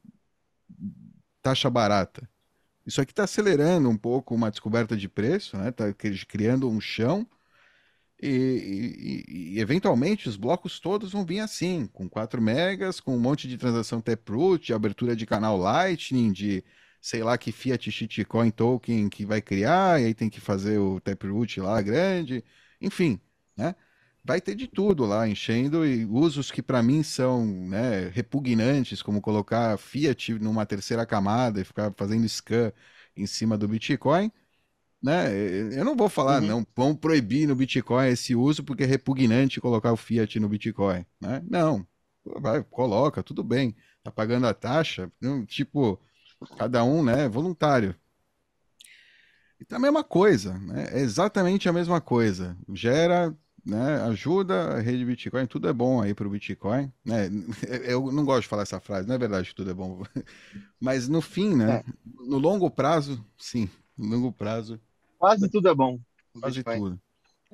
B: taxa barata. Isso aqui está acelerando um pouco uma descoberta de preço, né? Tá cri- criando um chão e, e- e, eventualmente os blocos todos vão vir assim, com quatro megas, com um monte de transação Taproot, de abertura de canal Lightning, de sei lá que Fiat Shitcoin token que vai criar, e aí tem que fazer o Taproot lá grande, enfim, né? Vai ter de tudo lá, enchendo, e usos que para mim são, né, repugnantes, como colocar Fiat numa terceira camada e ficar fazendo scan em cima do Bitcoin, né? Eu não vou falar,
A: Uhum.
B: não, vão proibir no Bitcoin esse uso porque é repugnante colocar o Fiat no Bitcoin, né? Não, vai, coloca, tudo bem, tá pagando a taxa, não, tipo, cada um, né, voluntário. Então é a mesma coisa, né? É exatamente a mesma coisa. Gera, né, ajuda a rede Bitcoin, tudo é bom aí para o Bitcoin, né? Eu não gosto de falar essa frase, não é verdade que tudo é bom, mas no fim, né,
A: É,
B: no longo prazo, sim, no longo prazo,
A: quase tudo é bom no
B: quase
A: Bitcoin.
B: tudo.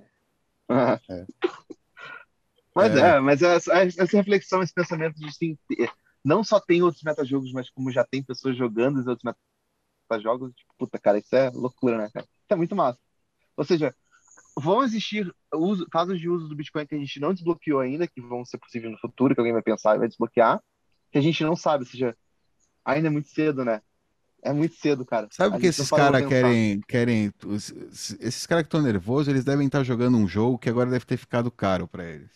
C: É.
A: Mas
B: É,
A: é, mas essa, essa reflexão, esse pensamento de sim, ter- não só tem outros metajogos, mas como já tem pessoas jogando os outros metajogos, tipo, puta, cara, isso é loucura, né, cara? Isso é muito massa. Ou seja, vão existir uso, casos de uso do Bitcoin que a gente não desbloqueou ainda, que vão ser possíveis no futuro, que alguém vai pensar e vai desbloquear, que a gente não sabe, ou seja, ainda é muito cedo, né? É muito cedo, cara.
B: sabe o
A: A
B: que
A: gente não
B: esses
A: parou pra
B: caras
A: pensar.
B: querem, querem, os- esses caras que estão nervosos, eles devem estar jogando um jogo que agora deve ter ficado caro para eles.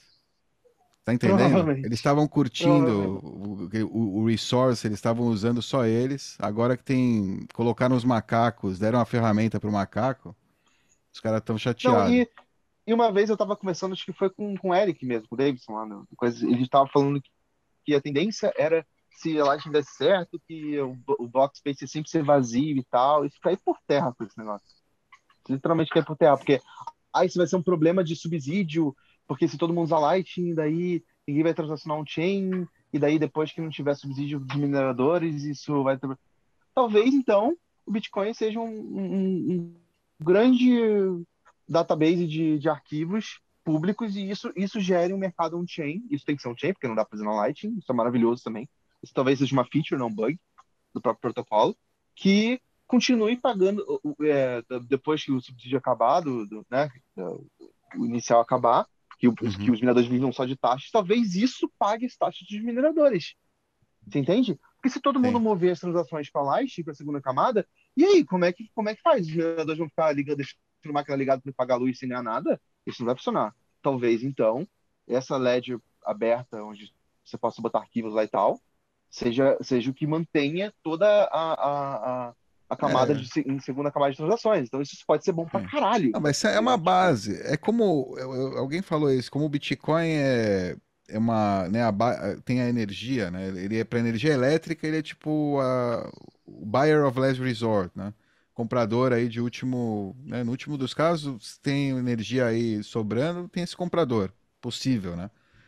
B: Tá entendendo? Eles
A: Provavelmente.
B: estavam curtindo
A: Provavelmente.
B: o, o, o resource, eles estavam usando só eles. Agora que tem, colocaram os macacos, deram a ferramenta pro macaco, os caras estão
A: Não,
B: chateados.
A: e, e uma vez eu tava conversando, acho que foi com, com o Eric mesmo, com o Davidson lá, no, coisa, ele tava falando que a tendência era, se a Lightning desse certo, que o, o block space ia sempre ser vazio e tal, e cair por terra com esse negócio. Literalmente cair por terra, porque aí isso vai ser um problema de subsídio, porque se todo mundo usar Lightning, daí ninguém vai transacionar um chain, e daí depois que não tiver subsídio dos mineradores, isso vai ter... Talvez, então, o Bitcoin seja um, um, um grande database de, de arquivos públicos e isso, isso gere um mercado on-chain. Isso tem que ser on-chain, porque não dá para fazer na Lightning. Isso é maravilhoso também. Isso talvez seja uma feature, não um bug, do próprio protocolo, que continue pagando é, depois que o subsídio acabar, do, do, né, o inicial acabar, que, o, que
B: Uhum.
A: os mineradores vivam só de taxas, talvez isso pague as taxas dos mineradores. Você entende? Porque se todo mundo
B: Sim.
A: mover as transações para Light, para a segunda camada, e aí, como é que, como é que faz? Os mineradores vão ficar ligando, deixando a máquina ligada para pagar a luz sem ganhar nada? Isso não vai funcionar. Talvez, então, essa ledger aberta, onde você possa botar arquivos lá e tal, seja, seja o que mantenha toda a, a, a, a camada
B: É,
A: de, se- em segunda camada de transações. Então, isso pode ser bom pra
B: sim.
A: caralho.
B: Não, mas isso é uma
A: Entendeu? Tipo,
B: base. É como eu- eu- alguém falou isso, como o Bitcoin é, é uma, né, a ba- tem a energia, né? Ele é para energia elétrica, ele é tipo a- o buyer of last resort, né? Comprador aí de último, né? No último dos casos, se tem energia aí sobrando, tem esse comprador possível, né?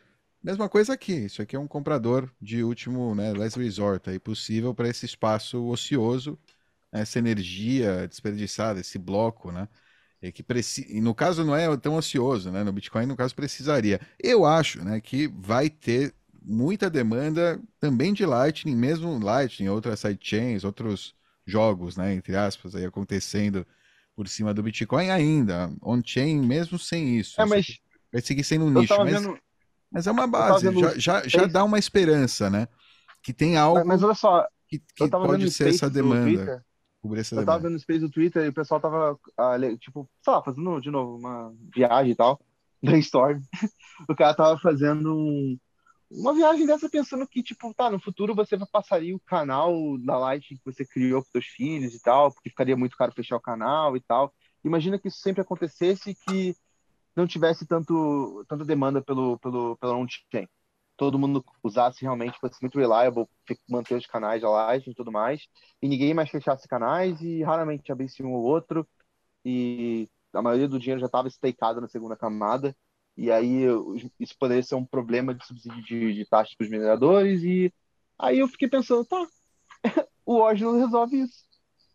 B: Mesma coisa aqui. Isso aqui é um comprador de último, né, last resort, aí possível para esse espaço ocioso, né, essa energia desperdiçada, esse bloco, né? E que preci... e no caso não é tão ocioso, né? No Bitcoin, no caso, precisaria. Eu acho, né, que vai ter muita demanda também de Lightning, mesmo Lightning, outras sidechains, outros jogos, né, entre aspas, aí acontecendo por cima do Bitcoin ainda, on-chain, mesmo sem isso.
A: É,
B: Isso aqui
A: mas
B: vai seguir sendo um
A: eu
B: nicho,
A: tava
B: mas,
A: vendo,
B: mas é uma
A: eu tava
B: base,
A: vendo
B: já,
A: os
B: já, já
A: Space,
B: dá uma esperança, né? Que tem
A: mas, mas
B: algo
A: olha só,
B: que,
A: eu
B: que
A: tava vendo
B: pode
A: o
B: ser essa
A: Space do
B: demanda,
A: Twitter,
B: cobrir essa
A: eu tava
B: demanda.
A: vendo o Space do Twitter e o pessoal tava, ah, le- tipo, sei lá, fazendo de novo uma viagem e tal, brainstorm. O cara tava fazendo um- uma viagem dessa pensando que, tipo, tá, no futuro você passaria o canal da Light que você criou para seus filhos e tal, porque ficaria muito caro fechar o canal e tal. Imagina que isso sempre acontecesse e que não tivesse tanto, tanta demanda pelo, pelo, pela on-chain. Todo mundo usasse realmente, fosse muito reliable, fi- manter os canais da Light e tudo mais, e ninguém mais fechasse canais e raramente abrisse um ou outro, e a maioria do dinheiro já estava stakeado na segunda camada, e aí eu- isso poderia ser um problema de subsídio de, de taxas para os mineradores, e aí eu fiquei pensando, tá, o Ordinals resolve isso.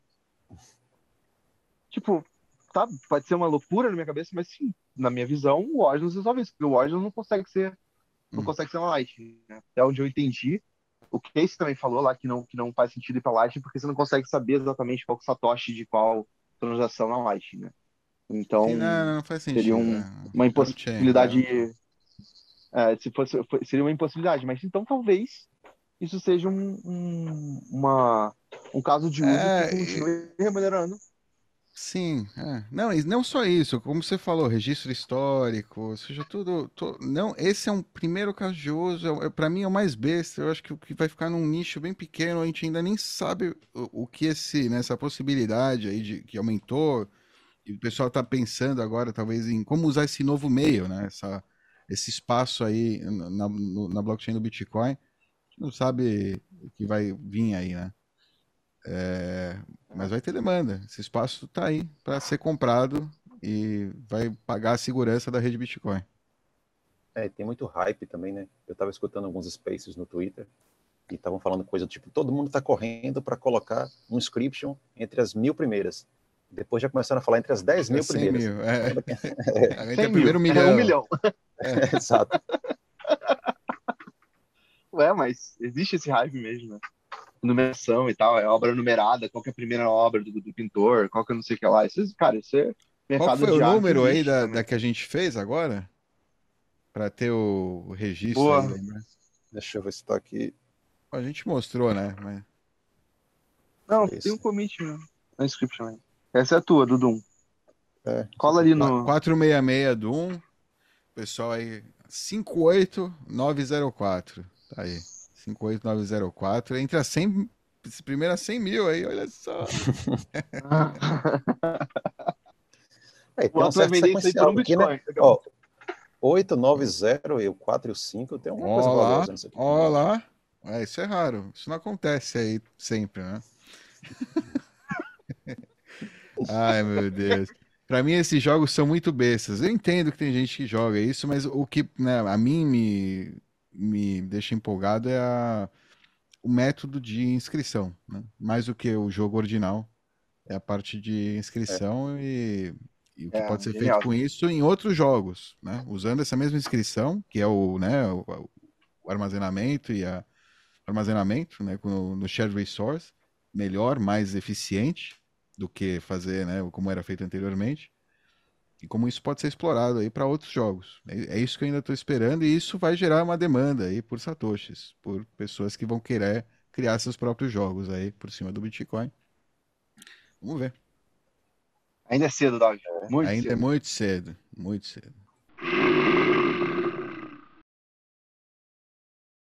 A: Tipo, tá, pode ser uma loucura na minha cabeça, mas sim, na minha visão, o Ordinals resolve isso, porque o Ordinals não consegue ser, não
B: Hum.
A: consegue ser uma Light, né? Até onde eu entendi, o Casey também falou lá que não, que não faz sentido ir para Light, porque você não consegue saber exatamente qual que é o Satoshi de qual transação na Light, né?
B: Sim, não,
A: Então,
B: não faz
A: seria
B: sentido.
A: um,
B: É,
A: uma
B: é on-chain, é
A: impossibilidade.
B: on-chain.
A: É, se fosse, foi- seria uma impossibilidade, mas então talvez isso seja um, um, uma, um caso de uso que
B: É,
A: continue remunerando.
B: sim, é. Não, e não só isso, como você falou, registro histórico, ou seja, tudo, to- não, esse é um primeiro caso de uso, é, para mim é o mais besta, eu acho que o que vai ficar num nicho bem pequeno, a gente ainda nem sabe o, o que esse, né, essa possibilidade aí de que aumentou, e o pessoal está pensando agora talvez em como usar esse novo meio, né, essa, esse espaço aí na, no- na blockchain do Bitcoin, a gente não sabe o que vai vir aí, né? É, mas vai ter demanda. Esse espaço está aí para ser comprado e vai pagar a segurança da rede Bitcoin.
C: É, tem muito hype também, né? Eu estava escutando alguns spaces no Twitter e estavam falando coisa do tipo, todo mundo está correndo para colocar um inscription entre as mil primeiras. Depois já começaram a falar entre as dez
B: Entre
C: mil
B: cem
C: primeiras.
B: mil. É.
C: Então, daqui-
B: Entre o
A: cem mil,
B: primeiro
A: é um
B: milhão.
A: milhão.
B: É.
C: Exato.
A: Ué, mas existe esse hype mesmo, né? Numeração e tal, é obra numerada, qual que é a primeira obra do, do pintor, qual que é não sei o que lá. Isso, cara, isso é
B: Qual que
A: mercado
B: foi o
A: de arte
B: número aí
A: existe
B: da, da
A: também.
B: que a gente fez agora? Para ter o, o registro aí,
A: Boa.
B: lembra?
C: Deixa eu ver se está aqui.
B: A gente mostrou, né? Mas
A: Não,
C: Foi
A: tem um
C: isso.
A: commit no, na inscription aí. Essa é a tua, Dudu.
C: É, isso
A: Cola
C: aqui.
A: ali
B: qua-
A: no.
B: quatrocentos e sessenta e seis do um, pessoal aí, cinco oito nove zero quatro. Tá aí. cinco oito nove zero quatro. Entre as cem, primeiras cem mil aí, olha só.
C: É,
A: O
C: tem um
A: outro vai
C: certo
A: vender isso aí por
C: sequencial
A: um
C: aqui, né?
A: Bitcoin. Daqui a
C: Ó,
A: pouco.
C: oito, nove, zero e o quatro e o cinco tem alguma coisa
B: Ó lá,
C: valiosa nisso aqui também,
B: ó
C: eu acho.
B: lá. É, isso é raro. Isso não acontece aí sempre, né? Ai, meu Deus. Pra mim, esses jogos são muito bestas. Eu entendo que tem gente que joga isso, mas o que, né, a mim me, me deixa empolgado é a- o método de inscrição, né? Mais do que o jogo original. É a parte de
C: É,
B: inscrição e, e o que
A: É,
B: pode ser feito
A: genial.
B: com isso em outros jogos, né? Usando essa mesma inscrição, que é o, né, o, o armazenamento e a armazenamento, né, com- no shared resource, melhor, mais eficiente do que fazer, né, como era feito anteriormente. E como isso pode ser explorado aí para outros jogos. É, é isso que eu ainda estou esperando e isso vai gerar uma demanda aí por satoshis, por pessoas que vão querer criar seus próprios jogos aí por cima do Bitcoin. Vamos ver.
A: Ainda é cedo, Davi. Muito
B: Ainda é
A: cedo.
B: muito cedo, muito cedo.